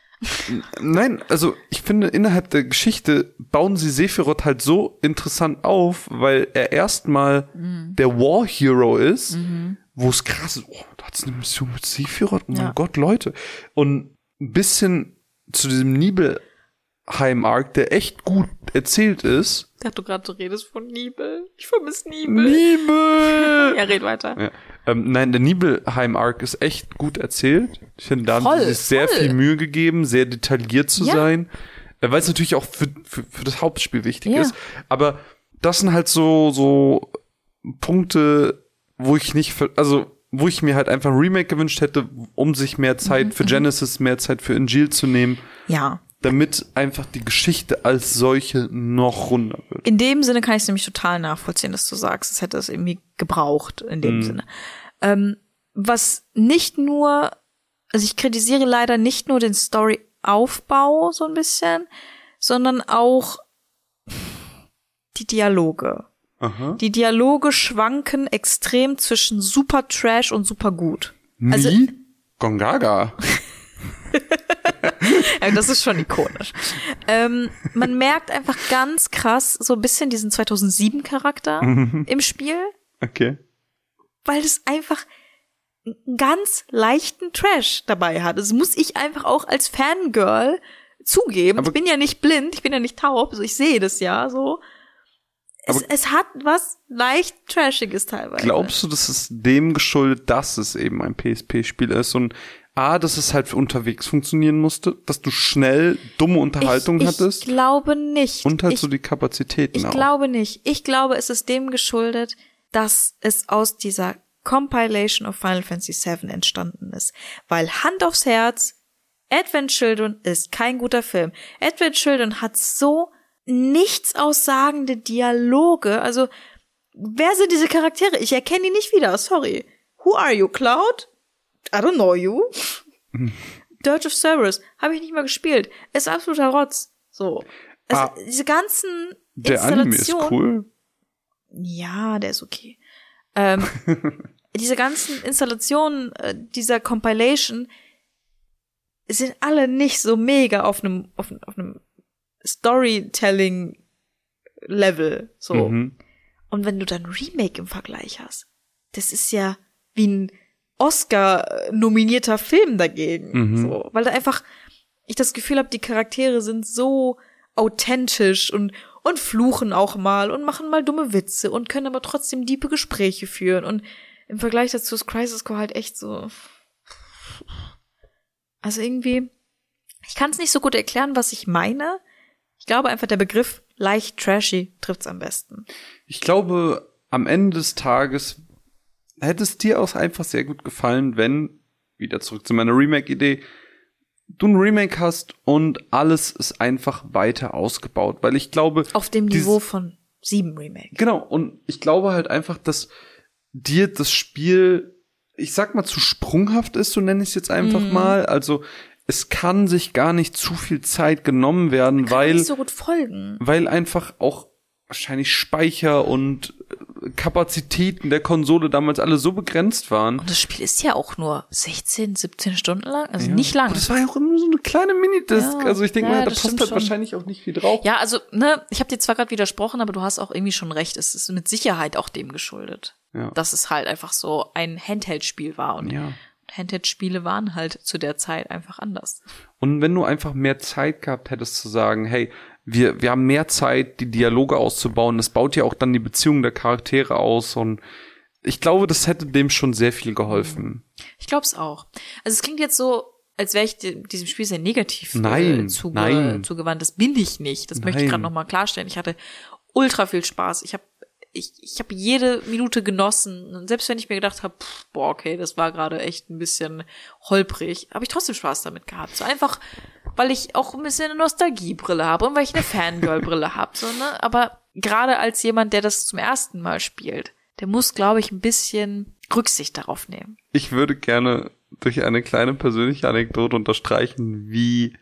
nein, also ich finde, innerhalb der Geschichte bauen sie Sephiroth halt so interessant auf, weil er erstmal Mhm. der War Hero ist, wo es krass ist, oh, da hat's eine Mission mit Sephiroth, oh Ja. mein Gott, Leute. Und ein bisschen zu diesem Nibelheim-Arc, der echt gut erzählt ist. Ich dachte, du gerade redest von Nibel. Ich vermisse Nibel. Nibel! Ja, red weiter. Ja. Ähm, nein, der Nibelheim-Arc ist echt gut erzählt. Ich finde, da haben Voll, sie sich sehr voll. viel Mühe gegeben, sehr detailliert zu Ja. sein. Äh, Weil es natürlich auch für, für, für das Hauptspiel wichtig Ja. ist. Aber das sind halt so, so Punkte, wo ich nicht, ver- also wo ich mir halt einfach ein Remake gewünscht hätte, um sich mehr Zeit Mhm, für Genesis, mehr Zeit für Angel zu nehmen, Ja. damit einfach die Geschichte als solche noch runder wird. In dem Sinne kann ich es nämlich total nachvollziehen, dass du sagst, es hätte es irgendwie gebraucht, in dem Mhm. Sinne. Ähm, was nicht nur, also ich kritisiere leider nicht nur den Story Aufbau so ein bisschen, sondern auch die Dialoge. Aha. Die Dialoge schwanken extrem zwischen super Trash und super gut. Wie? Also, Gongaga. ja, das ist schon ikonisch. ähm, man merkt einfach ganz krass so ein bisschen diesen zweitausendsieben Charakter im Spiel, Okay. weil es einfach einen ganz leichten Trash dabei hat. Das muss ich einfach auch als Fangirl zugeben. Aber ich bin ja nicht blind, ich bin ja nicht taub, also ich sehe das ja so. Es, Aber es hat was leicht Trashiges teilweise. Glaubst du, dass es dem geschuldet, dass es eben ein P S P-Spiel ist und A, dass es halt für unterwegs funktionieren musste, dass du schnell dumme Unterhaltung ich, hattest? Ich glaube nicht. Und halt ich, so die Kapazitäten Ich auch. glaube nicht. Ich glaube, es ist dem geschuldet, dass es aus dieser Compilation of Final Fantasy seven entstanden ist. Weil Hand aufs Herz, Advent Children ist kein guter Film. Advent Children hat so nichts aussagende Dialoge. Also, wer sind diese Charaktere? Ich erkenne die nicht wieder, sorry. Who are you, Cloud? I don't know you. Dirge of Cerberus habe ich nicht mal gespielt. Ist absoluter Rotz. So. Es, Ah, diese ganzen Der Anime ist cool. Ja, der ist okay. Ähm, diese ganzen Installationen äh, dieser Compilation sind alle nicht so mega auf einem auf, auf einem Storytelling-Level. So. Mhm. Und wenn du dann Remake im Vergleich hast, das ist ja wie ein Oscar-nominierter Film dagegen. Mhm. So, weil da einfach ich das Gefühl habe, die Charaktere sind so authentisch und und fluchen auch mal und machen mal dumme Witze und können aber trotzdem tiefe Gespräche führen. Und im Vergleich dazu ist Crisis Core halt echt so. Also irgendwie, ich kann es nicht so gut erklären, was ich meine. Ich glaube einfach, der Begriff leicht trashy trifft's am besten. Ich glaube, am Ende des Tages hätte es dir auch einfach sehr gut gefallen, wenn, wieder zurück zu meiner Remake-Idee, du ein Remake hast und alles ist einfach weiter ausgebaut, weil ich glaube... Auf dem dieses- Niveau von sieben Remake. Genau, und ich glaube halt einfach, dass dir das Spiel, ich sag mal, zu sprunghaft ist, so nenne ich es jetzt einfach Mhm. mal. Also es kann sich gar nicht zu viel Zeit genommen werden, Kann weil, nicht so gut folgen. weil einfach auch wahrscheinlich Speicher und äh, Kapazitäten der Konsole damals alle so begrenzt waren. Und das Spiel ist ja auch nur sechzehn, siebzehn Stunden lang, also Ja. nicht lang. Und das war ja auch immer so eine kleine Minidisc. Ja, Also ich denke ja, mal, da das passt stimmt halt schon. wahrscheinlich auch nicht viel drauf. Ja, also, ne, ich habe dir zwar gerade widersprochen, aber du hast auch irgendwie schon recht. Es ist mit Sicherheit auch dem geschuldet, Ja. dass es halt einfach so ein Handheld-Spiel war. Und Ja. Handheld-Spiele waren halt zu der Zeit einfach anders. Und wenn du einfach mehr Zeit gehabt hättest zu sagen, hey, wir, wir haben mehr Zeit, die Dialoge auszubauen, das baut ja auch dann die Beziehung der Charaktere aus und ich glaube, das hätte dem schon sehr viel geholfen. Ich glaube es auch. Also es klingt jetzt so, als wäre ich de- diesem Spiel sehr negativ Nein, äh, zuge nein. zugewandt. Das bin ich nicht. Das möchte ich Nein. gerade nochmal klarstellen. Ich hatte ultra viel Spaß. Ich habe ich, ich hab jede Minute genossen. Und selbst wenn ich mir gedacht habe, boah, okay, das war gerade echt ein bisschen holprig, habe ich trotzdem Spaß damit gehabt. So einfach, weil ich auch ein bisschen eine Nostalgiebrille habe und weil ich eine Fangirl-Brille habe. So, ne? Aber gerade als jemand, der das zum ersten Mal spielt, der muss, glaube ich, ein bisschen Rücksicht darauf nehmen. Ich würde gerne durch eine kleine persönliche Anekdote unterstreichen, wie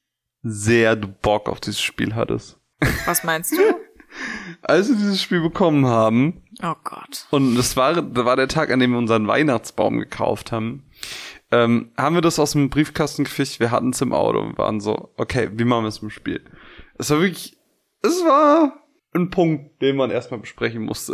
sehr du Bock auf dieses Spiel hattest. Was meinst du? Als wir dieses Spiel bekommen haben, Oh Gott. und das war, das war der Tag, an dem wir unseren Weihnachtsbaum gekauft haben, ähm, haben wir das aus dem Briefkasten gefischt, wir hatten es im Auto und waren so, okay, wie machen wir es im Spiel? Es war wirklich, es war ein Punkt, den man erstmal besprechen musste.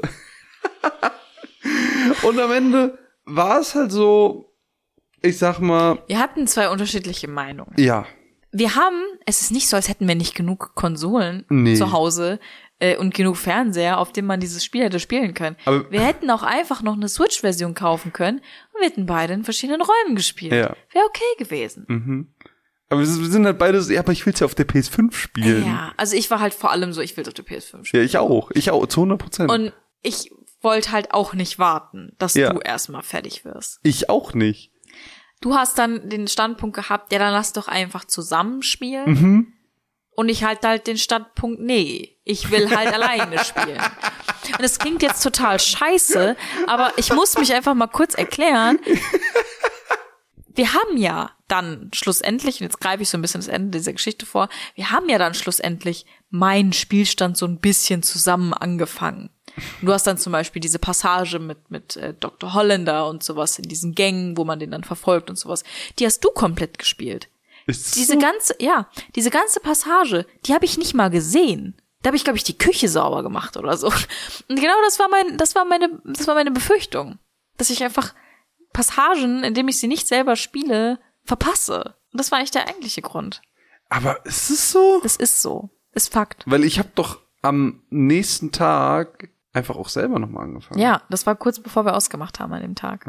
Und am Ende war es halt so, ich sag mal, Wir hatten zwei unterschiedliche Meinungen. ja, Wir haben, es ist nicht so, als hätten wir nicht genug Konsolen Nee. zu Hause äh, und genug Fernseher, auf dem man dieses Spiel hätte spielen können. Aber- wir hätten auch einfach noch eine Switch-Version kaufen können und wir hätten beide in verschiedenen Räumen gespielt. Ja. Wäre okay gewesen. mhm. Aber wir sind halt beide so, ja, aber ich will's ja auf der P S fünf spielen. Ja, also ich war halt vor allem so, ich will auf der P S fünf Ja, spielen. ich auch, ich auch, zu hundert Prozent. Und ich wollte halt auch nicht warten, dass Ja. du erstmal fertig wirst. Ich auch nicht. Du hast dann den Standpunkt gehabt, ja, dann lass doch einfach zusammenspielen. Mhm. Und ich halt halt den Standpunkt, nee, ich will halt alleine spielen. Und es klingt jetzt total scheiße, aber ich muss mich einfach mal kurz erklären. wir haben ja dann schlussendlich, und jetzt greife ich so ein bisschen das Ende dieser Geschichte vor, wir haben ja dann schlussendlich meinen Spielstand so ein bisschen zusammen angefangen. Und du hast dann zum Beispiel diese Passage mit mit äh, Doktor Holländer und sowas in diesen Gängen, wo man den dann verfolgt und sowas. Die hast du komplett gespielt. Ist Diese so? ganze, ja, diese ganze Passage, die habe ich nicht mal gesehen. Da habe ich, glaube ich, die Küche sauber gemacht oder so. Und genau das war mein, das war meine, das war meine Befürchtung, dass ich einfach Passagen, indem ich sie nicht selber spiele, verpasse. Und das war eigentlich der eigentliche Grund. Aber ist es so? Das ist so. Ist Fakt. Weil ich habe doch am nächsten Tag einfach auch selber nochmal angefangen. Ja, das war kurz bevor wir ausgemacht haben an dem Tag.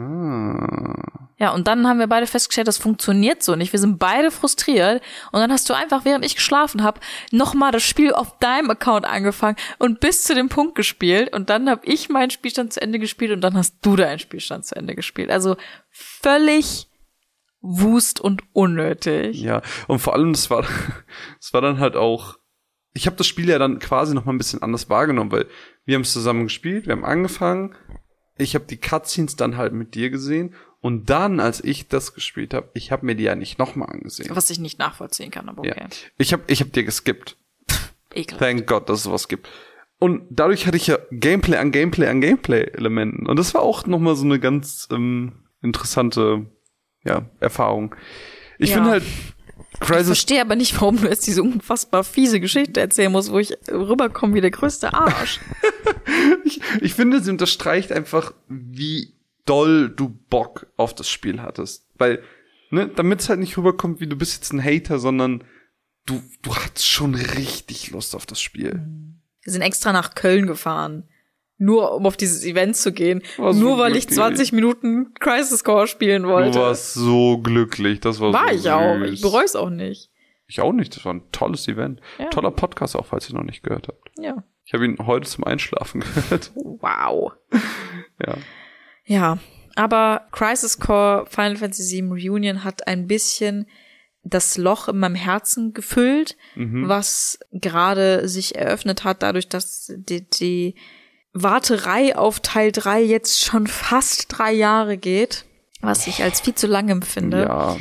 Ah. Ja, und dann haben wir beide festgestellt, das funktioniert so nicht. Wir sind beide frustriert. Und dann hast du einfach, während ich geschlafen habe, nochmal das Spiel auf deinem Account angefangen und bis zu dem Punkt gespielt. Und dann habe ich meinen Spielstand zu Ende gespielt und dann hast du deinen Spielstand zu Ende gespielt. Also völlig wust und unnötig. Ja, und vor allem, das war, das war dann halt auch, ich habe das Spiel ja dann quasi noch mal ein bisschen anders wahrgenommen, weil wir haben es zusammen gespielt, wir haben angefangen, ich habe die Cutscenes dann halt mit dir gesehen und dann, als ich das gespielt habe, ich habe mir die ja nicht noch mal angesehen. Was ich nicht nachvollziehen kann, aber okay. Ja. Ich habe ich hab dir geskippt. Ekelhaft. Thank God, dass es sowas gibt. Und dadurch hatte ich ja Gameplay an Gameplay an Gameplay-Elementen. Und das war auch noch mal so eine ganz ähm, interessante ja, Erfahrung. Ich Ja. finde halt Ich Crysis verstehe aber nicht, warum du jetzt diese unfassbar fiese Geschichte erzählen musst, wo ich rüberkomme wie der größte Arsch. Ich, ich finde, sie unterstreicht einfach, wie doll du Bock auf das Spiel hattest. Weil, ne, damit es halt nicht rüberkommt, wie du bist jetzt ein Hater, sondern du, du hattest schon richtig Lust auf das Spiel. Wir sind extra nach Köln gefahren. Nur um auf dieses Event zu gehen. War so Nur weil ich glücklich. zwanzig Minuten Crisis Core spielen wollte. Du warst so glücklich, das war, War so ich auch. süß. Ich bereue es auch nicht. Ich auch nicht, das war ein tolles Event. Ja. Toller Podcast auch, falls ihr noch nicht gehört habt. Ja. Ich habe ihn heute zum Einschlafen gehört. Wow. Ja. Ja, aber Crisis Core Final Fantasy sieben Reunion hat ein bisschen das Loch in meinem Herzen gefüllt, Mhm. was gerade sich eröffnet hat, dadurch, dass die, die Warterei auf Teil drei jetzt schon fast drei Jahre geht, was ich als viel zu lang empfinde. Ja.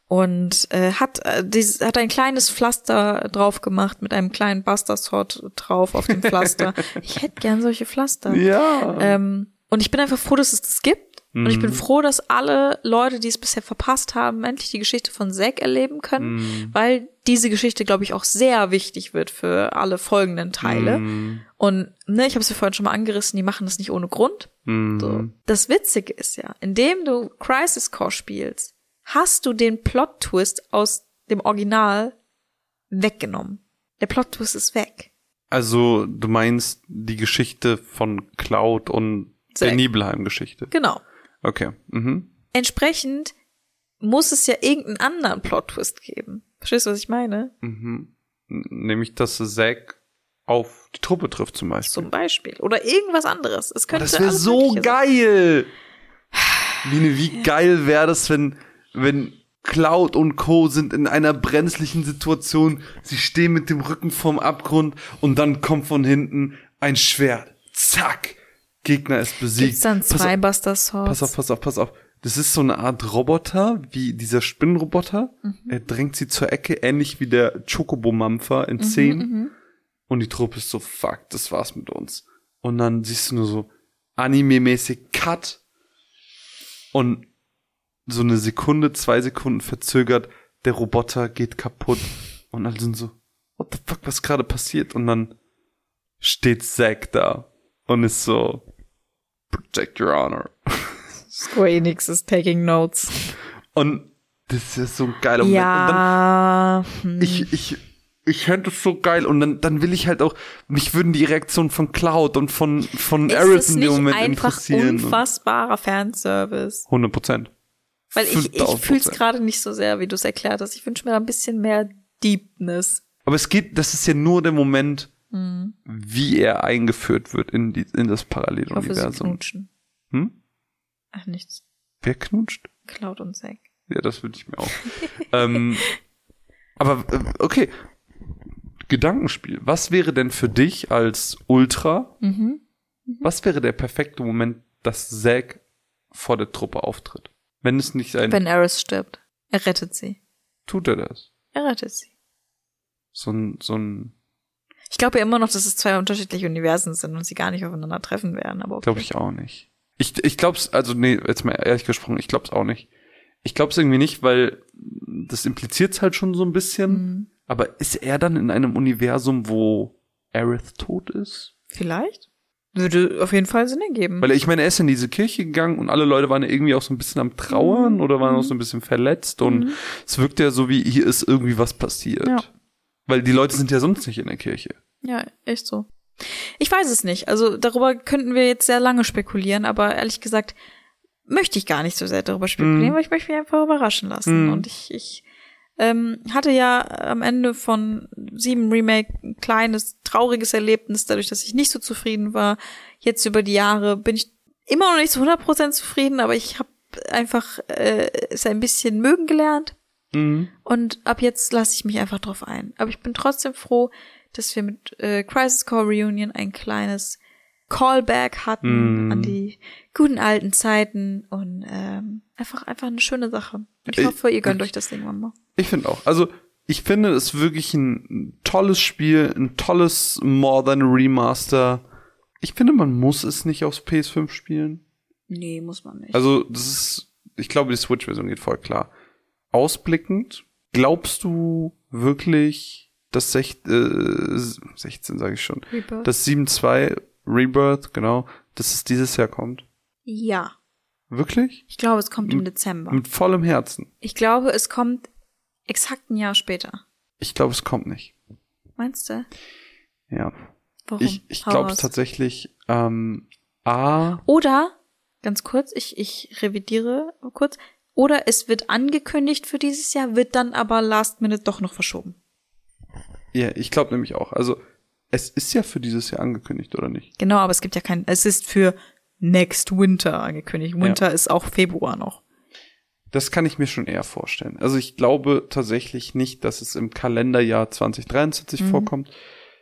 Und äh, hat äh, dieses, hat ein kleines Pflaster drauf gemacht mit einem kleinen Buster Sword drauf auf dem Pflaster. Ich hätte gern solche Pflaster. Ja. Ähm, und ich bin einfach froh, dass es das gibt. Und ich bin Mhm. froh, dass alle Leute, die es bisher verpasst haben, endlich die Geschichte von Zack erleben können, Mhm. weil diese Geschichte, glaube ich, auch sehr wichtig wird für alle folgenden Teile. Mhm. Und ne, ich habe es ja vorhin schon mal angerissen, die machen das nicht ohne Grund. Mhm. So. Das Witzige ist ja, indem du Crisis Core spielst, hast du den Plot-Twist aus dem Original weggenommen. Der Plot-Twist ist weg. Also, du meinst die Geschichte von Cloud und der Zack. Nibelheim-Geschichte. Genau. Okay. Mhm. Entsprechend muss es ja irgendeinen anderen Plot-Twist geben. Verstehst du, was ich meine? Mhm. N- Nämlich, dass Zack auf die Truppe trifft zum Beispiel. Zum Beispiel. Oder irgendwas anderes. Es Oh, könnte das wäre alles so Mögliche sein. geil. Wie, wie geil wäre das, wenn, wenn Cloud und Co. sind in einer brenzlichen Situation. Sie stehen mit dem Rücken vorm Abgrund und dann kommt von hinten ein Schwert. Zack. Gegner ist besiegt. Gibt's dann Pass zwei auf, Buster Swords? Pass auf, pass auf, pass auf. Das ist so eine Art Roboter, wie dieser Spinnenroboter. Mhm. Er drängt sie zur Ecke, ähnlich wie der Chocobo-Mampfer Mhm, in zehn. Und die Truppe ist so, fuck, das war's mit uns. Und dann siehst du nur so anime-mäßig Cut. Und so eine Sekunde, zwei Sekunden verzögert, der Roboter geht kaputt. Und alle sind so, what the fuck, was gerade passiert? Und dann steht Zack da und ist so, protect your honor. Square Enix ist taking notes. Und das ist so ein geiler Moment. Und dann, Ja. hm. ich, ich, ich fände es so geil. Und dann, dann will ich halt auch, mich würden die Reaktionen von Cloud und von, von Ist Aerith es in dem nicht Moment einfach interessieren. unfassbarer Fanservice? hundert Prozent. Weil ich, ich fünftausend fühle es Prozent. gerade nicht so sehr, wie du es erklärt hast. Ich wünsche mir da ein bisschen mehr Deepness. Aber es geht, das ist ja nur der Moment, Hm. wie er eingeführt wird in die, in das Ich hoffe, sie Paralleluniversum. knutschen. Hm? Ach, nichts. Wer knutscht? Cloud und Zack. Ja, das wünsche ich mir auch. ähm, aber, äh, okay. Gedankenspiel. Was wäre denn für dich als Ultra, Mhm. was wäre der perfekte Moment, dass Zack vor der Truppe auftritt? Wenn es nicht ein... Wenn Aerith stirbt. Er rettet sie. Tut er das? Er rettet sie. So ein... So ein ich glaube ja immer noch, dass es zwei unterschiedliche Universen sind und sie gar nicht aufeinander treffen werden. Aber okay. Glaube ich auch nicht. Ich, ich glaub's, also nee, jetzt mal ehrlich gesprochen, ich glaub's auch nicht. Ich glaub's irgendwie nicht, weil das impliziert's halt schon so ein bisschen. Mhm. Aber ist er dann in einem Universum, wo Aerith tot ist? Vielleicht. Würde auf jeden Fall Sinn ergeben. Weil ich meine, er ist in diese Kirche gegangen und alle Leute waren ja irgendwie auch so ein bisschen am Trauern mhm. oder waren auch so ein bisschen verletzt und mhm. es wirkt ja so wie, hier ist irgendwie was passiert. Ja. Weil die Leute sind ja sonst nicht in der Kirche. Ja, echt so. Ich weiß es nicht. Also darüber könnten wir jetzt sehr lange spekulieren, aber ehrlich gesagt möchte ich gar nicht so sehr darüber spekulieren, mm. weil ich möchte mich einfach überraschen lassen. Mm. Und ich, ich ähm, hatte ja am Ende von sieben Remake ein kleines, trauriges Erlebnis, dadurch, dass ich nicht so zufrieden war. Jetzt über die Jahre bin ich immer noch nicht zu hundert Prozent zufrieden, aber ich habe einfach äh, es ein bisschen mögen gelernt. Mm. Und ab jetzt lasse ich mich einfach drauf ein. Aber ich bin trotzdem froh, dass wir mit äh, Crisis Core Reunion ein kleines Callback hatten mm. an die guten alten Zeiten und ähm, einfach einfach eine schöne Sache. Und ich hoffe, ihr gönnt euch das Ding mal. Ich finde auch. Also ich finde es wirklich ein tolles Spiel, ein tolles More Than Remaster. Ich finde, man muss es nicht aufs P S fünf spielen. Nee, muss man nicht. Also das ist, ich glaube, die Switch-Version geht voll klar. Ausblickend, glaubst du wirklich, dass sech, äh, sechzehn, sage ich schon, Rebirth. dass sieben zwei Rebirth, genau, dass es dieses Jahr kommt? Ja. Wirklich? Ich glaube, es kommt im mit, Dezember. Mit vollem Herzen. Ich glaube, es kommt exakt ein Jahr später. Ich glaube, es kommt nicht. Meinst du? Ja. Warum? Ich, ich glaube tatsächlich, ähm, A. Oder, ganz kurz, ich, ich revidiere kurz, oder es wird angekündigt für dieses Jahr, wird dann aber last minute doch noch verschoben. Ja, ich glaube nämlich auch. Also, es ist ja für dieses Jahr angekündigt, oder nicht? Genau, aber es gibt ja kein, es ist für Next Winter angekündigt. Winter ja. ist auch Februar noch. Das kann ich mir schon eher vorstellen. Also ich glaube tatsächlich nicht, dass es im Kalenderjahr zwanzig dreiundzwanzig mhm. vorkommt.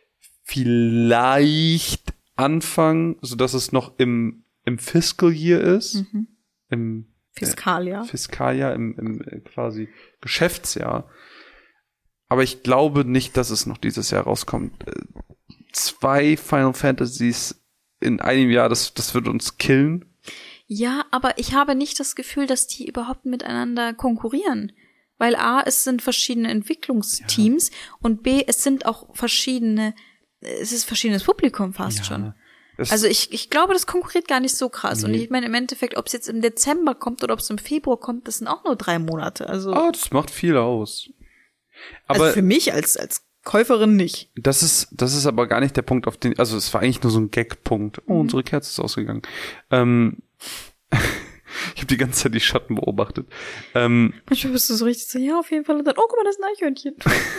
Vielleicht Anfang, sodass es noch im, im Fiscal Year ist. Mhm. Im Fiskaljahr. Äh, Fiskaljahr, im, im äh, quasi Geschäftsjahr. Aber ich glaube nicht, dass es noch dieses Jahr rauskommt. Äh, zwei Final Fantasies in einem Jahr, das, das wird uns killen. Ja, aber ich habe nicht das Gefühl, dass die überhaupt miteinander konkurrieren. Weil A, es sind verschiedene Entwicklungsteams ja. und B, es sind auch verschiedene, es ist verschiedenes Publikum fast ja. schon. Also ich, ich glaube, das konkurriert gar nicht so krass. Nee. Und ich meine, im Endeffekt, ob es jetzt im Dezember kommt oder ob es im Februar kommt, das sind auch nur drei Monate. Also oh, das macht viel aus. Aber also für mich als als Käuferin nicht. Das ist das ist aber gar nicht der Punkt, auf den, also es war eigentlich nur so ein Gag-Punkt. Oh, mhm. unsere Kerze ist ausgegangen. Ähm, ich habe die ganze Zeit die Schatten beobachtet. Ähm, Manchmal bist du so richtig so, ja, auf jeden Fall. Und dann, oh, guck mal, das ist ein Eichhörnchen.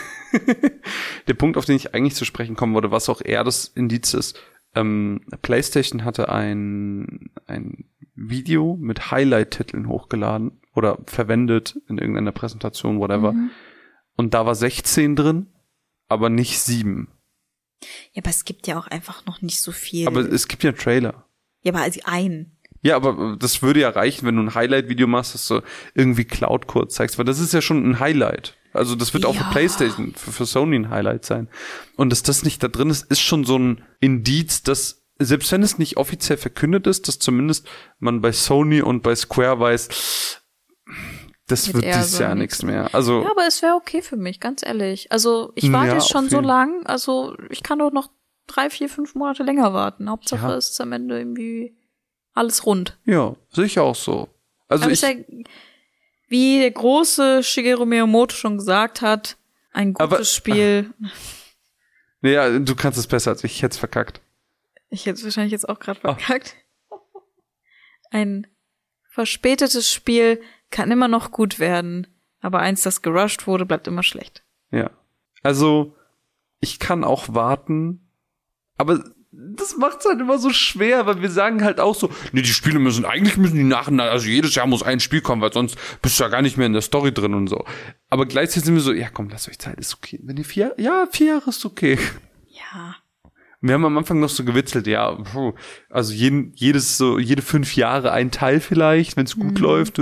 Der Punkt, auf den ich eigentlich zu sprechen kommen wollte, was auch eher das Indiz ist, ähm, PlayStation hatte ein ein Video mit Highlight-Titeln hochgeladen oder verwendet in irgendeiner Präsentation, whatever. Mhm. Und da war sechzehn drin, aber nicht sieben. Ja, aber es gibt ja auch einfach noch nicht so viel. Aber es gibt ja einen Trailer. Ja, aber also einen. Ja, aber das würde ja reichen, wenn du ein Highlight-Video machst, dass du irgendwie Cloud kurz zeigst, weil das ist ja schon ein Highlight. Also das wird ja auch für PlayStation, für, für Sony ein Highlight sein. Und dass das nicht da drin ist, ist schon so ein Indiz, dass, selbst wenn es nicht offiziell verkündet ist, dass zumindest man bei Sony und bei Square weiß, das wird dieses so Jahr nichts mehr. Also ja, aber es wäre okay für mich, ganz ehrlich. Also ich warte ja, jetzt schon so lang, also ich kann doch noch drei, vier, fünf Monate länger warten. Hauptsache ja. ist am Ende irgendwie alles rund. Ja, sehe ich auch so. Also aber ich, ja, wie der große Shigeru Miyamoto schon gesagt hat, ein gutes aber, Spiel. Naja, du kannst es besser als ich. Ich hätte es verkackt. Ich hätte es wahrscheinlich jetzt auch gerade verkackt. Oh. Ein verspätetes Spiel kann immer noch gut werden, aber eins, das gerusht wurde, bleibt immer schlecht. Ja. Also, ich kann auch warten, aber das macht's halt immer so schwer, weil wir sagen halt auch so, nee, die Spiele müssen, eigentlich müssen die nacheinander, also jedes Jahr muss ein Spiel kommen, weil sonst bist du ja gar nicht mehr in der Story drin und so. Aber gleichzeitig sind wir so, ja komm, lasst euch Zeit, ist okay. Wenn ihr vier, ja, vier Jahre ist okay. Ja. Wir haben am Anfang noch so gewitzelt, ja, also jeden, jedes so, jede fünf Jahre ein Teil vielleicht, wenn es gut mhm. läuft,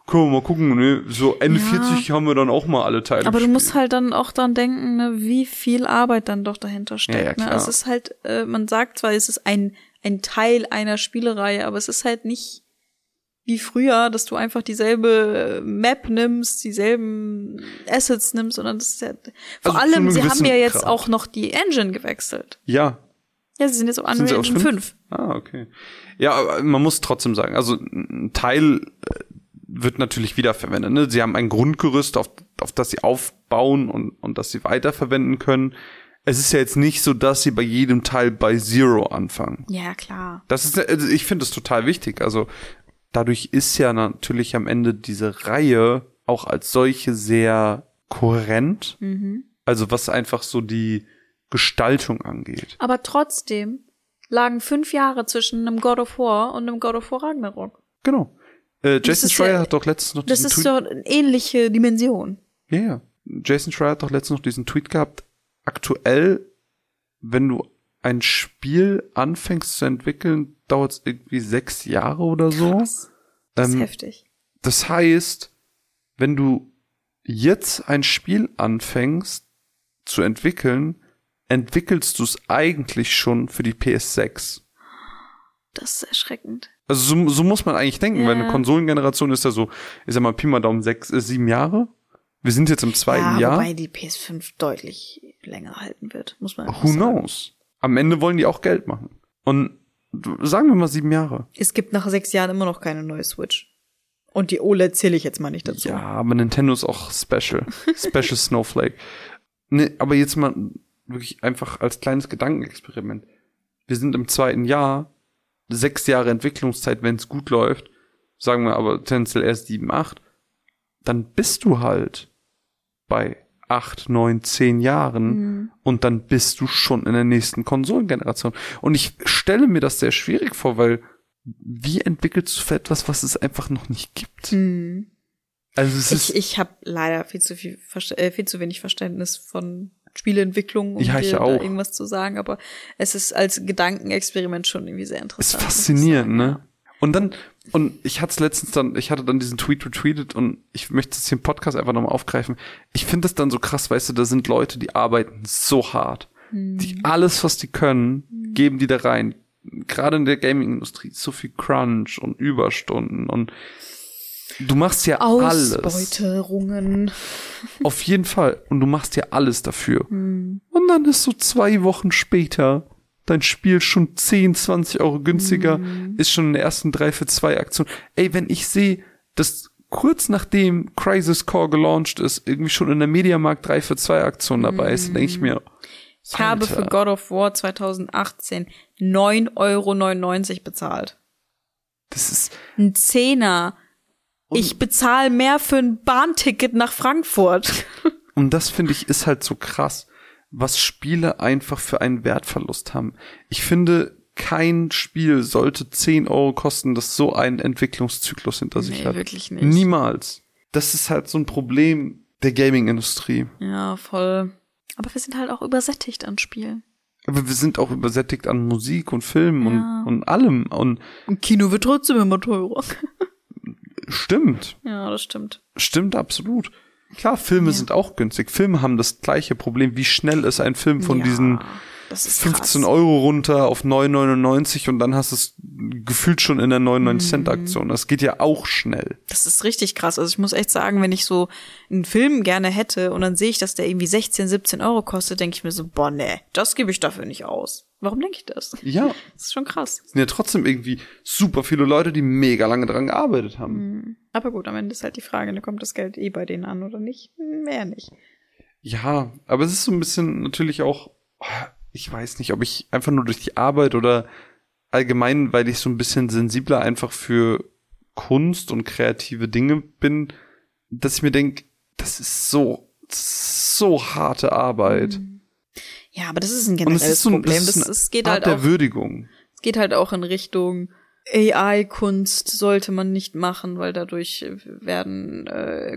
können wir mal gucken, ne? So Ende Ja. vierzig haben wir dann auch mal alle Teile Aber du gespielt. musst halt dann auch dann denken, ne, wie viel Arbeit dann doch dahinter steckt. Ja, ja, ne? klar. Also es ist halt, äh, man sagt zwar, es ist ein, ein Teil einer Spielereihe, aber es ist halt nicht wie früher, dass du einfach dieselbe Map nimmst, dieselben Assets nimmst, sondern das ist ja, vor Also zu allem, einem sie haben gewissen ja jetzt Grad. auch noch die Engine gewechselt. Ja. Ja, sie sind jetzt auf Sind sie Unreal aus Engine fünf? fünf. Ah, okay. Ja, aber man muss trotzdem sagen, also ein Teil äh, wird natürlich wiederverwendet. Ne? Sie haben ein Grundgerüst, auf, auf das sie aufbauen und, und das sie weiterverwenden können. Es ist ja jetzt nicht so, dass sie bei jedem Teil bei Zero anfangen. Ja, klar. Das ist, also ich finde es total wichtig. Also dadurch ist ja natürlich am Ende diese Reihe auch als solche sehr kohärent. Mhm. Also was einfach so die Gestaltung angeht. Aber trotzdem lagen fünf Jahre zwischen einem God of War und einem God of War Ragnarok. Genau. Äh, Das Jason ist Schreier ja- hat doch letztens noch Das diesen ist Tweet. doch eine ähnliche Dimension. Ja, ja. Jason Schreier hat doch letztens noch diesen Tweet gehabt. Aktuell, wenn du ein Spiel anfängst zu entwickeln, dauert es irgendwie sechs Jahre oder so. Krass. Das ist Ähm, heftig. Das heißt, wenn du jetzt ein Spiel anfängst zu entwickeln, entwickelst du es eigentlich schon für die P S sechs. Das ist erschreckend. Also so, so muss man eigentlich denken, Ja. weil eine Konsolengeneration ist ja so, ich sag mal, Pi mal Daumen sechs, äh, sieben Jahre. Wir sind jetzt im zweiten ja, Jahr. wobei die P S fünf deutlich länger halten wird, muss man einfach Who sagen. knows? Am Ende wollen die auch Geld machen. Und du- sagen wir mal sieben Jahre. Es gibt nach sechs Jahren immer noch keine neue Switch. Und die O L E D zähle ich jetzt mal nicht dazu. Ja, aber Nintendo ist auch special. Special Snowflake. Nee, aber jetzt mal wirklich einfach als kleines Gedankenexperiment. Wir sind im zweiten Jahr, sechs Jahre Entwicklungszeit, wenn es gut läuft, sagen wir aber tendenziell erst sieben, acht, dann bist du halt bei acht, neun, zehn Jahren Mhm. und dann bist du schon in der nächsten Konsolengeneration. Und ich stelle mir das sehr schwierig vor, weil wie entwickelst du für etwas, was es einfach noch nicht gibt? Hm. Also es ist Ich, ich habe leider viel zu viel, Verste- äh, viel zu wenig Verständnis von Spieleentwicklung, um Ja, ich dir auch. da irgendwas zu sagen, aber es ist als Gedankenexperiment schon irgendwie sehr ist interessant. muss ich faszinierend, sagen, ne? Und dann, und ich hatte es letztens dann, ich hatte dann diesen Tweet retweetet und ich möchte es hier im Podcast einfach nochmal aufgreifen. Ich finde das dann so krass, weißt du, da sind Leute, die arbeiten so hart. Die alles, was die können, geben die da rein. Gerade in der Gaming-Industrie, so viel Crunch und Überstunden und du machst ja Ja. alles. Ausbeuterungen. Auf jeden Fall. Und du machst ja alles dafür. Hm. Und dann ist so zwei Wochen später dein Spiel schon zehn, zwanzig Euro günstiger, Hm. ist schon in der ersten drei für zwei Aktion. Ey, wenn ich sehe, dass kurz nachdem Crisis Core gelauncht ist, irgendwie schon in der Mediamarkt drei für zwei Aktion dabei ist, denke ich mir, Ich habe Alter. für God of War zwanzig achtzehn neun Euro neunundneunzig bezahlt. das ist, Ein Zehner. Ich bezahle mehr für ein Bahnticket nach Frankfurt. und das finde ich ist halt so krass, was Spiele einfach für einen Wertverlust haben. Ich finde, kein Spiel sollte zehn Euro kosten, das so einen Entwicklungszyklus hinter sich Nee, hat. wirklich nicht. Niemals. Das ist halt so ein Problem der Gaming-Industrie. Ja, voll. Aber wir sind halt auch übersättigt an Spielen. Aber wir sind auch übersättigt an Musik und Filmen Ja. und, und allem. Und Und Kino wird trotzdem immer teurer. stimmt. Ja, das stimmt. Stimmt absolut. Klar, Filme Ja. sind auch günstig. Filme haben das gleiche Problem. Wie schnell ist ein Film von ja, diesen das ist fünfzehn krass. Euro runter auf neun neunundneunzig und dann hast du es gefühlt schon in der neunundneunzig Cent Aktion. Das geht ja auch schnell. Das ist richtig krass. Also ich muss echt sagen, wenn ich so einen Film gerne hätte und dann sehe ich, dass der irgendwie sechzehn, siebzehn Euro kostet, denke ich mir so, boah, nee, das gebe ich dafür nicht aus. Warum denke ich das? Ja, Das ist schon krass. sind ja trotzdem irgendwie super viele Leute, die mega lange dran gearbeitet haben. Aber gut, am Ende ist halt die Frage, ne, kommt das Geld eh bei denen an oder nicht? Hm, Mehr nicht. Ja, aber es ist so ein bisschen natürlich auch, ich weiß nicht, ob ich einfach nur durch die Arbeit oder allgemein, weil ich so ein bisschen sensibler einfach für Kunst und kreative Dinge bin, dass ich mir denke, das ist so, so harte Arbeit. Ja, aber das ist ein Und es generelles ist so ein, Problem. das Das, ist das, eine geht Art halt der auch, Würdigung. es geht halt auch in Richtung A I-Kunst sollte man nicht machen, weil dadurch werden äh,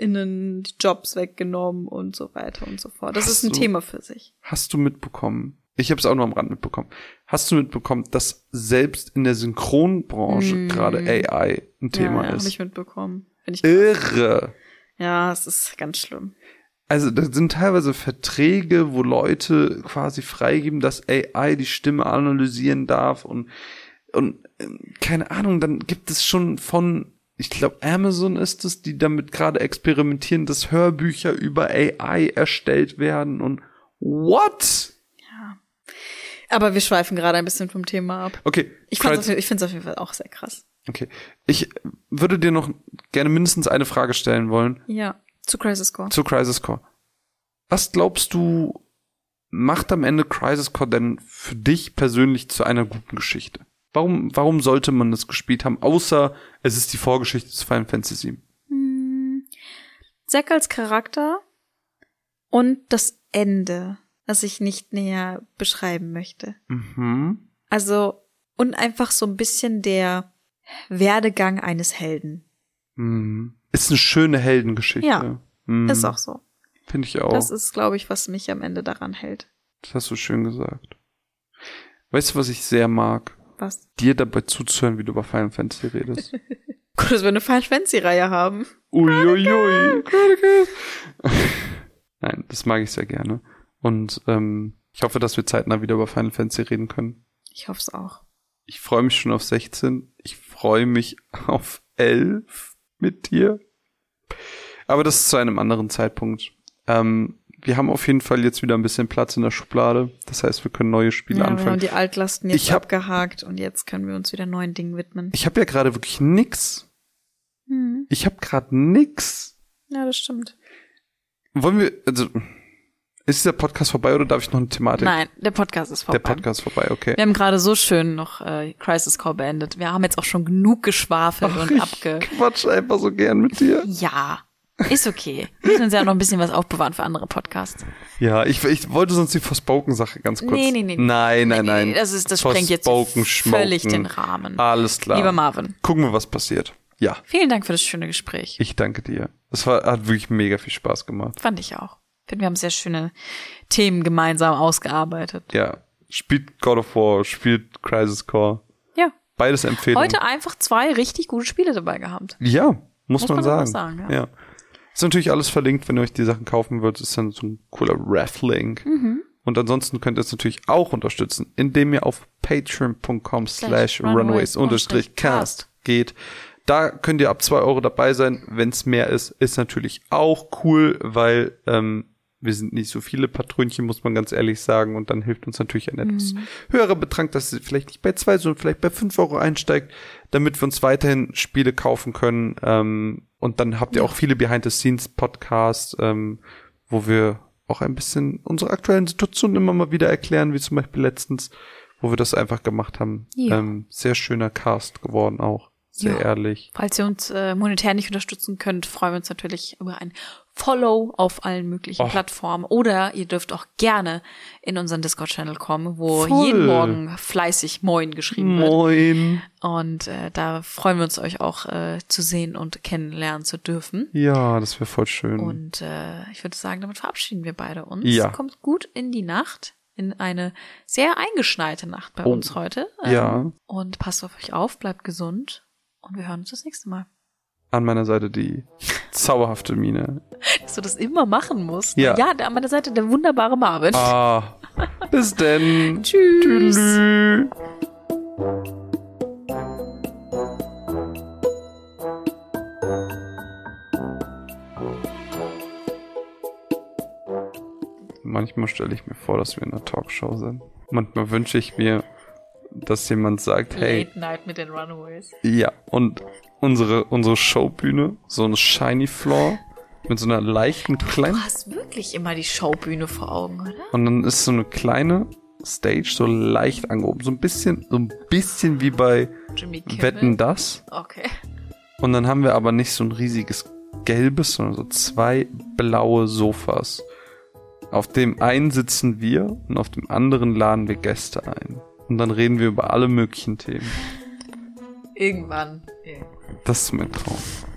KünstlerInnen die Jobs weggenommen und so weiter und so fort. Das Hast ist ein du- Thema für sich. Hast du mitbekommen, Ich habe es auch nur am Rand mitbekommen. Hast du mitbekommen, dass selbst in der Synchronbranche Mm. gerade A I ein Thema ja, ja, ist? habe ich mitbekommen. Find ich krass. Irre. Ja, es ist ganz schlimm. Also da sind teilweise Verträge, wo Leute quasi freigeben, dass A I die Stimme analysieren darf und und ähm, keine Ahnung, dann gibt es schon von, ich glaube Amazon ist es, die damit gerade experimentieren, dass Hörbücher über A I erstellt werden und what? Aber wir schweifen gerade ein bisschen vom Thema ab. Okay, Ich, fand's Crisis- auf- ich finde es auf jeden Fall auch sehr krass. okay. Ich würde dir noch gerne mindestens eine Frage stellen wollen Ja, zu Crisis Core. zu Crisis Core. Was glaubst du, macht am Ende Crisis Core denn für dich persönlich zu einer guten Geschichte? Warum, warum sollte man das gespielt haben, außer es ist die Vorgeschichte zu Final Fantasy sieben? Hm. Zack als Charakter und das Ende, das ich nicht näher beschreiben möchte. Mhm. Also, und einfach so ein bisschen der Werdegang eines Helden. Mhm. Ist eine schöne Heldengeschichte. Ja, Mhm. Ist auch so. Finde ich auch. Das ist, glaube ich, was mich am Ende daran hält. Das hast du schön gesagt. Weißt du, was ich sehr mag? Was? Dir dabei zuzuhören, wie du über Final Fantasy redest. Gut, dass wir eine Final Fantasy-Reihe haben. Uiuiui. Nein, das mag ich sehr gerne. Und ähm, ich hoffe, dass wir zeitnah wieder über Final Fantasy reden können. Ich hoffe es auch. Ich freue mich schon auf sechzehn. Ich freue mich auf elf mit dir. Aber das ist zu einem anderen Zeitpunkt. Ähm, wir haben auf jeden Fall jetzt wieder ein bisschen Platz in der Schublade. Das heißt, wir können neue Spiele Ja, wir haben anfangen. die Altlasten jetzt Ich hab- abgehakt und jetzt können wir uns wieder neuen Dingen widmen. Ich habe ja gerade wirklich nix. Hm. Ich habe gerade nix. Ja, das stimmt. Wollen wir, also, ist dieser Podcast vorbei oder darf ich noch eine Thematik? Nein, der Podcast ist vorbei. Der Podcast vorbei, okay. Wir haben gerade so schön noch äh, Crisis Core beendet. Wir haben jetzt auch schon genug geschwafelt Ach, und ich abge... quatsch einfach so gern mit dir. Ja, ist okay. Wir müssen uns ja noch ein bisschen was aufbewahren für andere Podcasts. Ja, ich, ich wollte sonst die Forspoken-Sache ganz kurz. Nee, nee, nee. Nein, nein, Nee, nein. nee, das ist- das sprengt jetzt Forspoken, völlig Schmoken. den Rahmen. Alles klar. Lieber Marvin. Gucken wir, was passiert. Ja, Vielen Dank für das schöne Gespräch. ich danke dir. Es war, hat wirklich mega viel Spaß gemacht. Fand ich auch. Ich finde, wir haben sehr schöne Themen gemeinsam ausgearbeitet. Ja, spielt God of War, spielt Crisis Core. Ja. Beides Empfehlungen. Heute einfach zwei richtig gute Spiele dabei gehabt. Ja, muss, Muss man, man sagen. einfach sagen, ja. ja. Ist natürlich alles verlinkt, wenn ihr euch die Sachen kaufen wollt. Ist dann so ein cooler Ref-Link. Mhm. Und ansonsten könnt ihr es natürlich auch unterstützen, indem ihr auf patreon.com slash Runways runways unterstrich cast geht. Da könnt ihr ab zwei Euro dabei sein. Wenn es mehr ist, ist natürlich auch cool, weil ähm, wir sind nicht so viele Patrönchen, muss man ganz ehrlich sagen. Und dann hilft uns natürlich ein etwas Mhm. höherer Betrag, dass ihr vielleicht nicht bei zwei, sondern vielleicht bei fünf Euro einsteigt, damit wir uns weiterhin Spiele kaufen können. Ähm, und dann habt ihr auch viele Behind-the-Scenes-Podcasts, ähm, wo wir auch ein bisschen unsere aktuellen Situationen immer mal wieder erklären, wie zum Beispiel letztens, wo wir das einfach gemacht haben. Ja. Ähm, sehr schöner Cast geworden auch. Sehr Ja. ehrlich. Falls ihr uns äh, monetär nicht unterstützen könnt, freuen wir uns natürlich über ein Follow auf allen möglichen Och. Plattformen. Oder ihr dürft auch gerne in unseren Discord-Channel kommen, wo Voll. jeden Morgen fleißig Moin geschrieben wird. Moin. Und äh, da freuen wir uns, euch auch äh, zu sehen und kennenlernen zu dürfen. Ja, das wäre voll schön. Und äh, ich würde sagen, damit verabschieden wir beide uns. Ja. Kommt gut in die Nacht, in eine sehr eingeschneite Nacht bei Oh. uns heute. Ja. Und passt auf euch auf, bleibt gesund und wir hören uns das nächste Mal. An meiner Seite die zauberhafte Mine. Dass du das immer machen musst. Ja. Ja, an meiner Seite der wunderbare Marvin. Ah, bis denn. Tschüss. Tschüss. Manchmal stelle ich mir vor, dass wir in einer Talkshow sind. Manchmal wünsche ich mir, dass jemand sagt, hey, Late Night mit den Runaways. ja, und unsere, unsere Showbühne, so ein Shiny Floor mit so einer leichten kleinen, Du hast wirklich immer die Showbühne vor Augen, oder? und dann ist so eine kleine Stage so leicht angehoben, so ein bisschen, so ein bisschen wie bei Jimmy Kimmel. Wetten, das. Okay. Und dann haben wir aber nicht so ein riesiges gelbes, sondern so zwei blaue Sofas. Auf dem einen sitzen wir und auf dem anderen laden wir Gäste ein. Und dann reden wir über alle möglichen Themen. Irgendwann. Das ist mein Traum.